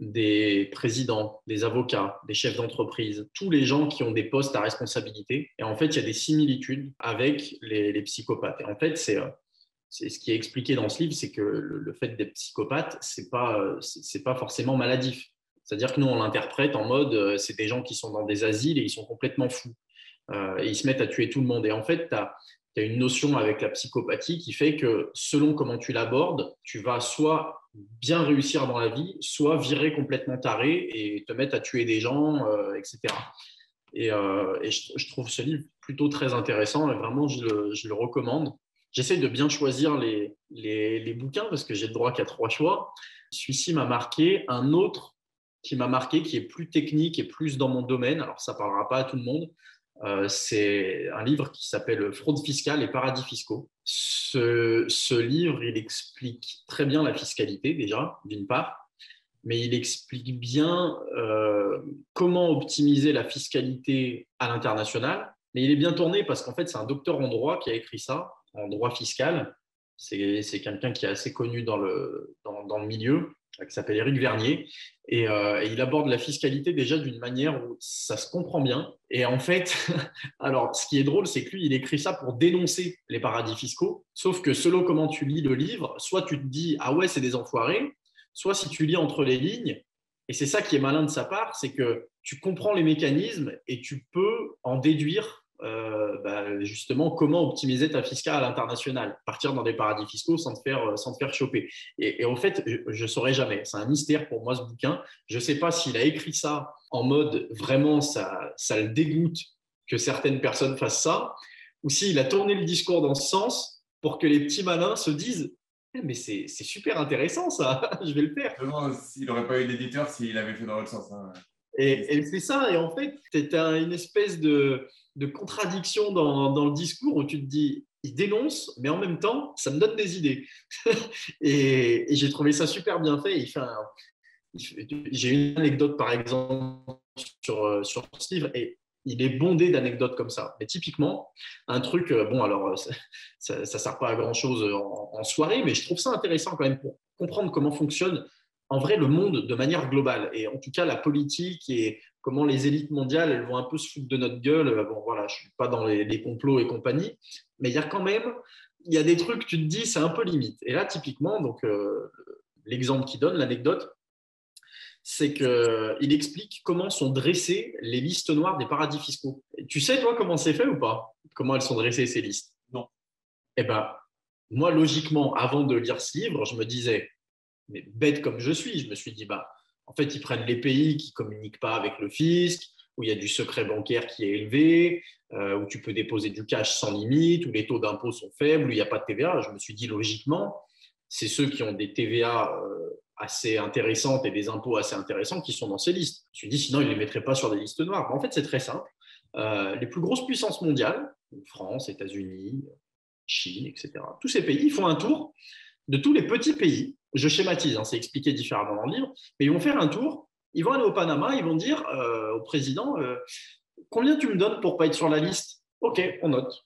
des présidents, des avocats, des chefs d'entreprise, tous les gens qui ont des postes à responsabilité. Et en fait, il y a des similitudes avec les, les psychopathes. Et en fait, c'est, c'est ce qui est expliqué dans ce livre, c'est que le, le fait d'être psychopathe, c'est pas, c'est, c'est pas forcément maladif. C'est-à-dire que nous, on l'interprète en mode, euh, c'est des gens qui sont dans des asiles et ils sont complètement fous. Euh, et ils se mettent à tuer tout le monde. Et en fait, tu as une notion avec la psychopathie qui fait que selon comment tu l'abordes, tu vas soit bien réussir dans la vie, soit virer complètement taré et te mettre à tuer des gens, euh, et cetera. Et, euh, et je, je trouve ce livre plutôt très intéressant et vraiment, je le, je le recommande. J'essaie de bien choisir les, les, les bouquins parce que j'ai le droit qu'à trois choix. Celui-ci m'a marqué. Un autre qui m'a marqué, qui est plus technique et plus dans mon domaine, alors ça ne parlera pas à tout le monde, Euh, c'est un livre qui s'appelle Fraude fiscale et paradis fiscaux. Ce, ce livre, il explique très bien la fiscalité déjà, d'une part, mais il explique bien euh, comment optimiser la fiscalité à l'international. Mais il est bien tourné parce qu'en fait, c'est un docteur en droit qui a écrit ça, en droit fiscal. C'est, c'est quelqu'un qui est assez connu dans le, dans, dans le milieu. qui s'appelle Éric Vernier. Et, euh, et il aborde la fiscalité déjà d'une manière où ça se comprend bien. Et en fait, alors, ce qui est drôle, c'est que lui, il écrit ça pour dénoncer les paradis fiscaux. Sauf que selon comment tu lis le livre, soit tu te dis « Ah ouais, c'est des enfoirés », soit si tu lis entre les lignes, et c'est ça qui est malin de sa part, c'est que tu comprends les mécanismes et tu peux en déduire Euh, bah, justement comment optimiser ta fiscale à l'international, partir dans des paradis fiscaux sans te faire, sans te faire choper. Et, et en fait, je ne saurais jamais. C'est un mystère pour moi ce bouquin. Je ne sais pas s'il a écrit ça en mode vraiment ça, ça le dégoûte que certaines personnes fassent ça, ou s'il a tourné le discours dans ce sens pour que les petits malins se disent eh, mais c'est, c'est super intéressant ça, je vais le faire. Il n'aurait pas eu d'éditeur s'il avait fait dans l'autre sens. Hein. Et, et c'est ça, et en fait, tu as une espèce de, de contradiction dans, dans le discours où tu te dis, il dénonce, mais en même temps, ça me donne des idées. et, et j'ai trouvé ça super bien fait. Il fait un, il fait, j'ai une anecdote, par exemple, sur, sur ce livre, et il est bondé d'anecdotes comme ça. Mais typiquement, un truc, bon, alors, ça ne sert pas à grand-chose en, en soirée, mais je trouve ça intéressant quand même pour comprendre comment fonctionne en vrai le monde de manière globale, et en tout cas la politique et comment les élites mondiales elles vont un peu se foutre de notre gueule. Bon voilà, je ne suis pas dans les, les complots et compagnie, mais il y a quand même il y a des trucs tu te dis c'est un peu limite. Et là typiquement donc euh, l'exemple qu'il donne, l'anecdote, c'est qu'il explique comment sont dressées les listes noires des paradis fiscaux. Et tu sais toi comment c'est fait ou pas? Comment elles sont dressées ces listes? Non. Eh ben moi logiquement avant de lire ce livre je me disais, mais bête comme je suis, je me suis dit, bah, en fait, ils prennent les pays qui ne communiquent pas avec le fisc, où il y a du secret bancaire qui est élevé, euh, où tu peux déposer du cash sans limite, où les taux d'impôt sont faibles, où il n'y a pas de T V A. Je me suis dit, logiquement, c'est ceux qui ont des T V A euh, assez intéressantes et des impôts assez intéressants qui sont dans ces listes. Je me suis dit, sinon, ils ne les mettraient pas sur des listes noires. Mais en fait, c'est très simple. Euh, les plus grosses puissances mondiales, France, États-Unis, Chine, et cetera, tous ces pays, ils font un tour de tous les petits pays. Je schématise, hein, c'est expliqué différemment dans le livre, mais ils vont faire un tour, ils vont aller au Panama, ils vont dire euh, au président euh, combien tu me donnes pour ne pas être sur la liste? Ok, on note.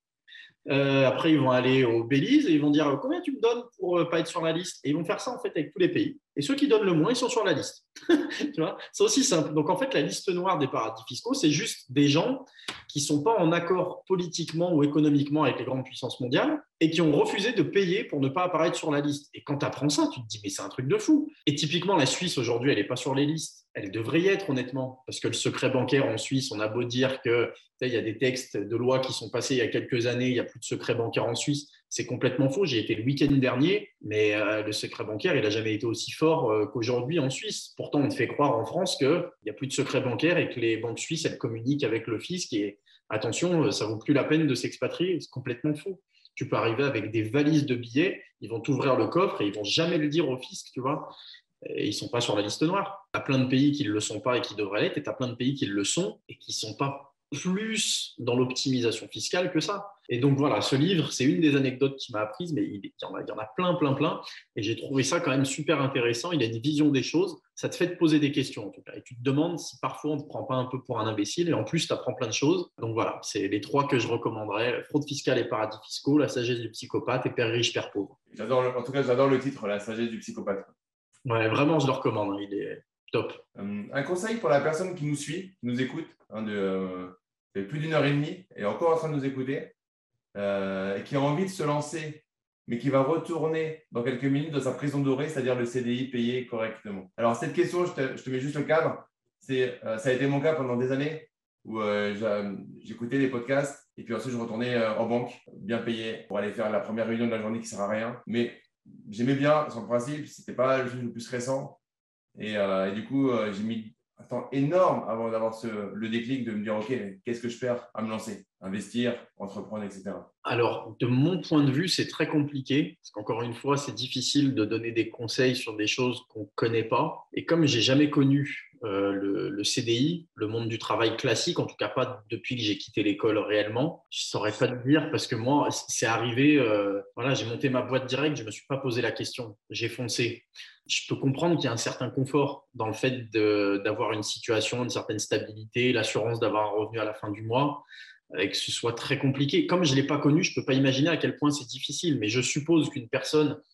Euh, après, ils vont aller au Belize et ils vont dire combien tu me donnes pour ne pas être sur la liste? Et ils vont faire ça en fait avec tous les pays. Et ceux qui donnent le moins, ils sont sur la liste. Tu vois, c'est aussi simple. Donc en fait, la liste noire des paradis fiscaux, c'est juste des gens qui ne sont pas en accord politiquement ou économiquement avec les grandes puissances mondiales et qui ont refusé de payer pour ne pas apparaître sur la liste. Et quand tu apprends ça, tu te dis mais c'est un truc de fou. Et typiquement, la Suisse aujourd'hui, elle n'est pas sur les listes. Elle devrait y être honnêtement, parce que le secret bancaire en Suisse, on a beau dire que il y a des textes de loi qui sont passés il y a quelques années, il n'y a plus de secret bancaire en Suisse. C'est complètement faux. J'y étais le week-end dernier, mais euh, le secret bancaire, il n'a jamais été aussi fort euh, qu'aujourd'hui en Suisse. Pourtant, on te fait croire en France qu'il n'y a plus de secret bancaire et que les banques suisses, elles communiquent avec le fisc. Et attention, ça ne vaut plus la peine de s'expatrier. C'est complètement faux. Tu peux arriver avec des valises de billets, ils vont t'ouvrir le coffre et ils ne vont jamais le dire au fisc, tu vois. Et ils ne sont pas sur la liste noire. Tu as plein de pays qui ne le sont pas et qui devraient l'être, et tu as plein de pays qui le sont et qui ne sont pas plus dans l'optimisation fiscale que ça. Et donc voilà, ce livre, c'est une des anecdotes qui m'a apprise, mais il y en a, il y en a plein, plein, plein. Et j'ai trouvé ça quand même super intéressant. Il a une vision des choses. Ça te fait te poser des questions en tout cas. Et tu te demandes si parfois on ne te prend pas un peu pour un imbécile. Et en plus, tu apprends plein de choses. Donc voilà, c'est les trois que je recommanderais. Fraude fiscale et paradis fiscaux, La sagesse du psychopathe et Père riche, Père pauvre. J'adore le, en tout cas, j'adore le titre, La sagesse du psychopathe. Ouais, vraiment, je le recommande. Il est top. Euh, un conseil pour la personne qui nous suit, qui nous écoute, hein, de, euh, fait plus d'une heure et demie, et encore en train de nous écouter, euh, et qui a envie de se lancer, mais qui va retourner dans quelques minutes dans sa prison dorée, c'est-à-dire le C D I payé correctement. Alors, cette question, je te, je te mets juste le cadre. C'est, euh, ça a été mon cas pendant des années où euh, j'écoutais des podcasts, et puis ensuite, je retournais euh, en banque, bien payé, pour aller faire la première réunion de la journée qui ne sert à rien. Mais j'aimais bien son principe, ce n'était pas le plus stressant. Et, euh, et du coup, euh, j'ai mis un temps énorme avant d'avoir ce, le déclic de me dire, OK, qu'est-ce que je perds à me lancer, investir, entreprendre, et cetera. Alors, de mon point de vue, c'est très compliqué parce qu'encore une fois, c'est difficile de donner des conseils sur des choses qu'on ne connaît pas. Et comme je n'ai jamais connu euh, le, le C D I, le monde du travail classique, en tout cas pas depuis que j'ai quitté l'école réellement, je ne saurais pas te dire parce que moi, c'est arrivé, euh, voilà, j'ai monté ma boîte directe, je ne me suis pas posé la question, j'ai foncé. Je peux comprendre qu'il y a un certain confort dans le fait de, d'avoir une situation, une certaine stabilité, l'assurance d'avoir un revenu à la fin du mois, et que ce soit très compliqué. Comme je ne l'ai pas connu, je ne peux pas imaginer à quel point c'est difficile, mais je suppose qu'une personne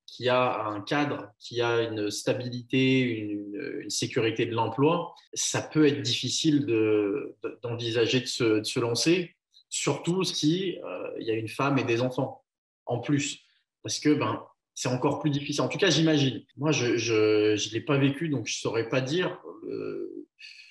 qui a un cadre, qui a une stabilité, une, une sécurité de l'emploi, ça peut être difficile de, de, d'envisager de se, de se lancer, surtout si euh, il y a une femme et des enfants en plus, parce que ben, c'est encore plus difficile. En tout cas, j'imagine. Moi, je ne je, je l'ai pas vécu, donc je ne saurais pas dire. Euh,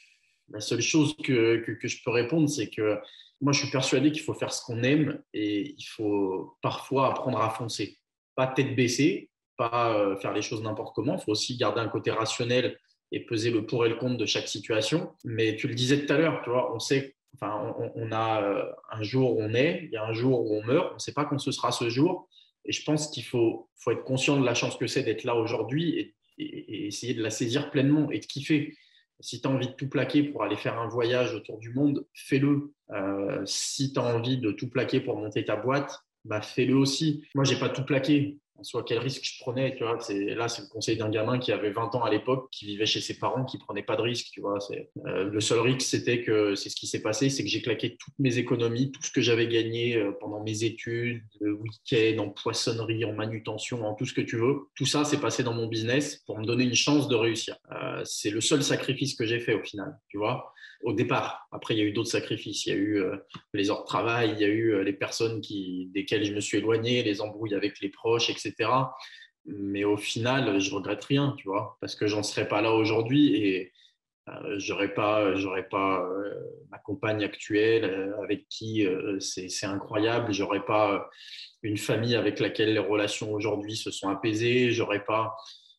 la seule chose que, que, que je peux répondre, c'est que moi, je suis persuadé qu'il faut faire ce qu'on aime et il faut parfois apprendre à foncer. Pas tête baissée, pas euh, faire les choses n'importe comment. Il faut aussi garder un côté rationnel et peser le pour et le contre de chaque situation. Mais tu le disais tout à l'heure, tu vois, on sait, enfin, on, on a euh, un jour où on est, il y a un jour où on meurt. On ne sait pas quand ce sera ce jour. Et je pense qu'il faut, faut être conscient de la chance que c'est d'être là aujourd'hui et, et, et essayer de la saisir pleinement et de kiffer. Si tu as envie de tout plaquer pour aller faire un voyage autour du monde, fais-le. Euh, si tu as envie de tout plaquer pour monter ta boîte, bah fais-le aussi. Moi, je n'ai pas tout plaqué. En soi, quel risque je prenais, tu vois, c'est, là, c'est le conseil d'un gamin qui avait vingt ans à l'époque, qui vivait chez ses parents, qui ne prenait pas de risque, tu vois. C'est, euh, le seul risque, c'était que, c'est ce qui s'est passé, c'est que j'ai claqué toutes mes économies, tout ce que j'avais gagné euh, pendant mes études, le week-end, en poissonnerie, en manutention, en tout ce que tu veux. Tout ça, c'est passé dans mon business pour me donner une chance de réussir. Euh, c'est le seul sacrifice que j'ai fait au final, tu vois. Au départ. Après, il y a eu d'autres sacrifices. Il y a eu euh, les heures de travail, il y a eu euh, les personnes qui, desquelles je me suis éloigné, les embrouilles avec les proches, et cetera. Mais au final, je regrette rien, tu vois, parce que j'en serais pas là aujourd'hui et euh, j'aurais pas, j'aurais pas euh, ma compagne actuelle euh, avec qui euh, c'est, c'est incroyable. J'aurais pas euh, une famille avec laquelle les relations aujourd'hui se sont apaisées. J'aurais pas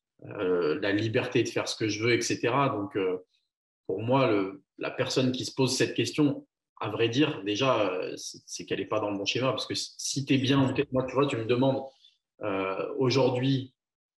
euh, la liberté de faire ce que je veux, et cetera. Donc euh, pour moi, le, la personne qui se pose cette question, à vrai dire, déjà, c'est, c'est qu'elle n'est pas dans le bon schéma. Parce que si tu es bien, moi, tu vois, tu me demandes euh, aujourd'hui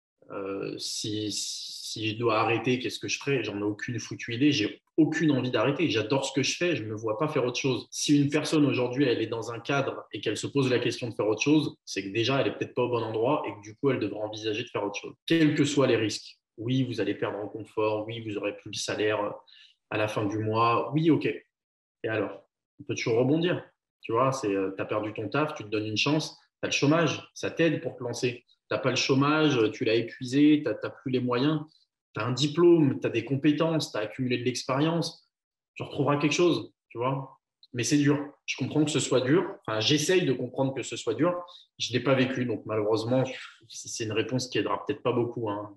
euh, si, si je dois arrêter, qu'est-ce que je ferais? J'en ai aucune foutue idée. J'ai aucune envie d'arrêter. J'adore ce que je fais. Je ne me vois pas faire autre chose. Si une personne aujourd'hui, elle est dans un cadre et qu'elle se pose la question de faire autre chose, c'est que déjà, elle n'est peut-être pas au bon endroit et que du coup, elle devrait envisager de faire autre chose, quels que soient les risques. Oui, vous allez perdre en confort. Oui, vous aurez plus le salaire à la fin du mois. Oui, ok. Et alors, on peut toujours rebondir. Tu vois, c'est, euh, tu as perdu ton taf, tu te donnes une chance. Tu as le chômage, ça t'aide pour te lancer. Tu n'as pas le chômage, tu l'as épuisé, tu n'as plus les moyens. Tu as un diplôme, tu as des compétences, tu as accumulé de l'expérience. Tu retrouveras quelque chose, tu vois. Mais c'est dur. Je comprends que ce soit dur. Enfin, j'essaye de comprendre que ce soit dur. Je ne l'ai pas vécu, donc malheureusement, c'est une réponse qui aidera peut-être pas beaucoup. Hein.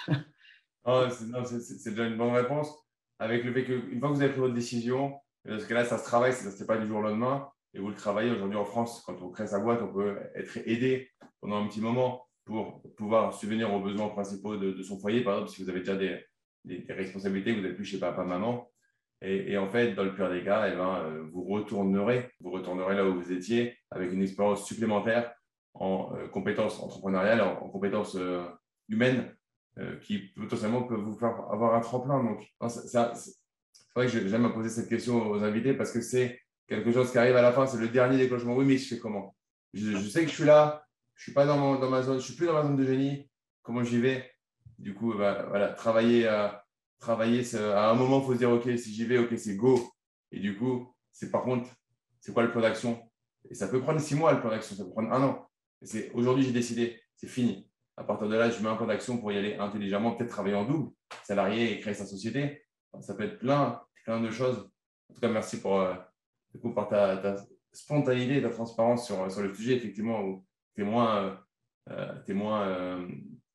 Oh, c'est, non, c'est, c'est déjà une bonne réponse. Avec le fait qu'une fois que vous avez pris votre décision, parce que là, ça se travaille, ce n'est pas du jour au lendemain, et vous le travaillez aujourd'hui en France. Quand on crée sa boîte, on peut être aidé pendant un petit moment pour pouvoir subvenir aux besoins principaux de, de son foyer. Par exemple, si vous avez déjà des, des, des responsabilités, vous n'êtes plus chez papa, maman. Et, et en fait, dans le pire des cas, eh ben, vous retournerez, vous retournerez là où vous étiez avec une expérience supplémentaire en euh, compétences entrepreneuriales, en, en compétences euh, humaines, Euh, qui potentiellement peuvent vous faire avoir un tremplin. Donc, c'est, c'est, c'est vrai que j'aime poser cette question aux invités parce que c'est quelque chose qui arrive à la fin, c'est le dernier déclenchement. Oui, mais je fais comment? je, je sais que je suis là, je ne suis pas dans, mon, dans ma zone, je ne suis plus dans ma zone de génie. Comment j'y vais? Du coup, bah, voilà, travailler, euh, travailler à un moment, il faut se dire, OK, si j'y vais, OK, c'est go. Et du coup, c'est par contre, c'est quoi le plan d'action? Et ça peut prendre six mois, le plan d'action, ça peut prendre un an. Et c'est, aujourd'hui, j'ai décidé, c'est fini. À partir de là, je mets un plan d'action pour y aller intelligemment, peut-être travailler en double, salarié et créer sa société. Ça peut être plein, plein de choses. En tout cas, merci pour, euh, du coup, pour ta, ta spontanéité et ta transparence sur, sur le sujet, effectivement, où tu es moins, euh, t'es moins euh,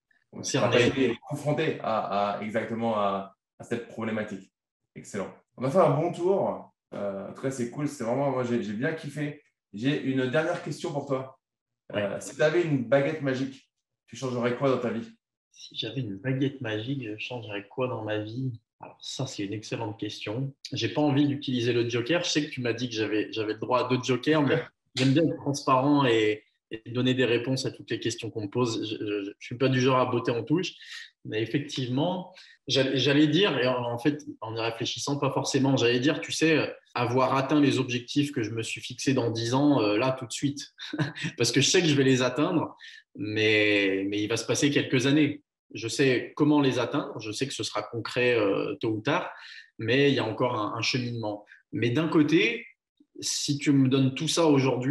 tu n'as pas été confronté à, à, exactement à, à cette problématique. Excellent. On a fait un bon tour. Euh, en tout cas, c'est cool. C'est vraiment, moi, j'ai, j'ai bien kiffé. J'ai une dernière question pour toi. Euh, ouais. Si tu avais une baguette magique, tu changerais quoi dans ta vie? Si j'avais une baguette magique, je changerais quoi dans ma vie? Alors ça, c'est une excellente question. Je n'ai pas envie d'utiliser le joker. Je sais que tu m'as dit que j'avais, j'avais le droit à deux jokers, mais j'aime bien être transparent et, et donner des réponses à toutes les questions qu'on me pose. Je ne suis pas du genre à botter en touche. Mais effectivement, j'allais, j'allais dire, et en fait, en y réfléchissant, pas forcément, j'allais dire, tu sais, avoir atteint les objectifs que je me suis fixés dans dix ans, euh, là, tout de suite. Parce que je sais que je vais les atteindre, mais, mais il va se passer quelques années. Je sais comment les atteindre, je sais que ce sera concret euh, tôt ou tard, mais il y a encore un, un cheminement. Mais d'un côté, si tu me donnes tout ça aujourd'hui,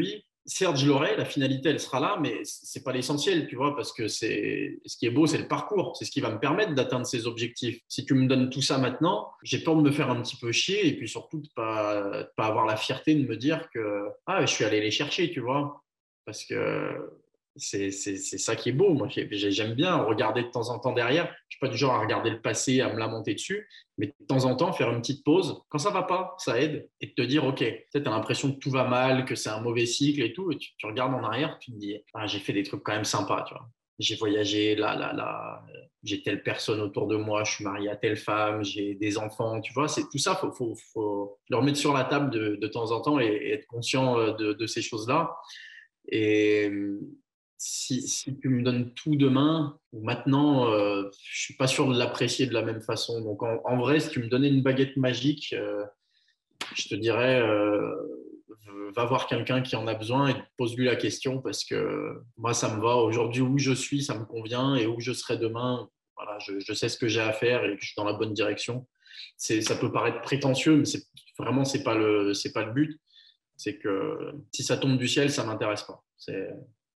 certes, je l'aurai, la finalité, elle sera là, mais ce n'est pas l'essentiel, tu vois, parce que c'est, ce qui est beau, c'est le parcours. C'est ce qui va me permettre d'atteindre ces objectifs. Si tu me donnes tout ça maintenant, j'ai peur de me faire un petit peu chier et puis surtout de ne pas, de pas avoir la fierté de me dire que ah, je suis allé les chercher, tu vois. Parce que c'est, c'est, c'est ça qui est beau. Moi, j'aime bien regarder de temps en temps derrière. Je ne suis pas du genre à regarder le passé, à me lamenter dessus. Mais de temps en temps, faire une petite pause, quand ça ne va pas, ça aide. Et de te dire, OK, tu as l'impression que tout va mal, que c'est un mauvais cycle et tout. Et tu, tu regardes en arrière, tu te dis, ah, j'ai fait des trucs quand même sympas, tu vois. J'ai voyagé là, là, là. J'ai telle personne autour de moi, je suis marié à telle femme, j'ai des enfants, tu vois. C'est, tout ça, il faut, faut, faut le remettre sur la table de, de temps en temps et, et être conscient de, de ces choses-là. Et si, si tu me donnes tout demain, maintenant, euh, je ne suis pas sûr de l'apprécier de la même façon. Donc, en, en vrai, si tu me donnais une baguette magique, euh, je te dirais, euh, va voir quelqu'un qui en a besoin et pose-lui la question parce que moi, ça me va. Aujourd'hui, où je suis, ça me convient et où je serai demain, voilà, je, je sais ce que j'ai à faire et que je suis dans la bonne direction. C'est, ça peut paraître prétentieux, mais c'est, vraiment, ce n'est pas, pas le but. C'est que si ça tombe du ciel, ça ne m'intéresse pas. C'est...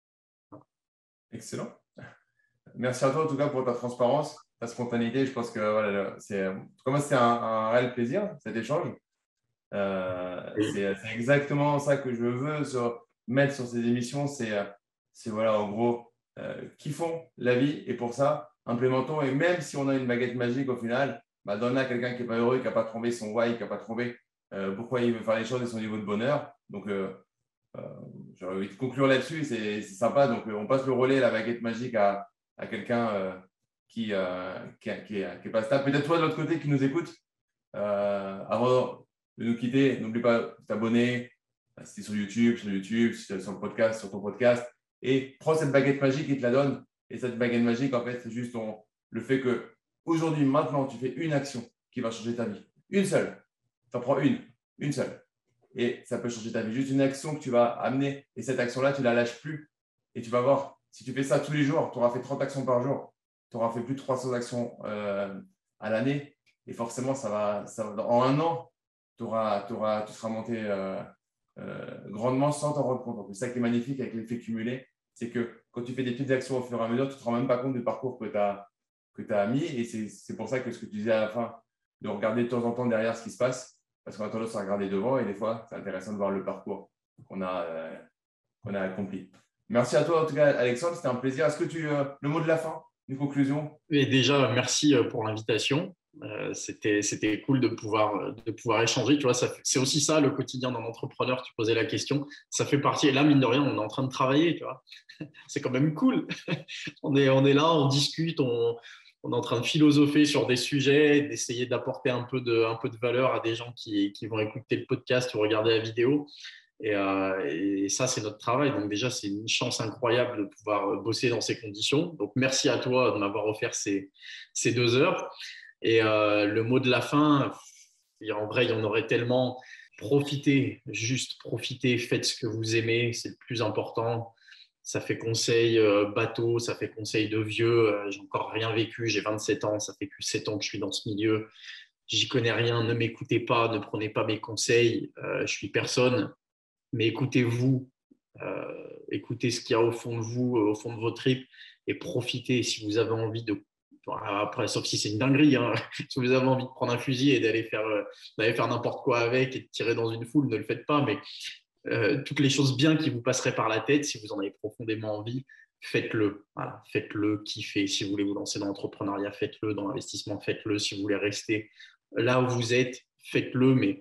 Excellent. Merci à toi en tout cas pour ta transparence, ta spontanéité. Je pense que voilà, c'est, pour moi, c'est un, un réel plaisir cet échange. Euh, Oui. c'est, c'est exactement ça que je veux sur, mettre sur ces émissions. C'est, c'est voilà, en gros, euh, kiffons la vie et pour ça, implémentons. Et même si on a une baguette magique au final, bah, donne-la à quelqu'un qui n'est pas heureux, qui n'a pas trouvé son why, qui n'a pas trouvé euh, pourquoi il veut faire les choses et son niveau de bonheur. Donc, euh, Euh, j'aurais envie de conclure là-dessus, c'est, c'est sympa. Donc, on passe le relais, la baguette magique à, à quelqu'un euh, qui, euh, qui, qui, est, qui est pas stable. Peut-être toi de l'autre côté qui nous écoute. Euh, avant de nous quitter, n'oublie pas de t'abonner. Si tu es sur YouTube, sur YouTube, si tu es sur le podcast, sur ton podcast. Et prends cette baguette magique et te la donne. Et cette baguette magique, en fait, c'est juste ton, le fait que aujourd'hui, maintenant, tu fais une action qui va changer ta vie. Une seule. Tu en prends une, une seule. Et ça peut changer ta vie. Juste une action que tu vas amener. Et cette action-là, tu ne la lâches plus. Et tu vas voir, si tu fais ça tous les jours, tu auras fait trente actions par jour. Tu auras fait plus de trois cents actions euh, à l'année. Et forcément, ça va, ça va, en un an, tu, auras, tu, auras, tu seras monté euh, euh, grandement sans t'en rendre compte. C'est ça qui est magnifique avec l'effet cumulé. C'est que quand tu fais des petites actions au fur et à mesure, tu ne te rends même pas compte du parcours que tu as, que tu as mis. Et c'est, c'est pour ça que ce que tu disais à la fin, de regarder de temps en temps derrière ce qui se passe. Parce qu'on a tendance à regarder devant et des fois, c'est intéressant de voir le parcours qu'on a, euh, qu'on a accompli. Merci à toi en tout cas, Alexandre. C'était un plaisir. Est-ce que tu euh, le mot de la fin, une conclusion? Et déjà, merci pour l'invitation. Euh, c'était, c'était cool de pouvoir, de pouvoir échanger. Tu vois, ça, c'est aussi ça le quotidien d'un entrepreneur. Tu posais la question. Ça fait partie. Et là, mine de rien, on est en train de travailler. Tu vois, c'est quand même cool. on, est, on est là, on discute, on. On est en train de philosopher sur des sujets, d'essayer d'apporter un peu de, un peu de valeur à des gens qui, qui vont écouter le podcast ou regarder la vidéo. Et, euh, et ça, c'est notre travail. Donc déjà, c'est une chance incroyable de pouvoir bosser dans ces conditions. Donc merci à toi de m'avoir offert ces, ces deux heures. Et euh, le mot de la fin, en vrai, il y en aurait tellement. Profitez, juste profitez, faites ce que vous aimez, c'est le plus important. Ça fait conseil euh, bateau, ça fait conseil de vieux. Euh, j'ai encore rien vécu, j'ai vingt-sept ans, ça fait que sept ans que je suis dans ce milieu. J'y connais rien, ne m'écoutez pas, ne prenez pas mes conseils. Euh, je suis personne, mais écoutez-vous, euh, écoutez ce qu'il y a au fond de vous, au fond de vos tripes et profitez si vous avez envie de. Après, sauf si c'est une dinguerie, hein. Si vous avez envie de prendre un fusil et d'aller faire, euh, d'aller faire n'importe quoi avec et de tirer dans une foule, ne le faites pas, mais Euh, toutes les choses bien qui vous passeraient par la tête, si vous en avez profondément envie, faites-le. Voilà, faites-le, kiffez. Si vous voulez vous lancer dans l'entrepreneuriat, faites-le. Dans l'investissement, faites-le. Si vous voulez rester là où vous êtes, faites-le. Mais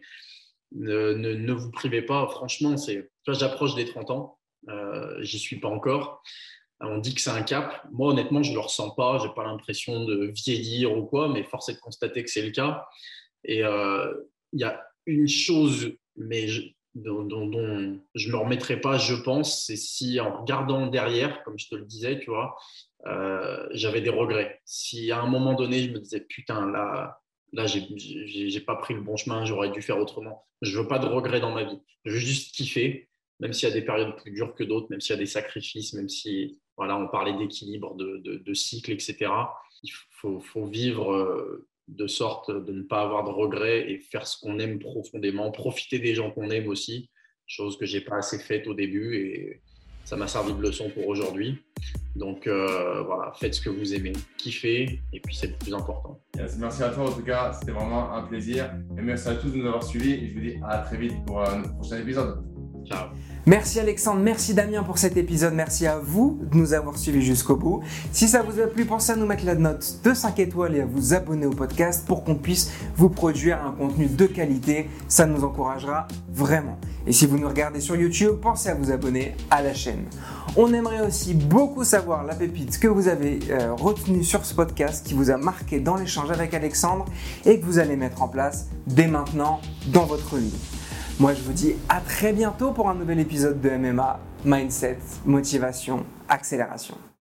ne, ne, ne vous privez pas. Franchement, c'est, j'approche des trente ans. Euh, j'y suis pas encore. On dit que c'est un cap. Moi, honnêtement, je ne le ressens pas. Je n'ai pas l'impression de vieillir ou quoi, mais force est de constater que c'est le cas. Et il euh, y a une chose, mais je, Dont, dont, dont je ne me remettrai pas, je pense, c'est si en regardant derrière, comme je te le disais, tu vois, euh, j'avais des regrets. Si à un moment donné, je me disais, putain, là, là j'ai, j'ai, j'ai pas pris le bon chemin, j'aurais dû faire autrement. Je veux pas de regrets dans ma vie. Je veux juste kiffer, même s'il y a des périodes plus dures que d'autres, même s'il y a des sacrifices, même si, voilà, on parlait d'équilibre, de, de, de cycle, et cetera. Il faut, faut vivre euh, de sorte de ne pas avoir de regrets et faire ce qu'on aime profondément, profiter des gens qu'on aime aussi. chose que je n'ai pas assez faite au début et ça m'a servi de leçon pour aujourd'hui. Donc euh, voilà, faites ce que vous aimez, kiffez et puis c'est le plus important. Yes, merci à toi en tout cas, c'était vraiment un plaisir. Et merci à tous de nous avoir suivis et je vous dis à très vite pour un prochain épisode. Ciao. Merci Alexandre, merci Damien pour cet épisode, merci à vous de nous avoir suivis jusqu'au bout. Si ça vous a plu, pensez à nous mettre la note de cinq étoiles et à vous abonner au podcast pour qu'on puisse vous produire un contenu de qualité, ça nous encouragera vraiment. Et si vous nous regardez sur YouTube, pensez à vous abonner à la chaîne. On aimerait aussi beaucoup savoir la pépite que vous avez euh, retenue sur ce podcast, qui vous a marqué dans l'échange avec Alexandre et que vous allez mettre en place dès maintenant dans votre vie. Moi, je vous dis à très bientôt pour un nouvel épisode de M M A, Mindset, Motivation, Accélération.